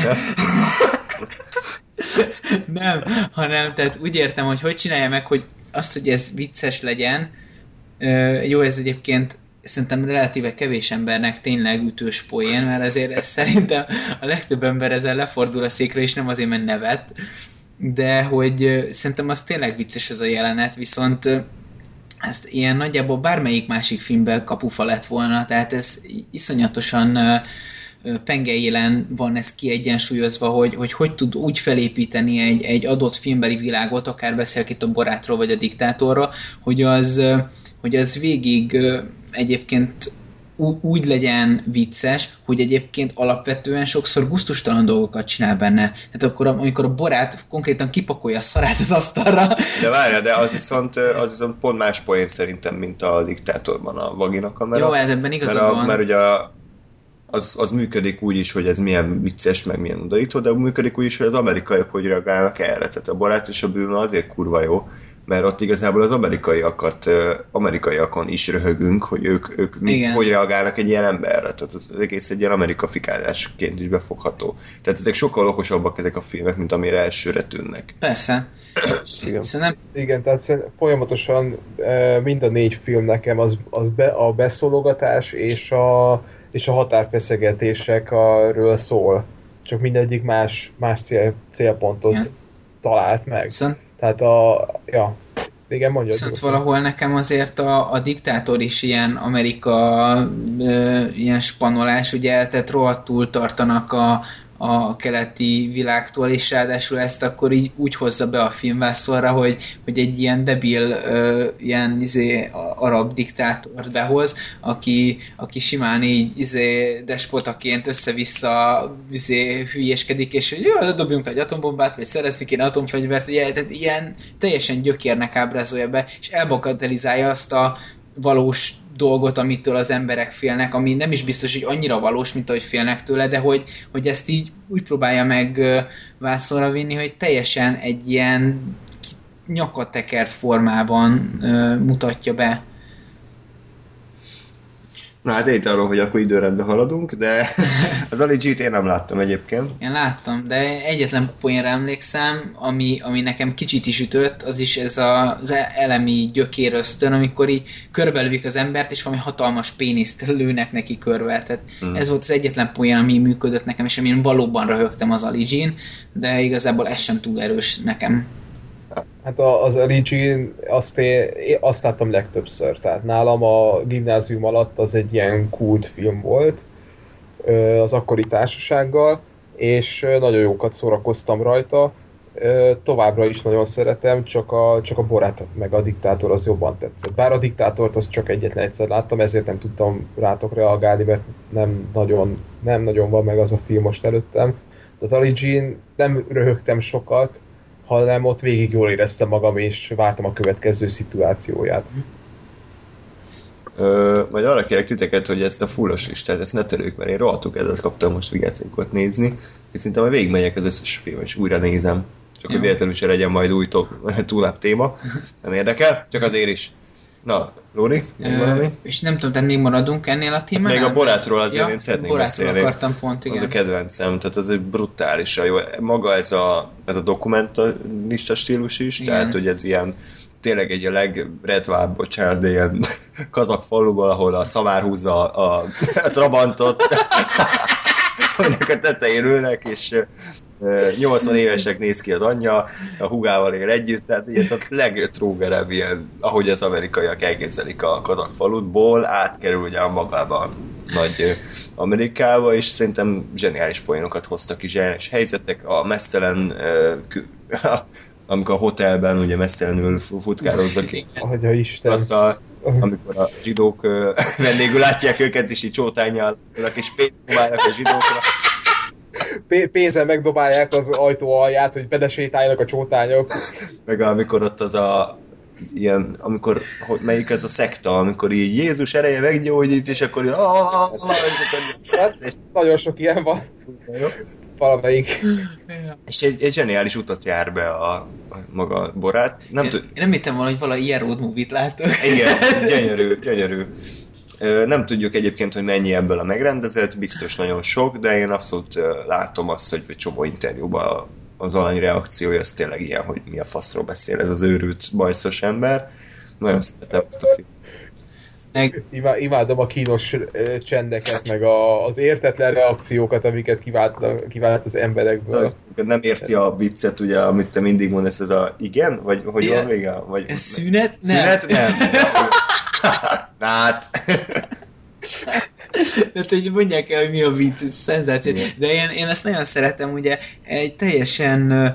nem, hanem tehát úgy értem, hogy csinálja meg, hogy azt, hogy ez vicces legyen, jó, ez egyébként szerintem relatíve kevés embernek tényleg ütős poén, mert azért ez szerintem a legtöbb ember ezzel lefordul a székre, és nem azért, mert nevet, de hogy szerintem az tényleg vicces ez a jelenet, viszont ezt ilyen nagyjából bármelyik másik filmben kapufa lett volna, tehát ez iszonyatosan pengeélen van ez kiegyensúlyozva, hogy tud úgy felépíteni egy adott filmbeli világot, akár beszélek itt a Borátról vagy a Diktátorról, hogy az végig egyébként úgy legyen vicces, hogy egyébként alapvetően sokszor gusztustalan dolgokat csinál benne. Tehát akkor, amikor a Borát konkrétan kipakolja a szarát az asztalra. De várjál, de az viszont pont más poén szerintem, mint a Diktátorban a vagina kamera. Jó, ebben igazad van. Mert ugye az működik úgy is, hogy ez milyen vicces, meg milyen undorító, de működik úgy is, hogy az amerikaiak hogy reagálnak erre. Tehát a Barát és a Bűn azért kurva jó, mert ott igazából az amerikaiakon is röhögünk, hogy ők hogy reagálnak egy ilyen emberre. Tehát az egész egy ilyen amerikafikálásként is befogható. Tehát ezek sokkal okosabbak ezek a filmek, mint amire elsőre tűnnek. Persze. Igen, tehát folyamatosan mind a 4 film nekem a beszólogatás és a határfeszegetésekről szól. Csak mindegyik más célpontot talált meg. Tehát igen, mondjad. Viszont valahol nekem azért a Diktátor is ilyen Amerika ilyen spanolás, ugye, tehát rohadtul tartanak a keleti világtól, és ráadásul ezt akkor így úgy hozza be a filmvászorra, hogy egy ilyen debil ilyen arab diktátort behoz, aki simán így despotaként össze-vissza hülyéskedik, és hogy jó, dobjunk egy atombombát, vagy szerezni kéne atomfegyvert, ugye, tehát ilyen teljesen gyökérnek ábrázolja be, és elbagatelizálja azt a valós dolgot, amitől az emberek félnek, ami nem is biztos, hogy annyira valós, mint ahogy félnek tőle, de hogy ezt így úgy próbálja meg vászonra vinni, hogy teljesen egy ilyen nyakatekert formában mutatja be. Na hát én arról, hogy akkor időrendben haladunk, de az Ali G-t én nem láttam egyébként. Én láttam, de egyetlen poénra emlékszem, ami nekem kicsit is ütött, az is ez az elemi gyökérösztön, amikor így körbelövik az embert, és valami hatalmas péniszt lőnek neki körbe. Tehát ez volt az egyetlen poén, ami működött nekem, és amin valóban röhögtem az Ali G-n, de igazából ez sem túl erős nekem. Hát az Ali G-n azt láttam legtöbbször, tehát nálam a gimnázium alatt az egy ilyen kultfilm volt az akkori társasággal, és nagyon jókat szórakoztam rajta, továbbra is nagyon szeretem, csak a Borát meg a Diktátor az jobban tetszett. Bár a Diktátort azt csak egyetlen egyszer láttam, ezért nem tudtam rátok reagálni, mert nem nagyon van meg az a film most előttem. De az Ali G-n nem röhögtem sokat, hanem ott végig jól éreztem magam, és vártam a következő szituációját. Majd arra kérek titeket, hogy ezt a fullos listát, ezt ne törők, mert én rohadtuk ezzel kaptam most vigyátékot nézni, és szerintem majd végigmegyek az összes film, és újra nézem. Csak hogy véletlenül se legyen majd új túlább téma. Nem érdekel, csak azért is. Na, Lóri, valami? És nem tudom, de még maradunk ennél a témánál? Még a Borátról azért én szeretnék beszélni. Akartam pont, igen. Az a kedvencem, tehát az egy brutálisan jó. Maga ez a dokumentarista stílus is, igen. Tehát hogy ez ilyen tényleg egy a legredvább, bocsánat, de ilyen kazak faluban, ahol a szamár húzza a Trabantot, aminek a tetején ülnek, és 80 évesek néz ki az anyja, a hugával él együtt, tehát ez a legtrógerebb ilyen, ahogy az amerikaiak elképzelik a kazak falutból, átkerül ugye a magába nagy Amerikába, és szerintem zseniális poénokat hoztak ki, zseniális helyzetek, a mesztelen amikor a hotelben ugye mesztelenül futkároznak ki. Atya Isten. Amikor a zsidók vendégül látják őket, és így csótánnyal, és pénzt próbálnak a zsidókra. Pénzzel megdobálják az ajtó alját, hogy bedesétáljanak a csótányok. Meg amikor ott az a ilyen, amikor, melyik ez a szekta, amikor így Jézus ereje meggyógyít, és akkor így nagyon sok ilyen van. Valamelyik. És egy zseniális utat jár be a maga Borát. Én nem hittem volna, hogy valahogy ilyen road movie-t látok. Igen, gyönyörű. Nem tudjuk egyébként, hogy mennyi ebből a megrendezett, biztos nagyon sok, de én abszolút látom azt, hogy egy csomó interjúban az alany reakciója az tényleg ilyen, hogy mi a faszról beszél ez az őrült, bajszos ember. Nagyon szeretem ezt a filmet. Imádom a kínos csendeket, meg az értetlen reakciókat, amiket kivált az emberekből. Nem érti a viccet, ugye, amit te mindig mondasz, ez a igen? Vagy hogy van vége? Vagy, ez szünet? Szünet? Nem. Hát. Tehát, hogy mondják el, hogy mi a vicc, ez szenzáció. Igen. De én ezt nagyon szeretem, ugye egy teljesen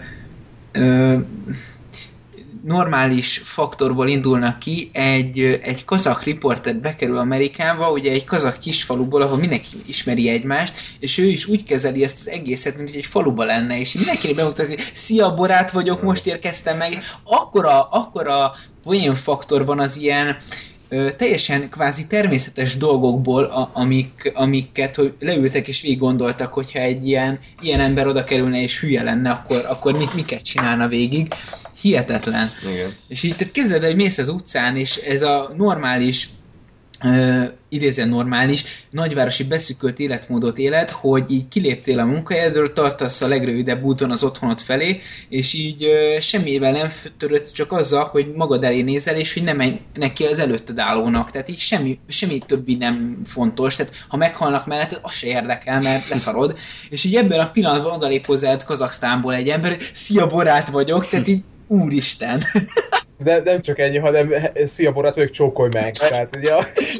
normális faktorból indulnak ki, egy kazak riporter bekerül Amerikába, ugye egy kazak kisfaluból, ahol mindenki ismeri egymást, és ő is úgy kezeli ezt az egészet, mint hogy egy faluba lenne, és mindenkinek bemutatja, hogy szia, barát vagyok, most érkeztem meg. Akkora olyan faktor van az ilyen teljesen kvázi természetes dolgokból, amiket hogy leültek és végig gondoltak, hogyha egy ilyen ember oda kerülne és hülye lenne, akkor miket csinálna végig. Hihetetlen. Igen. És így tehát képzeld, hogy mész az utcán, és ez a normális, idézően normális, nagyvárosi beszűkölt életmódot éled, hogy így kiléptél a munkahelyedről, tartasz a legrövidebb úton az otthonod felé, és így semmivel nem törött, csak azzal, hogy magad elé nézel, és hogy nem menj neki az előtted állónak. Tehát így semmi többi nem fontos. Tehát ha meghalnak mellett, az se érdekel, mert leszarod. És így ebben a pillanatban odalép hozzád Kazaksztánból egy ember, szia, barát vagyok, tehát így úristen. De nem csak ennyi, hanem szia, barát vagyok, csókolj meg. Tehát, ugye,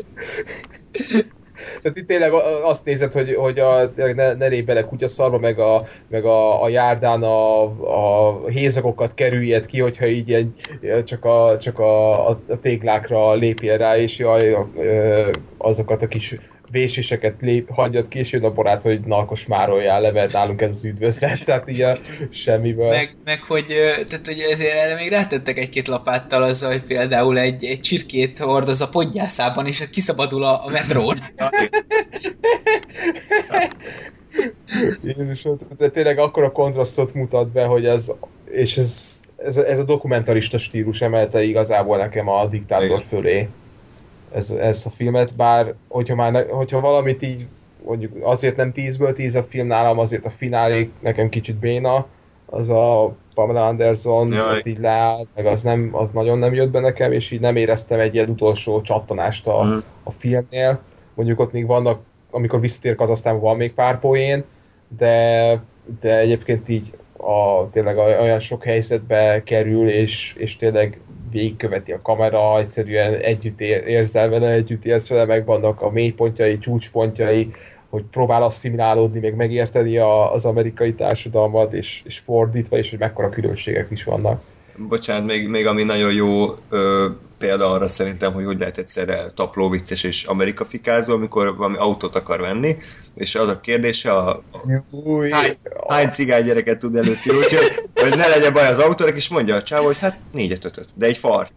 tehát itt tényleg azt nézed, hogy ne lépj bele kutyaszarba, meg a járdán a hézagokat kerüljed ki, hogyha így ilyen, csak a téglákra lépjél rá, és jaj, azokat a kis véséseket hagyjad ki, és jön a barát, hogy na, akkor smároljál le, mert nálunk ez az üdvözlet, tehát így semmiből. Meg hogy, tehát, hogy ezért erre még rátettek egy-két lapáttal azzal, hogy például egy csirkét hordoz a podgyászában, és kiszabadul a metrón. Jézusom, de tényleg akkora kontrasztot mutat be, hogy ez a dokumentarista stílus emelte igazából nekem a Diktátor fölé. Ez a filmet, bár hogyha valamit így mondjuk azért nem 10-ből 10 a film nálam, azért a finálé nekem kicsit béna, az a Pamela Anderson ott így leáll, meg az nagyon nem jött be nekem, és így nem éreztem egy ilyen utolsó csattanást a filmnél. Mondjuk ott még vannak, amikor visszatér Kazahsztánba, van még pár poén, de egyébként így tényleg olyan sok helyzetbe kerül, és tényleg végigköveti a kamera, egyszerűen együtt érzel vele, együtt érsz vele, meg vannak a mélypontjai, csúcspontjai, hogy próbál asszimilálódni, meg megérteni az amerikai társadalmat, és fordítva, és hogy mekkora különbségek is vannak. Bocsánat, még ami nagyon jó példa arra szerintem, hogy lehet egyszerre taplóvicces és amerikafikázó, amikor valami autót akar venni, és az a kérdése, hány cigány gyereket tud előtti, úgyhogy hogy ne legyen baj az autónak, és mondja a csávó, hogy hát 4-5, de egy fart.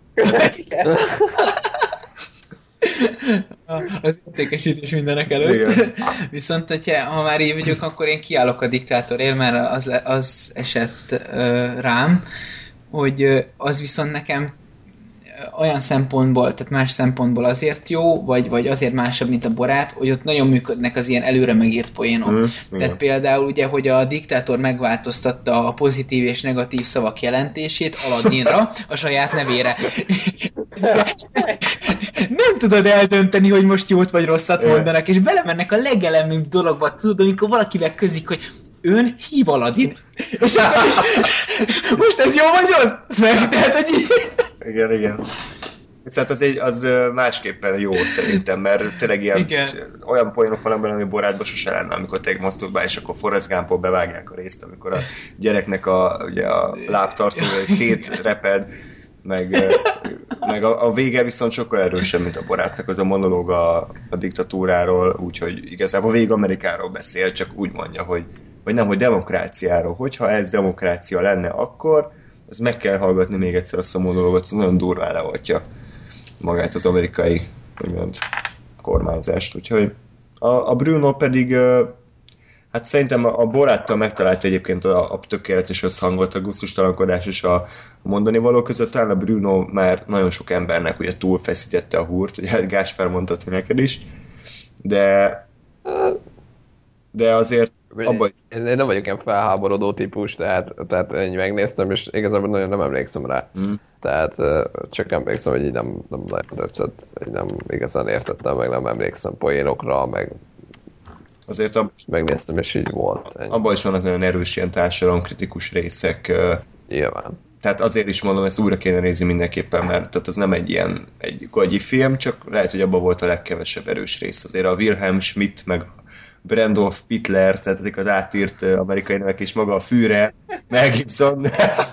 Az értékesítés mindenek előtt. Igen. Viszont, ha már így vagyok, akkor én kiállok a Diktátorért, mert az esett rám, hogy az viszont nekem olyan szempontból, tehát más szempontból azért jó, vagy azért másabb, mint a Borát, hogy ott nagyon működnek az ilyen előre megírt poénok. Tehát például ugye, hogy a Diktátor megváltoztatta a pozitív és negatív szavak jelentését Aladdinra, a saját nevére. Nem tudod eldönteni, hogy most jót vagy rosszat mondanak, és belemennek a legelemibb dologba, tudod, amikor valakivel közik, hogy ön hív Aladdin. És most ez jó vagy rossz? Tehát, hogy Igen. Tehát az másképpen jó szerintem, mert tényleg olyan poénok vannak benne, ami Borátban sose lenne, amikor tényleg masturbál, és akkor Forrest Gumpból bevágják a részt, amikor a gyereknek ugye a lábtartója szétreped, meg a vége viszont sokkal erősebb, mint a Borátnak, az a monológ a diktatúráról, úgyhogy igazából végig Amerikáról beszél, csak úgy mondja, hogy nem, hogy demokráciáról. Hogyha ez demokrácia lenne, akkor ez meg kell hallgatni még egyszer azt a monológot, nagyon durván leoltja magát az amerikai kormányzást. Úgyhogy a Bruno pedig hát szerintem a Boráttal megtalálta egyébként a tökéletes összhangot, a gusztustalankodás és a mondani való között. Talán a Bruno már nagyon sok embernek ugye túlfeszítette a húrt, ugye Gáspár mondtad neked is, de azért én nem vagyok ilyen felháborodó típus, tehát én megnéztem, és igazából nagyon nem emlékszem rá. Tehát csak emlékszem, hogy így nem nagyon tetszett, így nem igazán értettem, meg nem emlékszem poénokra, meg azért megnéztem, és így volt. Abban is vannak nagyon erős ilyen társadalomkritikus részek. Nyilván. tehát azért is mondom, ezt újra kéne nézni mindenképpen, mert tehát az nem egy ilyen egy gagyi film, csak lehet, hogy abban volt a legkevesebb erős rész. Azért a Wilhelm Schmidt, meg a Brandon Pitler, tehát ezek az átírt amerikai nevek, és maga a Führer, Mel Gibson.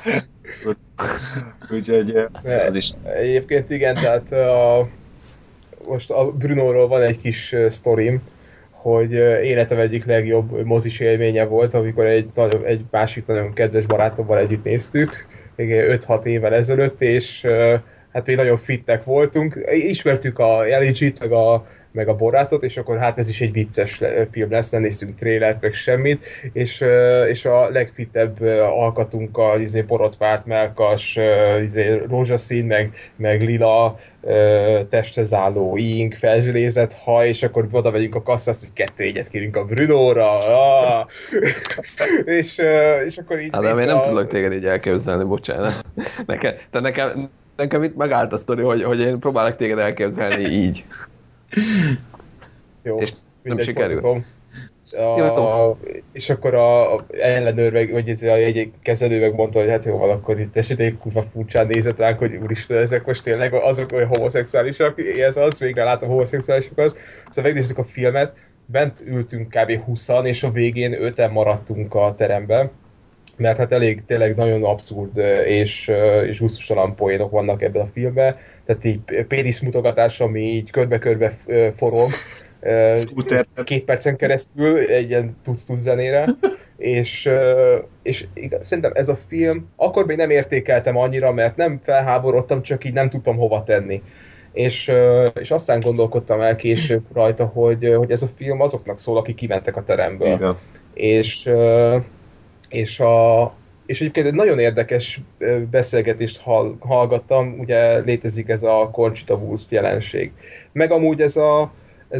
Úgyhogy az is. Egyébként igen, tehát most a Brunóról van egy kis sztorim, hogy életem egyik legjobb mozis élménye volt, amikor egy másik nagyon kedves barátommal együtt néztük, 5-6 évvel ezelőtt, és hát még nagyon fittek voltunk. Ismertük a Elijah-t, meg a Borátot, és akkor hát ez is egy vicces film lesz, nem néztünk trélert, meg semmit, és a legfittebb alkatunkkal borotvált, melkas, rózsaszín, meg lila testhez álló ing, felzselézett haj, és akkor oda megyünk a kasszához, hogy 2 jegyet kérünk a Brunóra. és akkor így... Hát de én nem tudok téged így elképzelni, bocsánat. Nekem itt megállt a sztori, hogy én próbálok téged elképzelni így. Jó, és nem sikerül. És akkor a ellenőr, vagy egy kezelő megmondta, hogy hát jó van, akkor itt esetleg kurva furcsán nézett ránk, hogy úristen, ezek most tényleg azok olyan homoszexuálisak, ez az, végre látom homoszexuálisokat. Szóval megnéztük a filmet, bent ültünk kb. 20-an, és a végén 5-en maradtunk a teremben, mert hát elég tényleg nagyon abszurd és gusztustalan poénok vannak ebben a filmben, tehát így pénisz mutogatás, ami így körbe-körbe forog, 2 percen keresztül egy ilyen tuc zenére, és szerintem ez a film, akkor még nem értékeltem annyira, mert nem felháborodtam, csak így nem tudtam hova tenni. És aztán gondolkodtam el később rajta, hogy ez a film azoknak szól, akik kimentek a teremből. Igen. És egyébként egy nagyon érdekes beszélgetést hallgattam, ugye létezik ez a Conchita Wurst jelenség. Meg amúgy ez a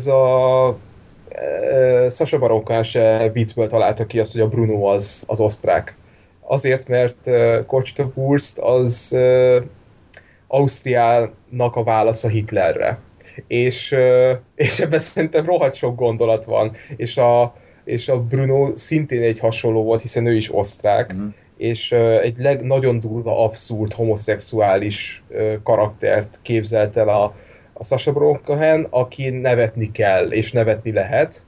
Sacha Baron Cohen se viccből találta ki azt, hogy a Bruno az osztrák. Azért, mert Conchita Wurst az Ausztriának a válasz a Hitlerre. És ebben szerintem rohadt sok gondolat van. És a Bruno szintén egy hasonló volt, hiszen ő is osztrák, és egy nagyon durva, abszurd, homoszexuális karaktert képzelt el a Sacha Baron Cohen, aki nevetni kell, és nevetni lehet,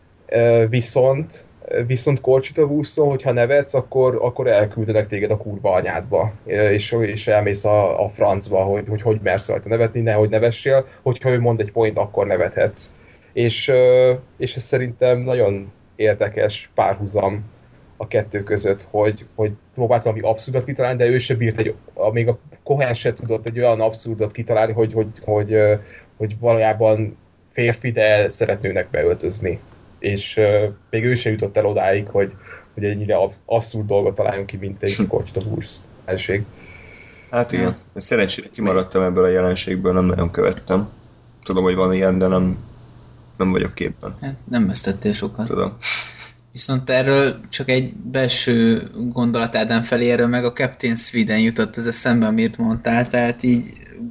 viszont Conchita Wurston, hogyha nevetsz, akkor elküldenek téged a kurva anyádba, és elmész a francba, hogy mersz rajta nevetni, nehogy nevessél, hogyha ő mond egy point, akkor nevethetsz. És ez szerintem nagyon érdekes párhuzam a kettő között, hogy próbáltam valami abszurdat kitalálni, de ő se bírt még a Cohen se tudott egy olyan abszurdot kitalálni, hogy valójában férfi, de szeretnőnek beöltözni. És még ő se jutott el odáig, hogy ennyire abszurd dolgot találjunk ki, mint egy Conchita Wurst jelenség. Hát igen, szerencsére kimaradtam ebből a jelenségből, nem nagyon követtem. Tudom, hogy van ilyen, de nem vagyok képben. Hát nem vesztettél sokat. Tudom. Viszont erről csak egy belső gondolat Ádám felé, erről meg a Captain Sweden jutott ez eszembe, amit mondtál, tehát így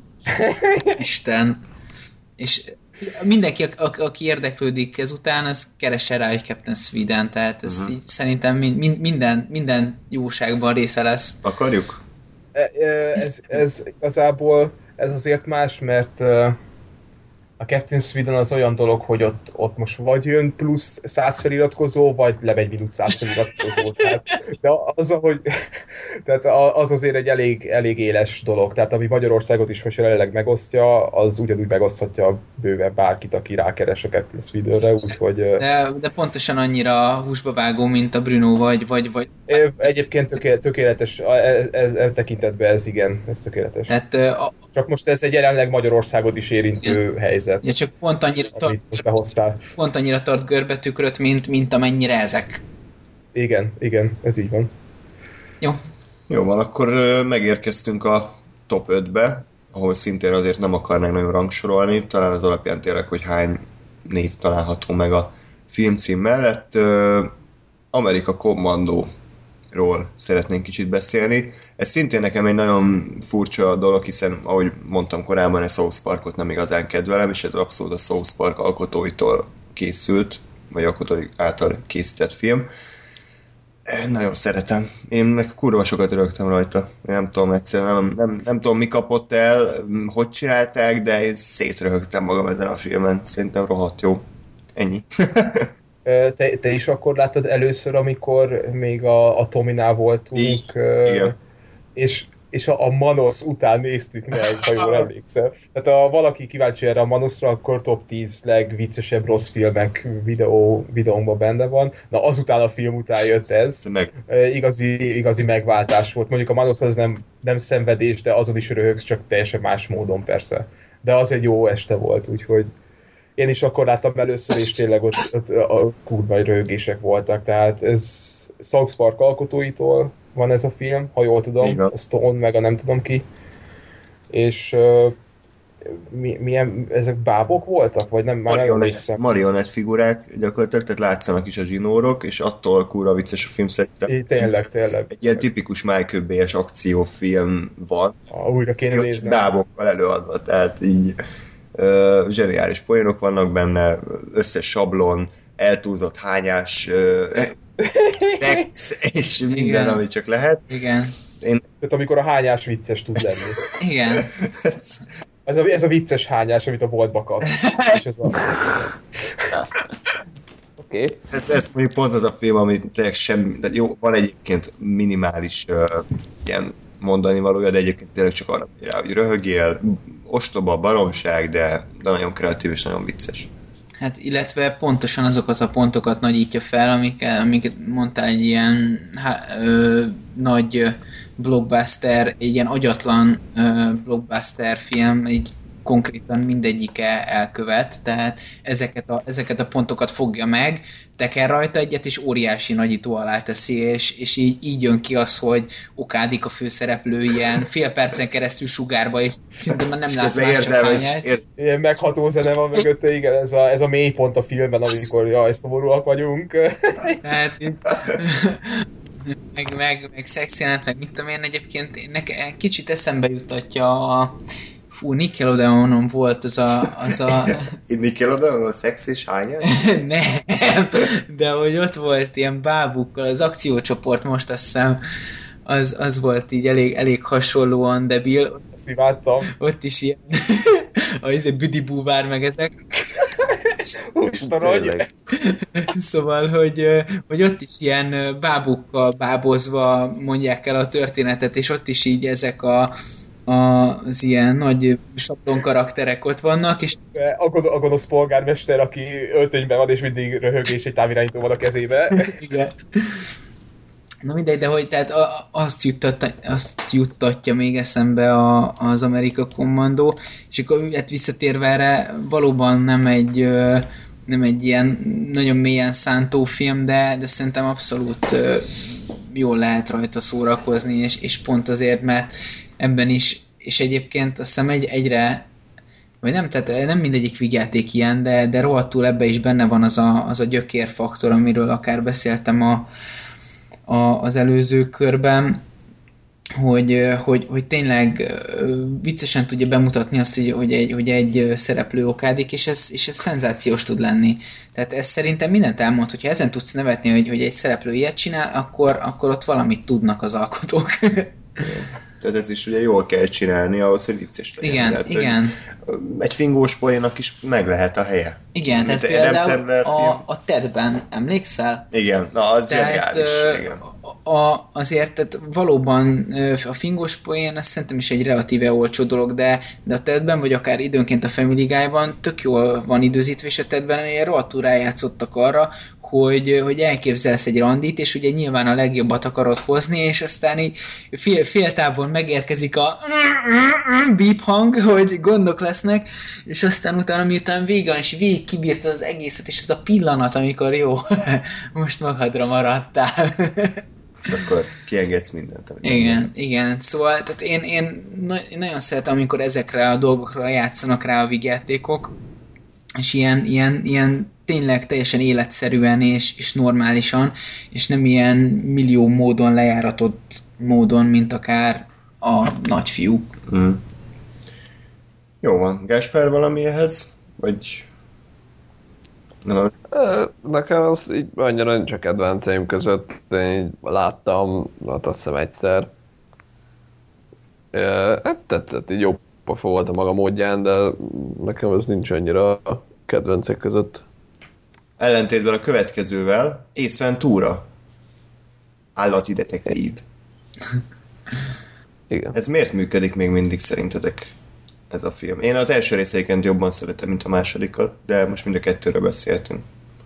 Isten. És mindenki, aki érdeklődik ezután, az keresse rá, hogy Captain Sweden, tehát ez így szerintem minden jóságban része lesz. Akarjuk? Ez igazából ez azért más, mert a Captain Sweden az olyan dolog, hogy ott most vagy jön plusz 100 feliratkozó, vagy lemegy mínusz 100 feliratkozó. De tehát az azért egy elég éles dolog. Tehát ami Magyarországot is most jelenleg megosztja, az ugyanúgy megoszthatja bőven bárkit, aki rákeres a Captain Swedenre, úgyhogy... De pontosan annyira húsba vágó, mint a Bruno, vagy... Egyébként tökéletes, ez tekintetben ez igen, ez tökéletes. Tehát, csak most ez egy jelenleg Magyarországot is érintő helyzet. Ja, csak pont annyira tart görbetükröt, mint amennyire ezek. Igen, ez így van. Jó van, akkor megérkeztünk a top 5-be, ahol szintén azért nem akarnánk nagyon rangsorolni, talán az alapján tényleg, hogy hány név található meg a filmcím mellett. Amerika Commando-ról szeretnénk kicsit beszélni. Ez szintén nekem egy nagyon furcsa dolog, hiszen, ahogy mondtam korábban, a South Parkot nem igazán kedvelem, és ez abszolút a South Park alkotóitól készült, vagy alkotói által készített film. Nagyon szeretem. Én meg kurva sokat rögtem rajta. Én nem tudom egyszerűen, nem tudom mi kapott el, hogy csinálták, de én szétröhögtem magam ezen a filmen. Szerintem rohadt jó. Ennyi. Te is akkor láttad először, amikor még a Tominál voltunk, Igen. és a Manosz után néztük meg, ha jól emlékszem. Tehát ha valaki kíváncsi erre a Manoszra, akkor top 10 legviccesebb rossz filmek videónkban benne van. Na azután a film után jött ez. Igazi megváltás volt. Mondjuk a Manosz az nem szenvedés, de azon is röhögsz, csak teljesen más módon persze. De az egy jó este volt, úgyhogy én is akkor láttam először, és tényleg ott a kurva röhögések voltak. Tehát ez South Park alkotóitól van ez a film, ha jól tudom, Igen. a Stone, meg a nem tudom ki. És milyen, ezek bábok voltak? Vagy nem? Már nem emlékszem. Marionett figurák gyakorlatilag, tehát látszanak is a zsinórok, és attól kurva vicces a film szerintem. Tényleg. Egy ilyen tipikus Michael Bay-es akciófilm van. Újra kéne nézni. Bábokkal előadva, tehát így zseniális poénok vannak benne, összes sablon, eltúlzott hányás, és minden, Igen. ami csak lehet. Igen. Tehát amikor a hányás vicces tud lenni. Igen. Ez a vicces hányás, amit a boltba kap. És ez a... Oké. Ez mondjuk pont az a film, ami tényleg semmi, de jó, van egyébként minimális ilyen mondani valója, de egyébként tényleg csak arra megy rá, hogy röhögél, ostoba, baromság, de nagyon kreatív és nagyon vicces. Hát illetve pontosan azokat a pontokat nagyítja fel, amiket mondtál, egy ilyen nagy blockbuster, egy ilyen agyatlan blockbuster film, így konkrétan mindegyike elkövet, tehát ezeket a pontokat fogja meg, teker rajta egyet, és óriási nagyító alá teszi, és így jön ki az, hogy okádik a főszereplő ilyen fél percen keresztül sugárba, és szinte már nem látsz más csak hányát. Ilyen megható zene van mögötte, igen, ez a mély pont a filmben, amikor jaj, szomorúak vagyunk. Tehát meg szexjelent, meg mit tudom én, egyébként nekem kicsit eszembe jutatja Nickelodeonon volt az a... Nickelodeon a szex és hányás? Nem, de hogy ott volt ilyen bábukkal, az akciócsoport most azt hiszem, az volt így elég hasonlóan debil. Ezt imádtam. Ott is ilyen a büdi búvár meg ezek. Szóval, hogy ott is ilyen bábukkal bábozva mondják el a történetet, és ott is így ezek az ilyen nagy sablon karakterek ott vannak, és... A gonosz polgármester, aki öltönyben van, és mindig röhög, és egy távirányító van a kezébe. Igen. Na mindegy, de hogy tehát azt juttatja még eszembe az Amerika Commando, és akkor hát visszatérve erre, valóban nem egy ilyen nagyon mélyen szántó film, de szerintem abszolút jól lehet rajta szórakozni, és pont azért, mert ebben is, és egyébként azt hiszem egyre, vagy nem, tehát nem mindegyik vígjáték ilyen, de rohadtul ebben is benne van az a gyökérfaktor, amiről akár beszéltem az előző körben, hogy tényleg viccesen tudja bemutatni azt, hogy egy szereplő okádik, és ez szenzációs tud lenni. Tehát ez szerintem mindent elmond, hogyha ezen tudsz nevetni, hogy egy szereplő ilyet csinál, akkor ott valamit tudnak az alkotók. Tehát ez is ugye jól kell csinálni ahhoz, hogy vicces legyen. Igen, tehát, igen. Egy fingós poénnak is meg lehet a helye. Igen, tehát például a Tedben emlékszel? Igen, na az zseniális. Igen. Azért tehát valóban a fingós poén, azt szerintem is egy relatíve olcsó dolog, de a Tedben, vagy akár időnként a Family Guy-ban tök jól van időzítve, és a Tedben ilyen rohadtul rájátszottak arra, hogy elképzelsz egy randit, és ugye nyilván a legjobbat akarod hozni, és aztán így fél távol megérkezik a beep hang, hogy gondok lesznek, és aztán utána miután vége, és végig kibírtad az egészet, és ez a pillanat, amikor jó, most magadra maradtál. Akkor kiengedsz mindent. Igen. Szóval tehát én nagyon szeretem, amikor ezekre a dolgokra játszanak rá a vígjátékok, és ilyen tényleg teljesen életszerűen és normálisan, és nem ilyen millió módon lejáratott módon, mint akár a nagyfiúk. Mm. Jó van. Gáspár, valami ehhez? Vagy Na, Nekem az így annyira nincs a kedvenceim között. Én így láttam, hát azt hiszem egyszer. Hát tetszett, így jó pofa volt a maga módján, de nekem ez nincs annyira a kedvencek között. ellentétben a következővel, Ace Ventura. Állati detektív. Igen. Ez miért működik még mindig szerintetek ez a film? Én az első részeiként jobban szeretem, mint a másodikat, de most mind a kettőről beszéltünk.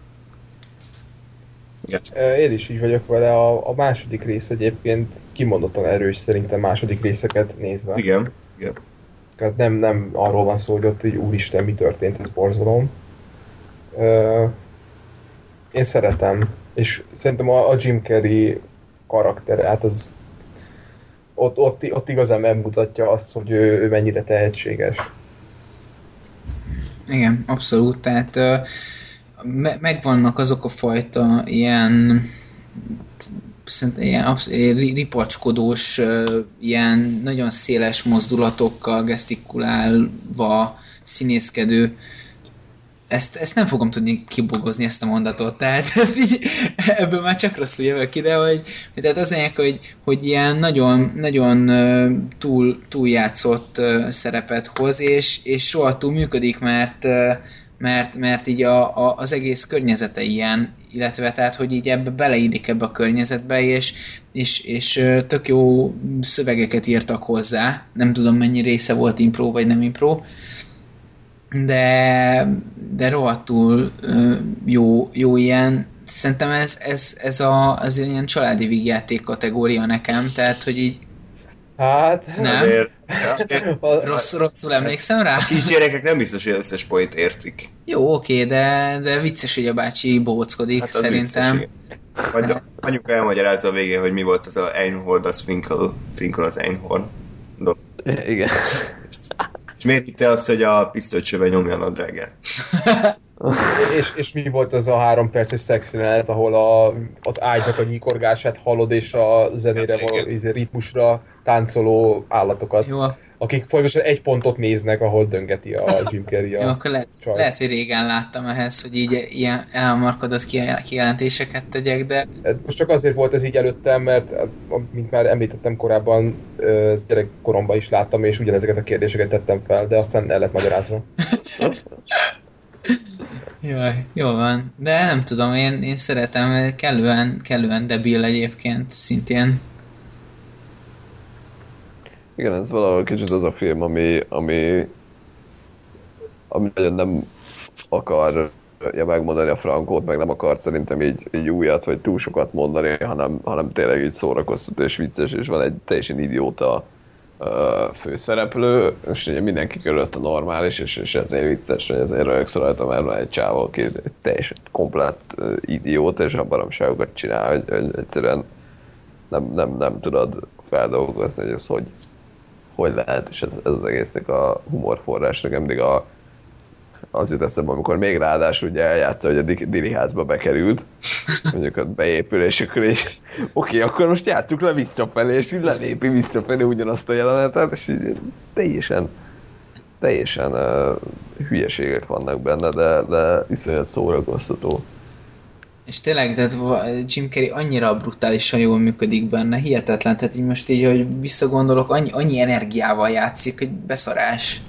Igen. Én is így vagyok vele, a második rész egyébként kimondottan erős szerintem második részeket nézve. Igen. Igen. Tehát nem arról van szó, hogy ott így úristen, mi történt, ez borzalom. Én szeretem, és szerintem a Jim Carrey karaktere, hát az ott igazán megmutatja azt, hogy ő mennyire tehetséges. Igen, abszolút. Tehát megvannak azok a fajta ilyen szerintem ilyen ripacskodós, ilyen nagyon széles mozdulatokkal gesztikulálva színészkedő. Ezt nem fogom tudni kibogozni, ezt a mondatot, tehát ezt így, ebből már csak rosszul jövök ide, hogy tehát az lényeg, hogy ilyen nagyon, nagyon túljátszott szerepet hoz, és rohadtul működik, mert így az egész környezete ilyen, illetve tehát, hogy így beleillik ebbe a környezetbe, és tök jó szövegeket írtak hozzá. Nem tudom, mennyi része volt impro, vagy nem impro, de rohadtul jó ilyen. Szerintem ez ilyen családi vígjáték kategória nekem, tehát, hogy így Hát... nem? Azért Rosszul emlékszem rá? a kisgyerekek nem biztos, hogy összes point értik. Jó, oké, de vicces, hogy a bácsi bóckodik, Hát az szerintem. vicces, igen. Majd anyuka elmagyarázza a végén, hogy mi volt az a Einhorn, az Finkel az Einhorn. Igen. És miért hitte azt, hogy a pisztolycsőben nyomja a nadrágát? És mi volt az a 3 perces szexjelenet, ahol az ágynak a nyikorgását hallod, és a zenére való ritmusra táncoló állatokat, Jó, akik folyamatosan egy pontot néznek, ahol döngeti a Jim Carrey jó, akkor lehet, hogy régen láttam ehhez, hogy így ilyen elmarkodott kijelentéseket tegyek, de Most csak azért volt ez így előttem, mert mint már említettem korábban, gyerekkoromban is láttam, és ugyanezeket a kérdéseket tettem fel, de aztán el lett magyarázva. jaj, jó van. De nem tudom, én szeretem, kellően debil egyébként, szintén. Igen, ez valahol kicsit az a film, ami nagyon nem akarja megmondani a frankót, meg nem akar szerintem így újat, vagy túl sokat mondani, hanem tényleg így szórakoztató és vicces, és van egy teljesen idióta főszereplő, és ugye mindenki körülött a normális, és ezért vicces, hogy ezért rögsz rajta, mert van egy csávó, aki teljesen komplett idióta, és a baromságokat csinál, hogy egyszerűen nem tudod feldolgozni, hogy ez hogy lehet, és ez az egésznek a humorforrás, nekem mindig az jut eszembe, amikor még ráadásul ugye eljátsza, hogy a Dili házba bekerült, mondjuk ott beépül, és akkor így oké, akkor most játsszuk le visszafelé, és így lelépi visszafelé ugyanazt a jelenetet, és így teljesen hülyeségek vannak benne, de iszonyat szórakoztató. És tényleg, tehát Jim Carrey annyira brutálisan jól működik benne, hihetetlen, tehát így most így, hogy visszagondolok, annyi energiával játszik, hogy beszarás.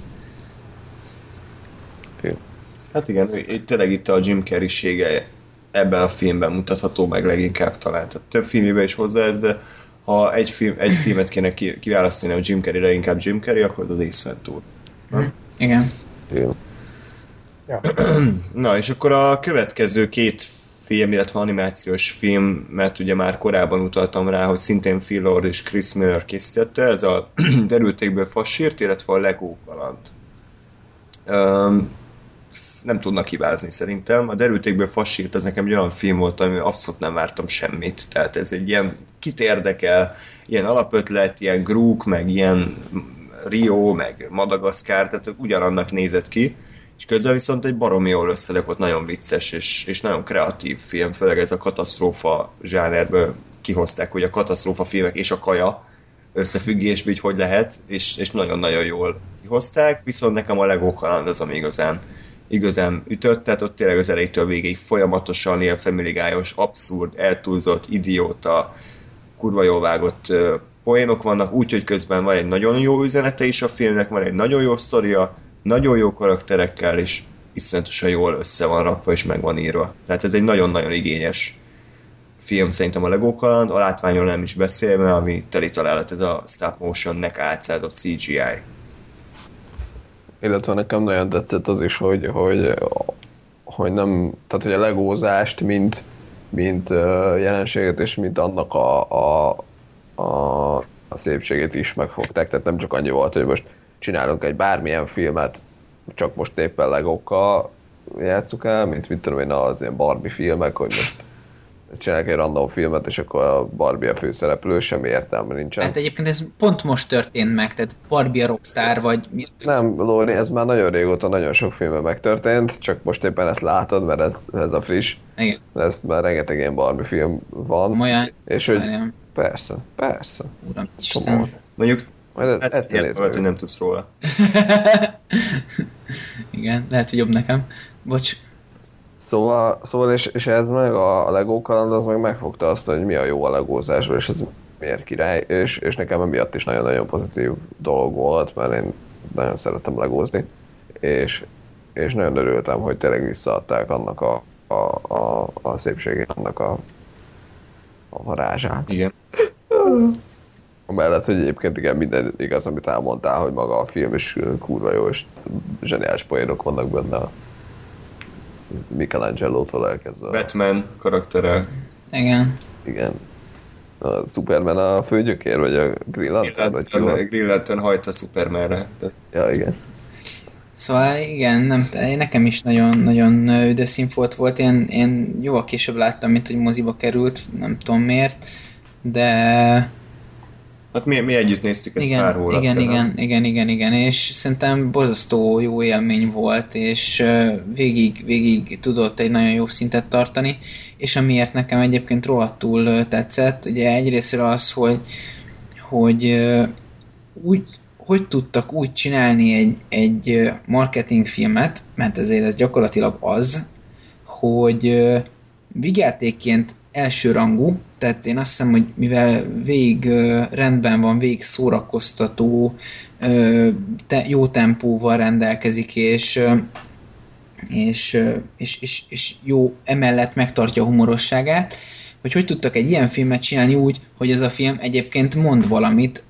Hát igen, tényleg itt a Jim Carrey-sége ebben a filmben mutatható meg leginkább talán. Tehát több filmében is hozzá ez, de ha egy filmet kéne kiválasztani a Jim Carrey-re, inkább Jim Carrey, akkor az Ace Ventura. Igen. Igen. Ja. Na, és akkor a következő 2 film, illetve animációs film, mert ugye már korábban utaltam rá, hogy szintén Phil Lord és Chris Miller készítette, ez a Derültékből Fassírt, illetve a Lego kaland. Nem tudnak hibázni szerintem. A Derültékből Fassírt az nekem egy olyan film volt, ami abszolút nem vártam semmit. Tehát ez egy ilyen, kit érdekel, ilyen alapötlet, ilyen Grook, meg ilyen Rio, meg Madagaszkár, tehát ugyanannak nézett ki. És közben viszont egy baromi jól összedekott, nagyon vicces és nagyon kreatív film, főleg ez a katasztrófa zsánerből kihozták, hogy a katasztrófa filmek és a kaja összefüggésből hogy lehet, és nagyon-nagyon jól kihozták, viszont nekem a Lego kaland az, ami igazán igazán ütött, tehát ott tényleg az elejétől végéig folyamatosan ilyen Family Guy-os, abszurd, eltúlzott, idióta, kurva jól vágott poénok vannak, úgyhogy közben van egy nagyon jó üzenete is a filmnek, van egy nagyon jó sztoria, nagyon jó karakterekkel, és iszonyatosan jól össze van rakva és meg van írva. Tehát ez egy nagyon-nagyon igényes film szerintem a Lego kaland, a látványon nem is beszélve, ami teli találat ez a stop motion-nek átszázott CGI. Illetve nekem nagyon tetszett az is, hogy nem, tehát hogy a legózást, mint jelenséget, és mint annak a szépségét is megfogták, tehát nem csak annyi volt, hogy most csinálunk egy bármilyen filmet, csak most éppen legókkal játsszuk el, mint mit tudom én, az ilyen Barbie filmek, hogy most csinálják egy random filmet, és akkor a Barbie a főszereplő, semmi értelme nincsen. Hát egyébként ez pont most történt meg, tehát Barbie a rockstar, vagy mi? Nem, Lóri, ez már nagyon régóta, nagyon sok filmben megtörtént, csak most éppen ezt látod, mert ez a friss. Igen. Ez már rengeteg ilyen Barbie film van. Olyan, és hogy persze. Uram, Isten. Mondjuk ezt ilyet volt, hogy nem tudsz róla. Igen, lehet, hogy jobb nekem. Bocs. Szóval és ez meg a Lego kaland, az meg megfogta azt, hogy mi a jó a legózásból, és ez miért király, és nekem emiatt is nagyon-nagyon pozitív dolog volt, mert én nagyon szeretem legózni, és nagyon örültem, hogy tényleg visszaadták annak a szépségét, annak a varázsát. Igen. Amellett, hogy egyébként igen, minden igaz, amit elmondtál, hogy maga a film is kurva jó, és zseniális poénok vannak benne a Michelangelo-tól elkezdve. Batman karaktere. Igen. A Superman a főgyökér, vagy a Green Lantern? Green Lantern hajt a Supermanre. Ja, igen. Szóval igen, nekem is nagyon üdes színfolt volt. Én jóval később láttam, mint hogy moziba került, nem tudom miért, de... Hát mi együtt néztük ezt pár hónap. Igen, és szerintem borzasztó jó élmény volt, és végig tudott egy nagyon jó szintet tartani, és amiért nekem egyébként rohadtul tetszett, ugye egyrésztről az, hogy tudtak úgy csinálni egy marketingfilmet, mert ezért ez gyakorlatilag az, hogy vígjátékként elsőrangú, tehát én azt hiszem, hogy mivel végig rendben van, végig szórakoztató, jó tempóval rendelkezik, és jó, emellett megtartja a humorosságát, hogy tudtak egy ilyen filmet csinálni úgy, hogy ez a film egyébként mond valamit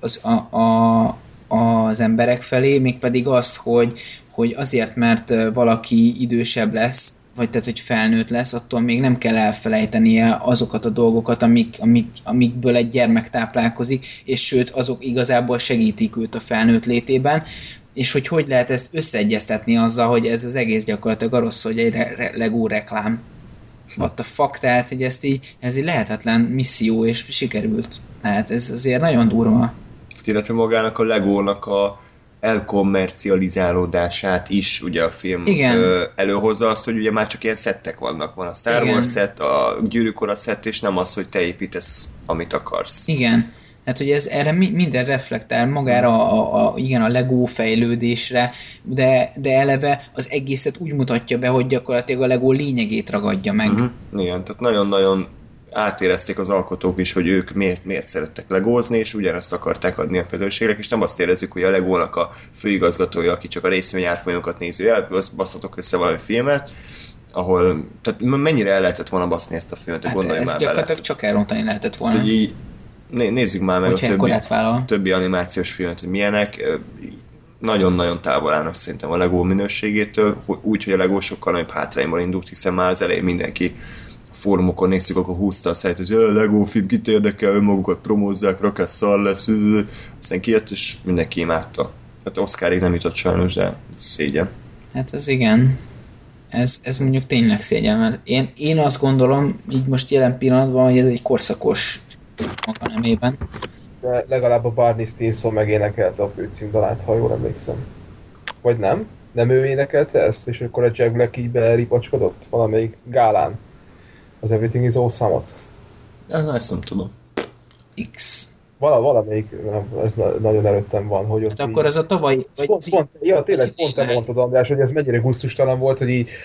az emberek felé, mégpedig azt, hogy azért, mert valaki idősebb lesz, vagy tehát, hogy felnőtt lesz, attól még nem kell elfelejtenie azokat a dolgokat, amikből egy gyermek táplálkozik, és sőt, azok igazából segítik őt a felnőtt létében, és hogy lehet ezt összeegyeztetni azzal, hogy ez az egész gyakorlatilag arról szól, hogy egy Lego reklám. What the fuck, tehát, hogy ez egy lehetetlen misszió, és sikerült. Tehát ez azért nagyon durva. Illetve magának a Legónak a elkommercializálódását is ugye a film előhozza azt, hogy ugye már csak ilyen szettek vannak. Van a Star Wars szett, a Gyűrűk Ura szett, és nem az, hogy te építesz, amit akarsz. Igen. Hát, hogy ez erre minden reflektál magára a Lego fejlődésre, de eleve az egészet úgy mutatja be, hogy gyakorlatilag a Lego lényegét ragadja meg. Igen, tehát nagyon-nagyon átérezték az alkotók is, hogy ők miért szerettek legózni, és ugyanezt akarták adni a közönségnek, és nem azt érezzük, hogy a Legónak a főigazgatója, aki csak a részvényárfolyamokat néző el, basszatok össze valami filmet, ahol, tehát mennyire el lehetett volna baszni ezt a filmet, hát gondolj már már gyakorlatilag csak elrontani lehetett volna. Tehát, így, nézzük már meg a többi animációs filmet, hogy milyenek, nagyon-nagyon távol állnak szerintem a Lego minőségétől, úgy, hogy a Lego sokkal nagyobb hátrányból indult, hiszen már az elején mindenki fórumokon néztük, akkor húzta a szájt, hogy a Lego film kit érdekel, önmagukat promózzák, rakás szar lesz, aztán kijött, és mindenki imádta. Hát Oscarig nem jutott sajnos, de szégyen. Hát ez igen. Ez mondjuk tényleg szégyen, mert én azt gondolom, így most jelen pillanatban, hogy ez egy korszakos maga nemében. De legalább a Barney Stinson megénekelte a főcímdalát, ha jól emlékszem. Vagy nem? Nem ő énekelte ezt? És akkor a Jack Black így beripacskodott valamelyik gálán az Everything is Awesome-ot? Na, ezt nem tudom. X. Valamelyik, ez nagyon előttem van, hogy ott Hát akkor az a tavalyi... tényleg pont te mondtad, András, hogy ez mennyire gusztustalan volt, hogy, így,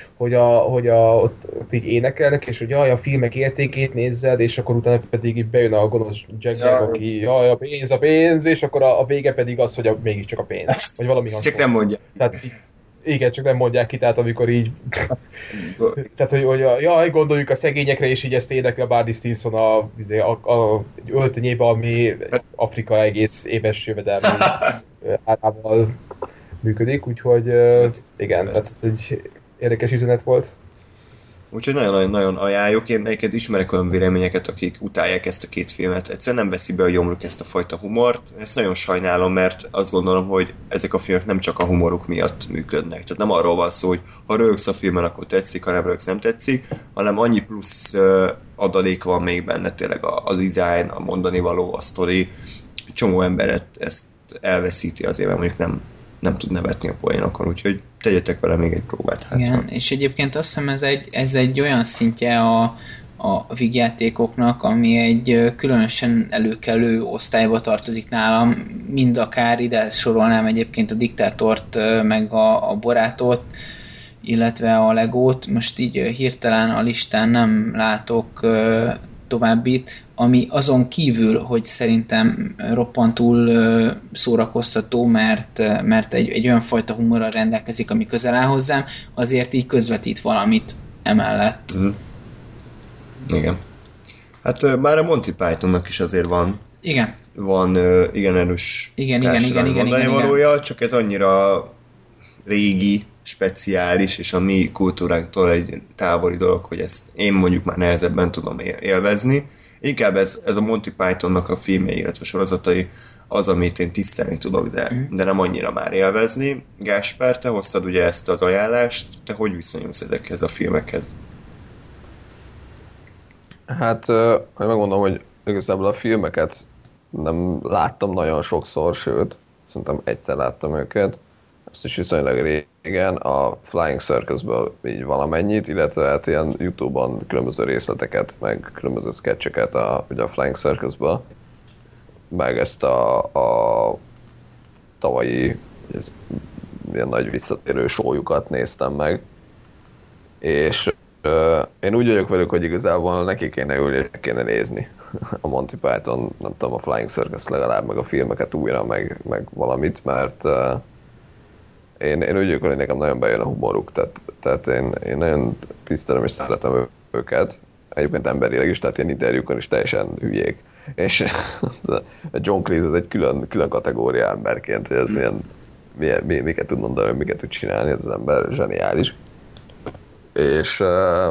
ott így énekelnek, és hogy jaj, a filmek értékét nézzed, és akkor utána pedig így bejön a gonosz Jack Black, aki jaj, a pénz, és akkor a vége pedig az, hogy mégiscsak a pénz. Vagy valami Csak nem mondják. Tehát, igen, csak nem mondják ki, tehát amikor így... tehát, hogy jaj, gondoljuk a szegényekre, és így ezt énekli a Barney Stinson a öltönyébe, ami Afrika egész éves jövedelmi árával működik, úgyhogy igen, tehát ez egy érdekes üzenet volt. Úgyhogy nagyon-nagyon ajánljuk. Én egyébként ismerek olyan véleményeket, akik utálják ezt a két filmet. Egyszerűen nem veszi be a gyomruk ezt a fajta humort. Ezt nagyon sajnálom, mert azt gondolom, hogy ezek a filmek nem csak a humoruk miatt működnek. Tehát nem arról van szó, hogy ha rögsz a filmen, akkor tetszik, ha nem rögsz, nem tetszik, hanem annyi plusz adalék van még benne, tényleg a design, a mondani való, a sztori. Csomó ember ezt elveszíti azért, mert mondjuk nem tud nevetni a poénokon, úgyhogy tegyetek vele még egy próbát. Hát igen, és egyébként azt hiszem ez egy olyan szintje a vígjátékoknak, ami egy különösen előkelő osztályba tartozik nálam, mind akár ide sorolnám egyébként a Diktátort, meg a Borátot, illetve a Legót. Most így hirtelen a listán nem látok továbbit, ami azon kívül, hogy szerintem roppantul szórakoztató, mert egy olyan fajta humorral rendelkezik, ami közel áll hozzám, azért így közvetít valamit emellett. Mm. Igen. Hát már a Monty Pythonnak is azért van igen erős igen, valója, csak ez annyira régi, speciális, és a mi kultúránktól egy távoli dolog, hogy ezt én mondjuk már nehezebben tudom élvezni. Inkább ez a Monty Pythonnak a filmjei, illetve sorozatai az, amit én tisztelni tudok, de nem annyira már élvezni. Gáspár, te hoztad ugye ezt az ajánlást, te hogy viszonyulsz ezekhez a filmekhez? Hát, hogy megmondom, hogy igazából a filmeket nem láttam nagyon sokszor, sőt, szerintem egyszer láttam őket, azt is viszonylag régen, a Flying Circus-ből így valamennyit, illetve hát ilyen YouTube-on különböző részleteket, meg különböző sketcheket ugye a Flying Circus-ből, meg ezt a tavalyi ilyen nagy visszatérő show-jukat néztem meg, és én úgy vagyok velük, hogy igazából neki kéne ülni, és kéne nézni a Monty Python, nem tudom, a Flying Circus legalább, meg a filmeket újra, meg valamit, mert én úgy vagyok, hogy nekem nagyon bejön a humoruk, tehát én nagyon tisztelem és szeretem őket, egyébként emberileg is, tehát ilyen interjúkon is teljesen hülyék. És a John Cleese az egy külön kategória emberként, hogy ez ilyen, miket tud mondani, miket tud csinálni, ez az ember zseniális. És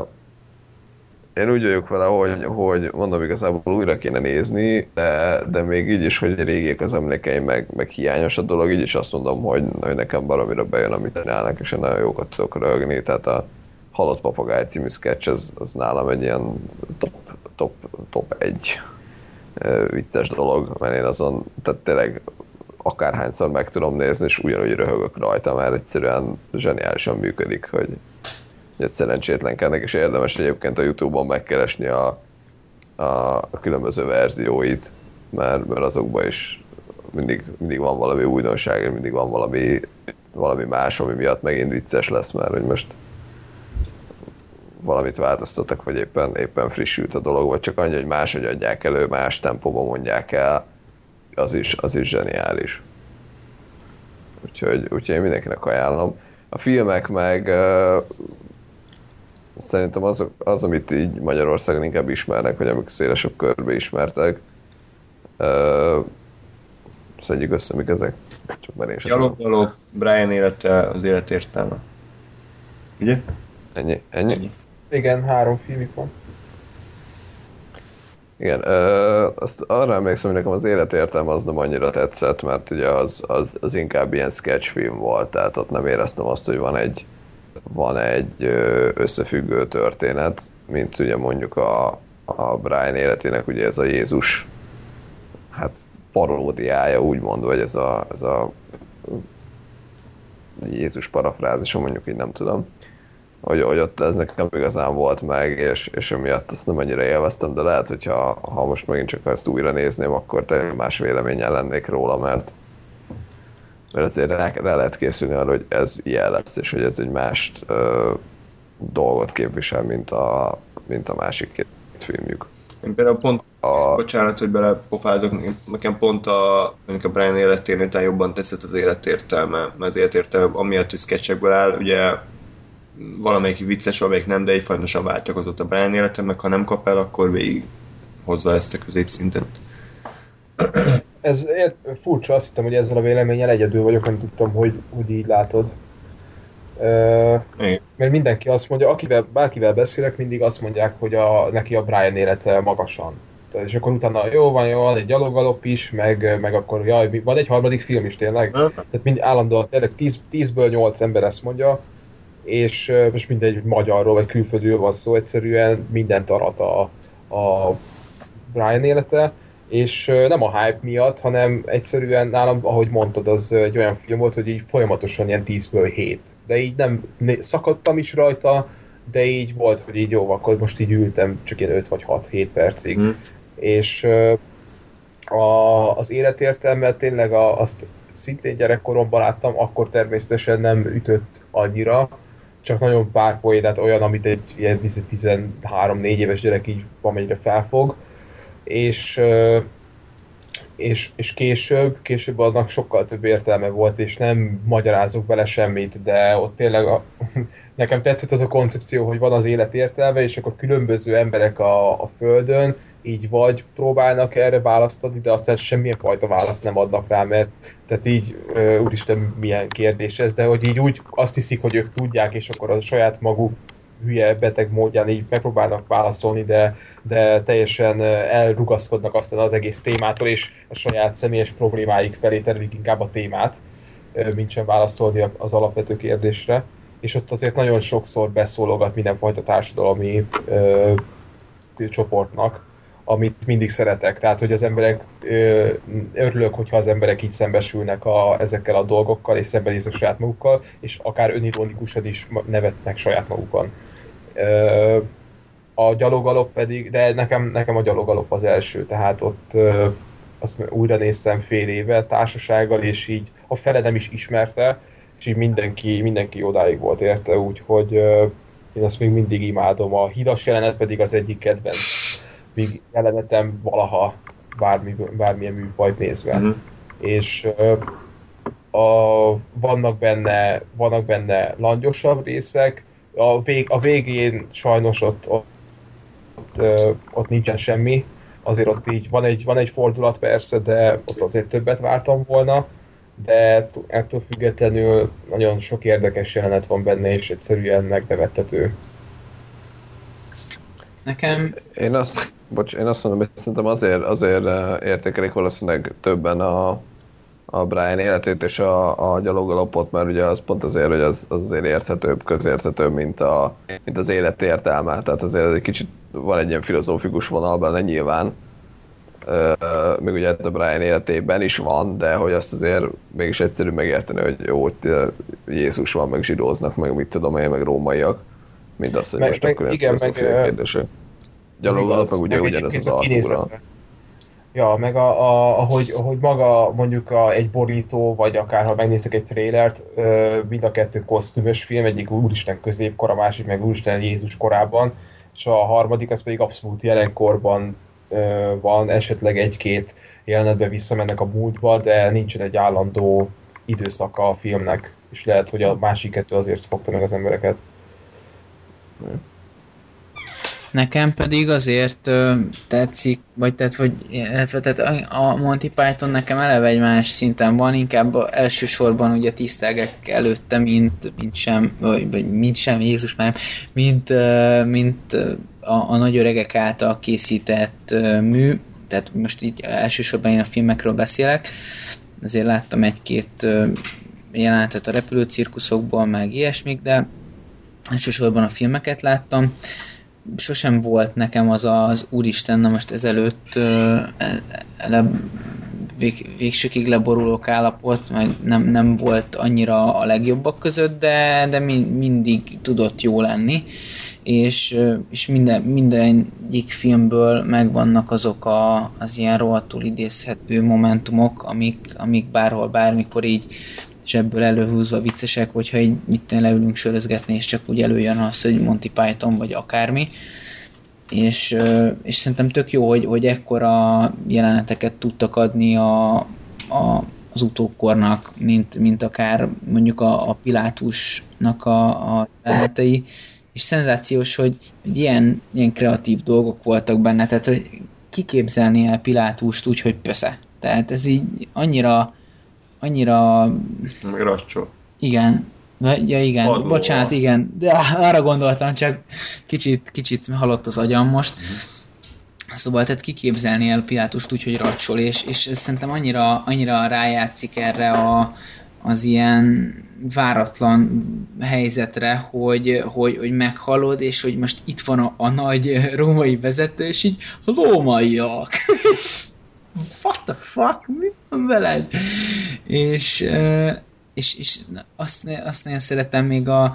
én úgy vagyok vele, hogy mondom, igazából újra kéne nézni, de még így is, hogy régiek az emlékeim, meg hiányos a dolog, így is azt mondom, hogy nekem baromira bejön, amit csinálnak, és én nagyon jókat tudok röhögni, tehát a Halott Papagáj című sketch, az nálam egy ilyen top 1 vicces dolog, mert én azon, tehát tényleg akárhányszor meg tudom nézni, és ugyanúgy röhögök rajta, mert egyszerűen zseniálisan működik, hogy szerencsétlenkednek, és érdemes egyébként a YouTube-on megkeresni a különböző verzióit, mert azokban is mindig van valami újdonság, mindig van valami más, ami miatt megint vicces lesz, mert hogy most valamit változtattak, vagy éppen frissült a dolog, vagy csak annyi, hogy máshogy adják elő, más tempóban mondják el, az is zseniális. Úgyhogy én mindenkinek ajánlom. A filmek meg szerintem az, amit így Magyarországon inkább ismernek, vagy amik szélesebb körbe ismertek. Szedjük össze, mik ezek? Csak már én sem Gyalogbalog, Brian élete, az élet értelme. Ugye? Ennyi? Igen, 3 filmük van. Igen, azt arra emlékszem, hogy nekem az élet értelme az nem annyira tetszett, mert ugye az inkább ilyen sketchfilm volt, tehát ott nem éreztem azt, hogy van egy összefüggő történet, mint ugye mondjuk a Brian életének ugye ez a Jézus hát paródiája úgymond, vagy ez a Jézus parafrázisa, mondjuk így nem tudom. hogy ott ez nekem igazán volt meg, és emiatt azt nem annyira élveztem, de lehet, hogyha most megint csak ezt újra nézném, akkor teljesen más véleménnyel lennék róla, mert azért rá lehet készülni arra, hogy ez ilyen lesz, és hogy ez egy más dolgot képvisel, mint a másik két filmjük. Én például pont, bocsánat, hogy belepofázok, nekem pont mondjuk a Brian életénél után jobban tetszett az életértelme, mert az életértelme amiatt, hogy sketchekből áll, ugye valamelyik vicces, valamelyik nem, de egy folyamatosan váltakozott a Brian élete, meg ha nem kap el, akkor végig hozza ezt a középszintet. Ez furcsa, azt hittem, hogy ezzel a véleménnyel egyedül vagyok, nem tudtam, hogy így látod. Mert mindenki azt mondja, bárkivel beszélek, mindig azt mondják, hogy neki a Brian élete magasan. És akkor utána jó van egy gyalogalop is, meg akkor van egy harmadik film is tényleg. Tehát állandóan tényleg 10-ből 8 ember ezt mondja, és most mindegy, hogy magyarról vagy külföldről van szó, egyszerűen mindent arat a Brian élete, és nem a hype miatt, hanem egyszerűen nálam, ahogy mondtad, az egy olyan film volt, hogy így folyamatosan ilyen 10-ből 7. De így nem szakadtam is rajta, de így volt, hogy így jó, akkor most így ültem csak ilyen 5 vagy 6-7 percig. És az életértelmet tényleg azt szintén gyerekkoromban láttam, akkor természetesen nem ütött annyira, csak nagyon pár poénát, olyan, amit egy ilyen 13-4 éves gyerek így amennyire felfog, és később annak sokkal több értelme volt, és nem magyarázok bele semmit, de ott tényleg nekem tetszett az a koncepció, hogy van az élet értelme, és akkor különböző emberek a Földön így vagy próbálnak erre választ adni, de aztán semmilyen fajta választ nem adnak rá, mert tehát így, úristen, milyen kérdés ez, de hogy így úgy azt hiszik, hogy ők tudják, és akkor a saját maguk hülye, beteg módján így megpróbálnak válaszolni, de teljesen elrugaszkodnak aztán az egész témától, és a saját személyes problémáik felé terelik inkább a témát, mint sem válaszolni az alapvető kérdésre. És ott azért nagyon sokszor beszólogat mindenfajta társadalmi csoportnak, amit mindig szeretek. Tehát, hogy az emberek, örülök, hogyha az emberek így szembesülnek ezekkel a dolgokkal, és szembenéznek saját magukkal, és akár önironikusan is nevetnek saját magukon. A gyalogalop pedig, de nekem a gyalogalop az első, tehát ott azt újra néztem fél éve társasággal, és így a fele nem is ismerte, és így mindenki odáig volt érte, úgyhogy én azt még mindig imádom. A hídas jelenet pedig az egyik kedvenc jelenetem valaha bármilyen műfajt nézve. És vannak benne langyosabb részek, a végén sajnos ott nincsen semmi, azért ott így van egy fordulat persze, de ott azért többet vártam volna, de ettől függetlenül nagyon sok érdekes jelenet van benne, és egyszerűen megnevettető. Nekem... Én azt mondom, hogy szerintem azért értékelik valószínűleg többen a Brian életét és a gyalogalopot, mert ugye az pont azért, hogy az azért érthetőbb, közérthetőbb, mint az élet értelme. Tehát azért egy kicsit van egy ilyen filozófikus vonal benne nyilván, még ugye a Brian életében is van, de hogy azt azért mégis egyszerű megérteni, hogy jó, ott Jézus van, meg zsidóznak, meg mit tudom én, meg rómaiak, mint azt, hogy most akkor ilyen kérdések. Gyalogalop, meg ugye ugyanez az Artúra. Ja, meg ahogy maga mondjuk egy borító, vagy akár ha megnézzük egy trailert, mind a kettő kosztümös film, egyik úristen középkor, a másik meg úristen Jézus korában, és a harmadik az pedig abszolút jelenkorban van, esetleg egy-két jelenetben visszamennek a múltba, de nincsen egy állandó időszaka a filmnek, és lehet, hogy a másik kettő azért fogta meg az embereket. Nekem pedig azért tetszik, tehát a Monty Python nekem eleve egy más szinten van, inkább elsősorban ugye tisztelgek előtte, mint sem Jézus már, mint a nagy öregek által készített mű, tehát most így elsősorban én a filmekről beszélek, azért láttam egy-két jelenetet a repülőcirkuszokból, meg ilyesmik, de elsősorban a filmeket láttam. Sosem volt nekem az úristen, na most ezelőtt végsőkig leborulók állapot, meg nem volt annyira a legjobbak között, de mindig tudott jó lenni, és mindegyik filmből megvannak azok az ilyen rohadtul idézhető momentumok, amik bárhol, bármikor így, és ebből előhúzva viccesek, hogyha így mit leülünk sörözgetni, és csak úgy előjön az, hogy Monty Python, vagy akármi. És szerintem tök jó, hogy ekkora jeleneteket tudtak adni az utókornak, mint akár mondjuk a Pilátusnak a jelenetei, és szenzációs, hogy ilyen kreatív dolgok voltak benne, tehát hogy kiképzelni el Pilátust úgy, hogy pösze. Tehát ez így annyira Racsó. Igen. Ja, igen. Padlóval. Bocsánat, igen. De arra gondoltam, csak kicsit halott az agyam most. Szóval tehát kiképzelni el Pilátust úgy, hogy racsol, és ez szerintem annyira rájátszik erre az ilyen váratlan helyzetre, hogy meghallod, és hogy most itt van a nagy római vezető, és így rómaiak. What the fuck? Mi van veled? És azt nagyon szeretem még a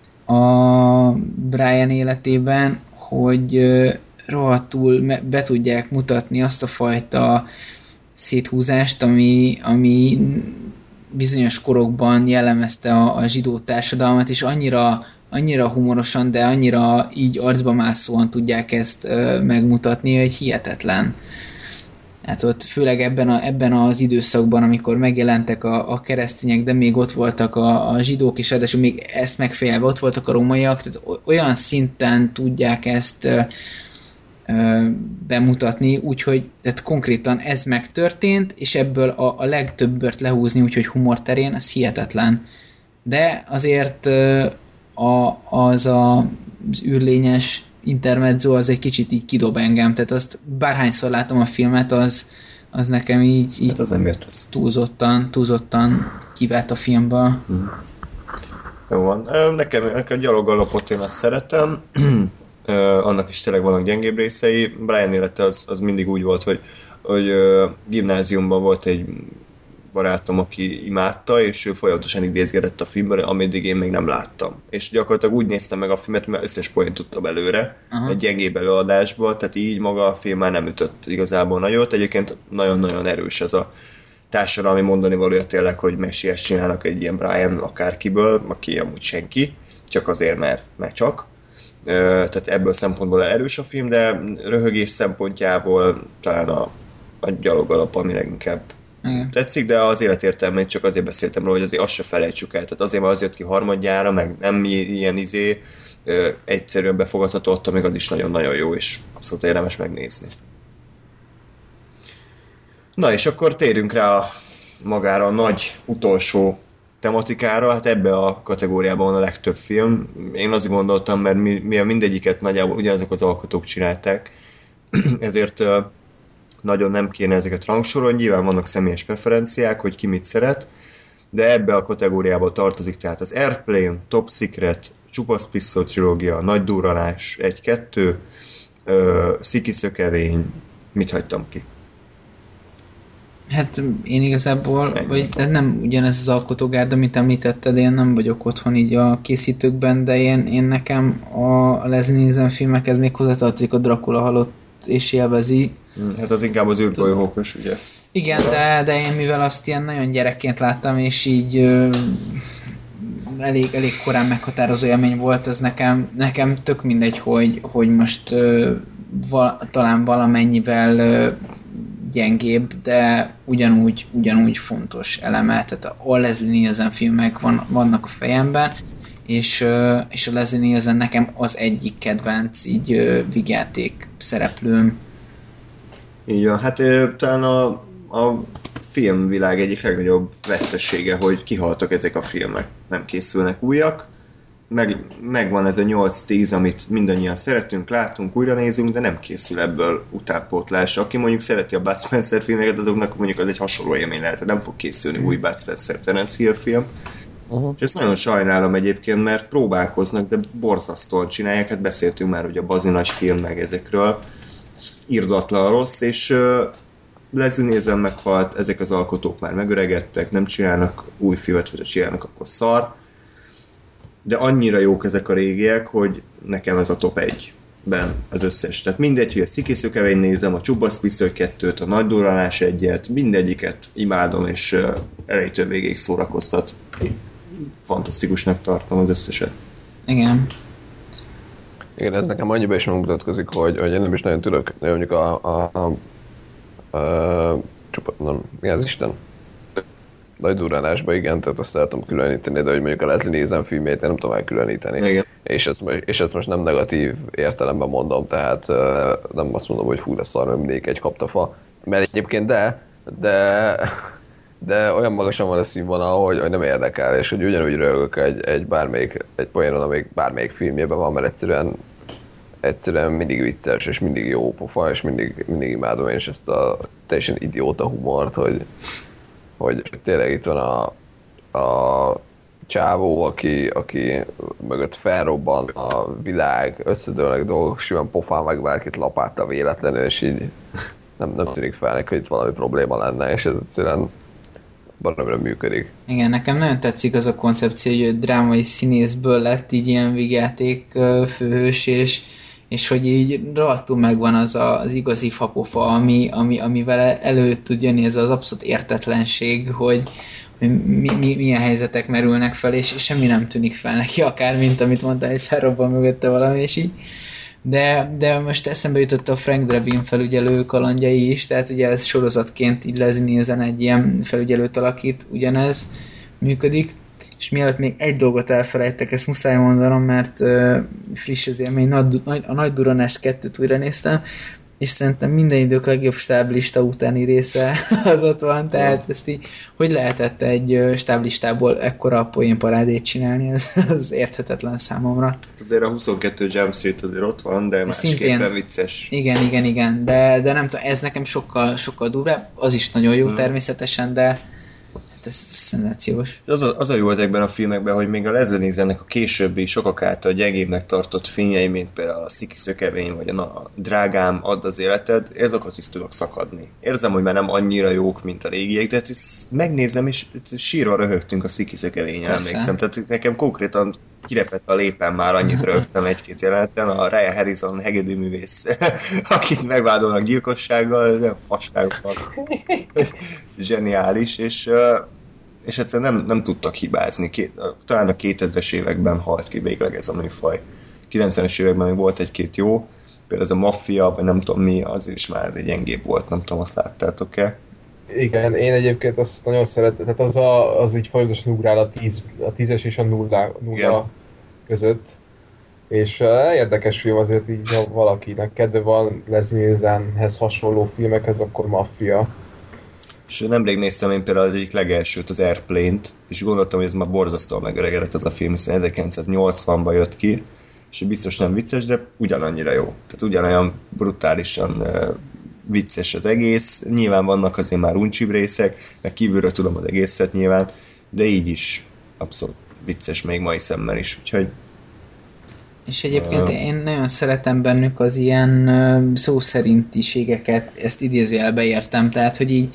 Brian életében, hogy rohadtul be tudják mutatni azt a fajta széthúzást, ami bizonyos korokban jellemezte a zsidó társadalmat, és annyira humorosan, de annyira így arcba mászóan tudják ezt megmutatni, hogy hihetetlen. Hát ott főleg ebben az időszakban, amikor megjelentek a keresztények, de még ott voltak a zsidók is, ráadásul még ezt megfejelve ott voltak a rómaiak, tehát olyan szinten tudják ezt bemutatni, úgyhogy tehát konkrétan ez megtörtént, és ebből a legtöbbet lehúzni, úgyhogy humor terén, ez hihetetlen. De azért az űrlényes intermezzo az egy kicsit így kidob engem, tehát azt bárhányszor látom a filmet, az nekem így hát az nem jött az. túlzottan kivett a filmből. Jó van. Nekem gyalogalapot én azt szeretem. Annak is tényleg vannak gyengébb részei. Brian élete az mindig úgy volt, hogy gimnáziumban volt egy barátom, aki imádta, és ő folyamatosan idézgedett a filmben, ameddig én még nem láttam. És gyakorlatilag úgy néztem meg a filmet, mert összes poént tudtam előre, egy gyengébb előadásba, tehát így maga a film már nem ütött igazából nagyot. Egyébként nagyon-nagyon erős ez a társadalmi mondani valója tényleg, hogy messiás csinálnak egy ilyen Brian akárkiből, aki amúgy senki, csak azért, mert csak. Tehát ebből szempontból erős a film, de röhögés szempontjából talán a gyalogalap, ami leginkább tetszik, de az életértelmét csak azért beszéltem róla, hogy azért azt se felejtsük el. Tehát azért, mert az jött ki harmadjára, meg nem ilyen egyszerűen befogadható, attól még az is nagyon-nagyon jó, és abszolút érdemes megnézni. Na és akkor térjünk rá magára a nagy utolsó tematikára, hát ebbe a kategóriában van a legtöbb film. Én azt gondoltam, mert mivel mindegyiket nagyjából ugyanazok az alkotók csinálták, ezért nagyon nem kéne ezeket rangsorolni, nyilván vannak személyes preferenciák, hogy ki mit szeret, de ebbe a kategóriába tartozik tehát az Airplane, Top Secret, Csupasz Pisztol trilógia, Nagy durranás, 1-2, Sziki szökevény, mit hagytam ki? Hát én igazából, tehát nem ugyanez az alkotógárda, mint említetted, én nem vagyok otthon így a készítőkben, de én nekem a Leslie Nielsen filmekhez még hozzátartozik a Dracula halott és élvezi. Hát az inkább az űrbolyhókos, ugye? Igen, de én mivel azt ilyen nagyon gyerekként láttam, és így elég korán meghatározó élmény volt, az nekem tök mindegy, hogy most talán valamennyivel gyengébb, de ugyanúgy fontos eleme, tehát a Leslie Nielsen filmek vannak a fejemben, és a Leslie Nielsen nekem az egyik kedvenc így vígjáték szereplőm. Így van, hát talán a filmvilág egyik legnagyobb vesztesége, hogy kihaltak ezek a filmek, nem készülnek újak, megvan ez a 8-10, amit mindannyian szeretünk, látunk, újra nézünk, de nem készül ebből utánpótlás. Aki mondjuk szereti a Bud Spencer filmeket, azoknak mondjuk az egy hasonló élmény lehet, nem fog készülni új Bud Spencer Terence Hill film. És ezt nagyon sajnálom egyébként, mert próbálkoznak, de borzasztóan csinálják, hát beszéltünk már ugye a Bazi nagy film meg ezekről, irdatlan rossz, és Leslie Nielsen meghalt, ezek az alkotók már megöregedtek, nem csinálnak új filmet, vagy ha csinálnak, akkor szar. De annyira jók ezek a régiek, hogy nekem ez a top 1-ben az összes. Tehát mindegy, hogy a Szikiszökevény nézem, a Csupasz Pisztoly 2-t, a Nagy Durranás 1-et, mindegyiket imádom, és elejétől végéig szórakoztat. Fantasztikusnak tartom az összeset. Igen. Igen, ez nekem annyiban is megmutatkozik, hogy én nem is nagyon tudok, mondjuk mi az Isten? Nagy Durranásban, igen, tehát azt el tudom különíteni, de hogy mondjuk a Leslie Nielsen filmjét én nem tudom elkülöníteni. Igen. És ezt most nem negatív értelemben mondom, tehát nem azt mondom, hogy fú, de szar, mert mindig egy kaptafa. Mert egyébként de olyan magasan van a színvonal, hogy nem érdekel, és hogy ugyanúgy röhögök egy poénon, amelyik bármelyik filmjében van, mert egyszerűen mindig vicces, és mindig jó pofa, és mindig imádom én is ezt a teljesen idióta humort, hogy tényleg itt van a csávó, aki mögött felrobban a világ, összedőlnek dolgok, simán pofán megvált lapáttal véletlenül, és így nem tűnik fel neki, hogy itt valami probléma lenne, és ez egyszerűen baromra működik. Igen, nekem nagyon tetszik az a koncepció, hogy drámai színészből lett így ilyen vígjáték főhős, és hogy így rohadtul megvan az igazi fapofa, amivel elő tud jönni ez az abszolút értetlenség, hogy milyen helyzetek merülnek fel, és semmi nem tűnik fel neki, akár mint amit mondtál, hogy felrobban mögötte valami, és így. De most eszembe jutott a Frank Drebin felügyelő kalandjai is, tehát ugye ez sorozatként így Leslie Nielsen egy ilyen felügyelőt alakít, ugyanez működik, és mielőtt még egy dolgot elfelejtek, ezt muszáj mondanom, mert friss az élmény, a Nagy Durranás 2-t újra néztem, és szerintem minden idők legjobb stáblista utáni része az ott van, tehát ezt így, hogy lehetett egy stáblistából ekkora poénparádét csinálni, az érthetetlen számomra. Azért a 22 Jump Street azért ott van, de másképpen vicces. Igen, de nem tudom, ez nekem sokkal durvább, az is nagyon jó természetesen, de ez szenzációs. Az a jó ezekben a filmekben, hogy még a Leslie Nielsennek a későbbi, sokak által gyengébbnek tartott filmjei, mint például a Szikiszökevény, vagy a Drágám, add az életed, azokat is tudok szakadni. Érzem, hogy már nem annyira jók, mint a régiek, de megnézem, és sírva röhögtünk a Szikiszökevényen, emlékszem. Tehát nekem konkrétan kirepett a lépem, már annyit röhögtem egy-két jeleneten, a Ryan Harrison hegedűművész, akit megvádolnak gyilkossággal, nem fasságokkal. Zseniális, és egyszerűen nem tudtak hibázni. Talán a 2000-es években halt ki végleg ez a műfaj. 90-es években még volt egy-két jó, például ez a Maffia, vagy nem tudom mi, az is már egy gyengébb volt, nem tudom, azt láttátok-e? Igen, én egyébként azt nagyon szeretem, tehát az így folyamatosan ugrál a 10-es és a 0 között. És érdekes film azért így, ha valakinek kedve van Leslie Nielsenhez hasonló filmekhez, akkor Maffia. És nemrég néztem én például egyik legelsőt, az Airplane-t, és gondoltam, hogy ez már borzasztóan megöregedett az a film, hiszen 1980-ban jött ki, és biztos nem vicces, de ugyanannyira jó. Tehát ugyanolyan brutálisan vicces az egész. Nyilván vannak azért már uncsibb részek, meg kívülről tudom az egészet nyilván, de így is abszolút vicces még mai szemmel is, úgyhogy és egyébként én nagyon szeretem bennük az ilyen szó szerintiségeket, ezt idézőjelbe értem, tehát hogy így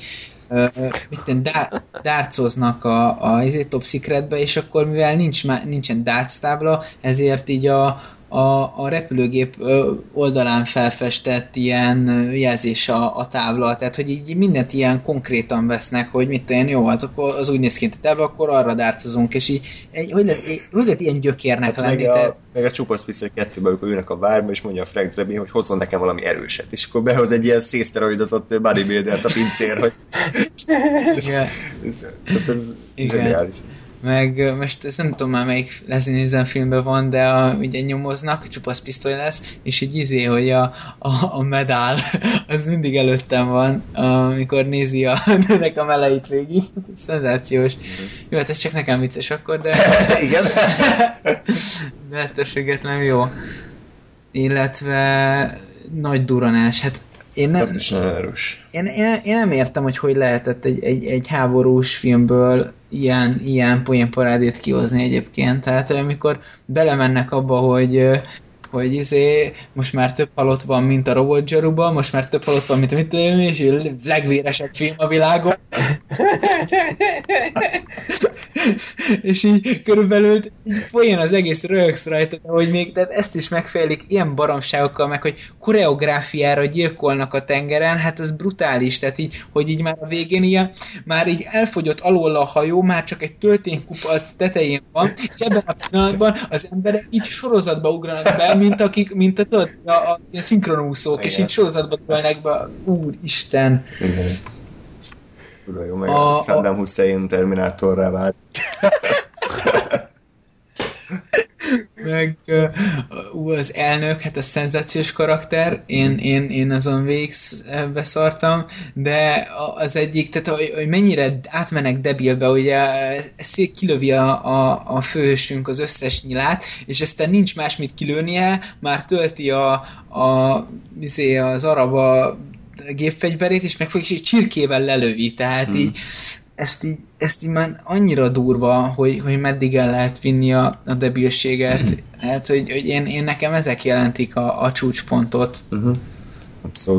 dárcoznak a Top Secretbe, és akkor mivel nincsen darts tábla, ezért így a repülőgép oldalán felfestett ilyen jelzés a tábla, tehát hogy így mindent ilyen konkrétan vesznek, hogy mit tenni, jó, hát akkor az úgy néz ki a tábla, akkor arra dárcozunk, és így, hogy lehet ilyen gyökérnek hát lenni? Meg a Csupasz Pisztoly 2-ben, amikor ülnek a várba, és mondja a Frank Drebin, hogy hozzon nekem valami erőset, és akkor behoz egy ilyen szészteroidozott bodybuildert a pincér, hogy ez zseniális. Meg most ezt nem tudom már melyik Leslie Nielsen filmben van, de ugye nyomoznak, Csupasz Pisztoly lesz, és így hogy a medál, az mindig előttem van, amikor nézi a nőnek a meleit végig. Szenzációs. Jó, hát ez csak nekem vicces akkor, de... Igen? De ettől függetlenül jó. Illetve Nagy Durranás, hát én nem értem, hogy lehetett egy háborús filmből ilyen poénparádét kihozni egyébként. Tehát amikor belemennek abba, hogy hogy most már több halott van, mint a Robot Zsaruban, most már több halott van, mint a mit tudom, és a legvéresebb film a világon. És így körülbelül így folyjon az egész, röhögsz rajta, hogy még de ezt is megfejlik ilyen baromságokkal, meg hogy koreográfiára gyilkolnak a tengeren, hát ez brutális, tehát így, hogy így már a végén ilyen, már így elfogyott alól a hajó, már csak egy tölténykupac tetején van, és ebben a pillanatban az emberek így sorozatba ugranak be, mint a ilyen szinkronúszók, és így sorozatba dőlnek be, úristen. Igen. Ura jó, meg a Saddam Hussein Terminátorrá vált. Meg az elnök, hát a szenzációs karakter, én azon végig beszartam, de az egyik, tehát hogy mennyire átmenek debilbe, ugye ezt kilövi a főhősünk az összes nyilát, és aztán nincs más, mit kilőnie, már tölti az araba gépfegyverét, és megfog, és csirkével lelövi, tehát így ezt így már annyira durva, hogy meddig el lehet vinni a debilséget. Hát, hogy én nekem ezek jelentik a csúcspontot. Abszolút.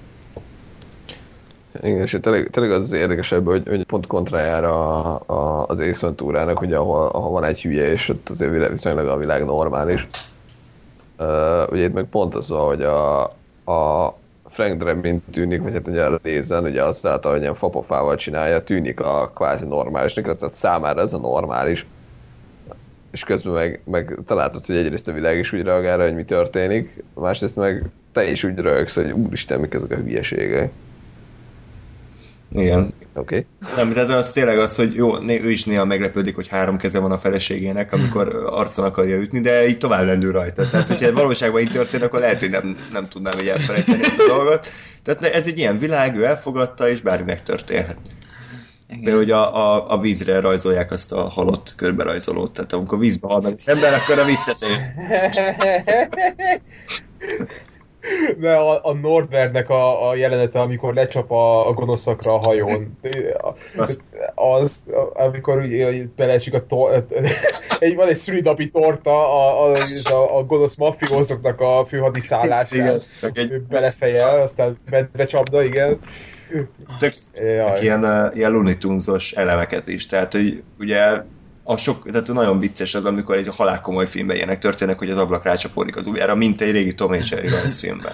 Igen, és tényleg az érdekesebb, hogy pont kontrájára az Ace Venturának, ugye, ahol van egy hülye, és ott azért viszonylag a világ normális. Ugye itt meg pont az, hogy a Frank Drebin tűnik, vagy hát ugye a Lézen, ugye azáltal, hogy ilyen fapofával csinálja, tűnik a kvázi normálisnak, tehát számára ez a normális. És közben meg találtad, hogy egyrészt a világ is úgy reagál, hogy mi történik, másrészt meg te is úgy röhögsz, hogy úristen, mik ezek a hülyeségek. Igen. Oké. Nem, tehát az tényleg az, hogy jó, ő is néha meglepődik, hogy 3 keze van a feleségének, amikor arcon akarja ütni, de így tovább lendül rajta. Tehát, hogyha valóságban így történik, akkor lehet, hogy nem tudnám így elfelejteni ezt a dolgot. Tehát ez egy ilyen világ, ő elfogadta, és bármi megtörténhet. Például, hogy a vízre rajzolják azt a halott körberajzolót. Tehát amikor vízbe hal meg az ember, akkor a visszatér. De a Nordbergnek a jelenete, amikor lecsap a gonoszakra a hajón. Amikor ugye beleesik van egy szülinapi torta a gonosz mafiózoknak a főhadiszállásán. Belefejel, aztán becsapda, igen. Ilyen Looney Tunes-os elemeket is. Tehát, hogy ugye tehát nagyon vicces az, amikor egy halálkomoly filmben ilyenek történnek, hogy az ablak rácsapódik az ujjára, mint egy régi Tom és Jerry rajzfilmben.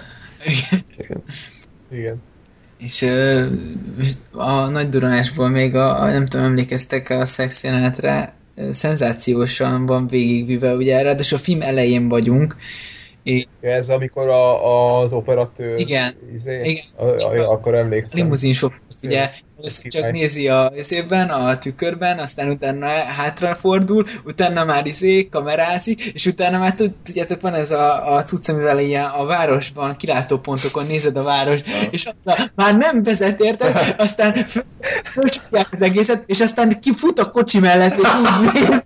Igen. És a nagy duranásból még nem tudom, emlékeztek a szexjelenetre, szenzációsan van végigvive, ugye ráadásul a film elején vagyunk. Ez amikor az operatőr... Igen. Akkor emlékszem. Limuzinsofőr, ugye, csak nézi a tükörben, aztán utána hátrafordul, utána már kamerázik, és utána már tudjátok, van ez a cucc, amivel ilyen a városban, kilátópontokon nézed a várost, és már nem vezet, érted? Aztán fölcsapják az egészet, és aztán kifut a kocsi mellett, és úgy néz.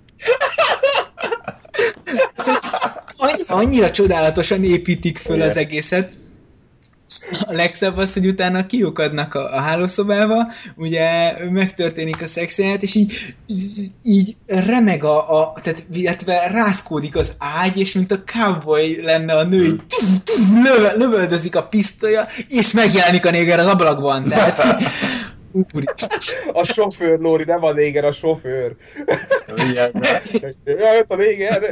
Annyira csodálatosan építik föl az egészet. A legszebb az, hogy utána kiukadnak a hálószobába, ugye megtörténik a szexjelenet, és így remeg tehát illetve rázkódik az ágy, és mint a cowboy lenne a nő, így lövöldözik a pisztolya, és megjelenik a néger az ablakban. Tehát a sofőr, Lóri, nem a néger, a sofőr. Jött a néger.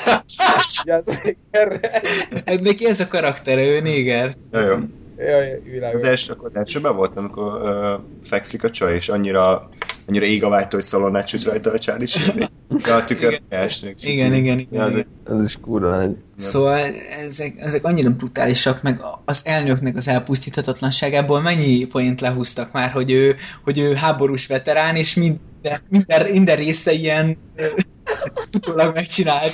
Hát neki ez a karaktere, ő néger. Jó. Az elsőben volt, amikor fekszik a csaj, és annyira ég a vágytól, hogy szalonnát süt rajta a csár is. A tükör esnek. Igen. Ez is kurva lány. Szóval ezek annyira brutálisak, meg az elnöknek az elpusztíthatatlanságából mennyi point lehúztak már, hogy ő háborús veterán, és minden része ilyen utólag megcsinált.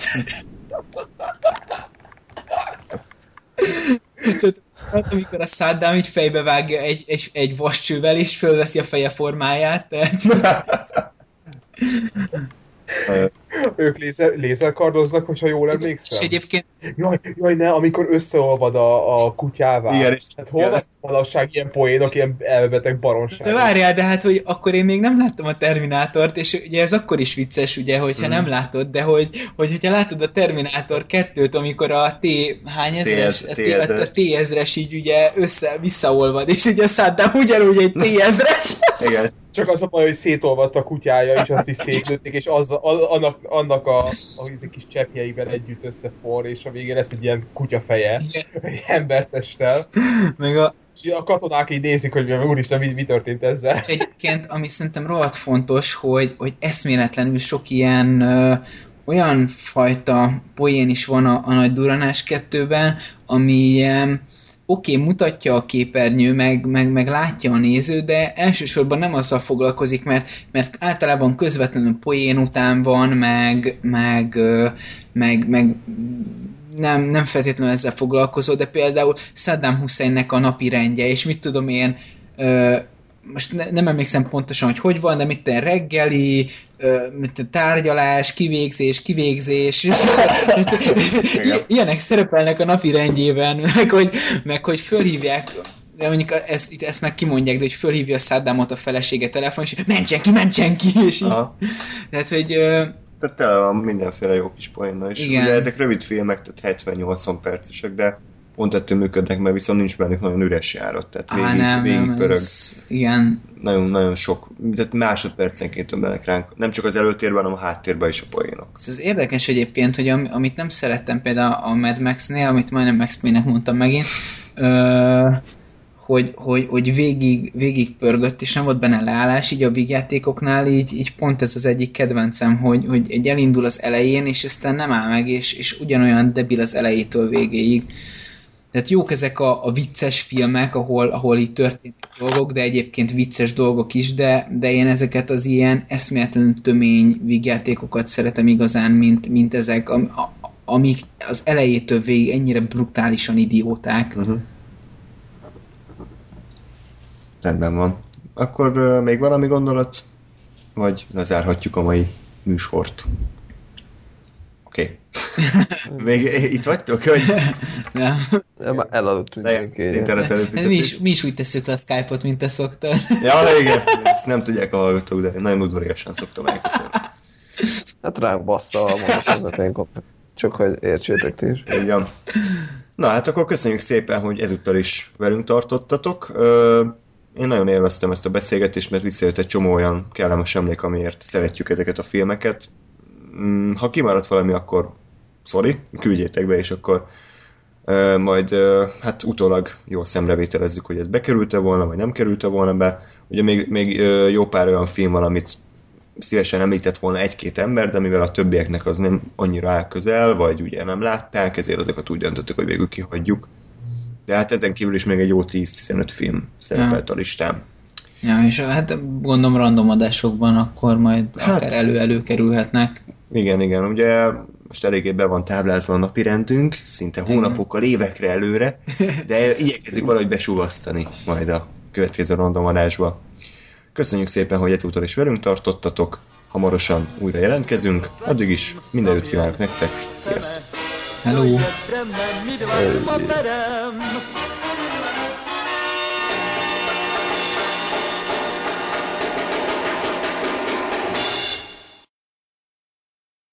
Tehát, amikor a Saddam így fejbe vágja egy vascsővel, és fölveszi a feje formáját. Ők lézerkardoznak, hogyha jól És emlékszem. egyébként Jaj, ne, amikor összeolvad a kutyává. Igen, és- Hát hol van manapság ilyen poénok, ilyen elbeteg baromság. de várjál, de hát, hogy akkor én még nem láttam a Terminátort, és ugye ez akkor is vicces, ugye, hogyha nem látod, de hogyha látod a Terminátor 2-t, amikor a hány ezres, a T-1000-es így ugye visszaolvad, és ugye a Saddam ugyanúgy egy T-1000-es. Igen. Csak az a baj, hogy szétolvadt a kutyája, és azt is szétlőtték, és annak a kis cseppjeivel együtt összeforr, és a végén lesz egy ilyen kutyafeje, egy embertesttel. Meg És a katonák így nézik, hogy úristen, mi történt ezzel. És egyébként, ami szerintem rohadt fontos, hogy eszméletlenül sok ilyen olyan fajta poén is van a Nagy Duranás 2-ben, ami ilyen oké, mutatja a képernyő, meg látja a néző, de elsősorban nem azzal foglalkozik, mert általában közvetlenül poén után van, meg nem feltétlenül ezzel foglalkozol, de például Saddam Husseinnek a napi rendje, és mit tudom én, most nem emlékszem pontosan, hogy van, de mit reggeli, tárgyalás, kivégzés, ilyenek szerepelnek a napi rendjében, meg hogy fölhívják, de mondjuk ezt meg kimondják, de hogy fölhívja Saddamot a felesége telefon, és mentsen ki, és így. Tehát, hogy... Tehát tele van mindenféle jó kis poénnal, és igen. Ugye ezek rövid filmek, tehát 70-80 percesek, de pont ettől működnek, mert viszont nincs bennük nagyon üres járat, tehát végig pörög. Igen. Nagyon sok, tehát másodpercenként tömlenek ránk, nem csak az előtérben, hanem a háttérben is a poénok. Ez érdekes egyébként, hogy amit nem szerettem például a Mad Max-nél, amit majdnem Max Payne-nek mondtam megint, hogy végig pörgött, és nem volt benne leállás, így a vígjátékoknál így pont ez az egyik kedvencem, hogy elindul az elején, és aztán nem áll meg, és ugyanolyan debil az elejétől végéig. Tehát jók ezek a vicces filmek, ahol így történnek dolgok, de egyébként vicces dolgok is, de én ezeket az ilyen eszméletlenül tömény vígjátékokat szeretem igazán, mint ezek, amik az elejétől végig ennyire brutálisan idióták. Uh-huh. Rendben van. Akkor még valami gondolat? Vagy lezárhatjuk a mai műsort? Oké. Még itt vagytok? Hogy... Nem. Elaludt mindenki. Mi is úgy tesszük le a Skype-ot, mint te szoktad. Ja, igen. Ezt nem tudják a hallgatók, de nagyon udvariasan szoktam elköszönni. Hát ránk bassza a mondatvezetén kopnak. Csak hogy értsétek ti is. Igen. Na hát akkor köszönjük szépen, hogy ezúttal is velünk tartottatok. Én nagyon élveztem ezt a beszélgetést, mert visszajött egy csomó olyan kellemes emlék, amiért szeretjük ezeket a filmeket. Ha kimaradt valami, akkor sorry, küldjétek be, és akkor majd hát utólag jól szemrevételezzük, hogy ez bekerült-e volna, vagy nem került-e volna be. Ugye még jó pár olyan film van, amit szívesen említett volna egy-két ember, de mivel a többieknek az nem annyira áll közel, vagy ugye nem látták, ezért azokat úgy döntöttük, hogy végül kihagyjuk. De hát ezen kívül is még egy jó 10-15 film szerepelt a listán. Ja, és hát gondolom random adásokban akkor majd akár előkerülhetnek. Igen, ugye most eléggé be van táblázva a napirendünk, szinte hónapokkal, évekre előre, de igyekezzük valahogy besúvasztani majd a következő random adásba. Köszönjük szépen, hogy ezúttal is velünk tartottatok, hamarosan újra jelentkezünk, addig is minden jót kívánok nektek, sziasztok! Hello!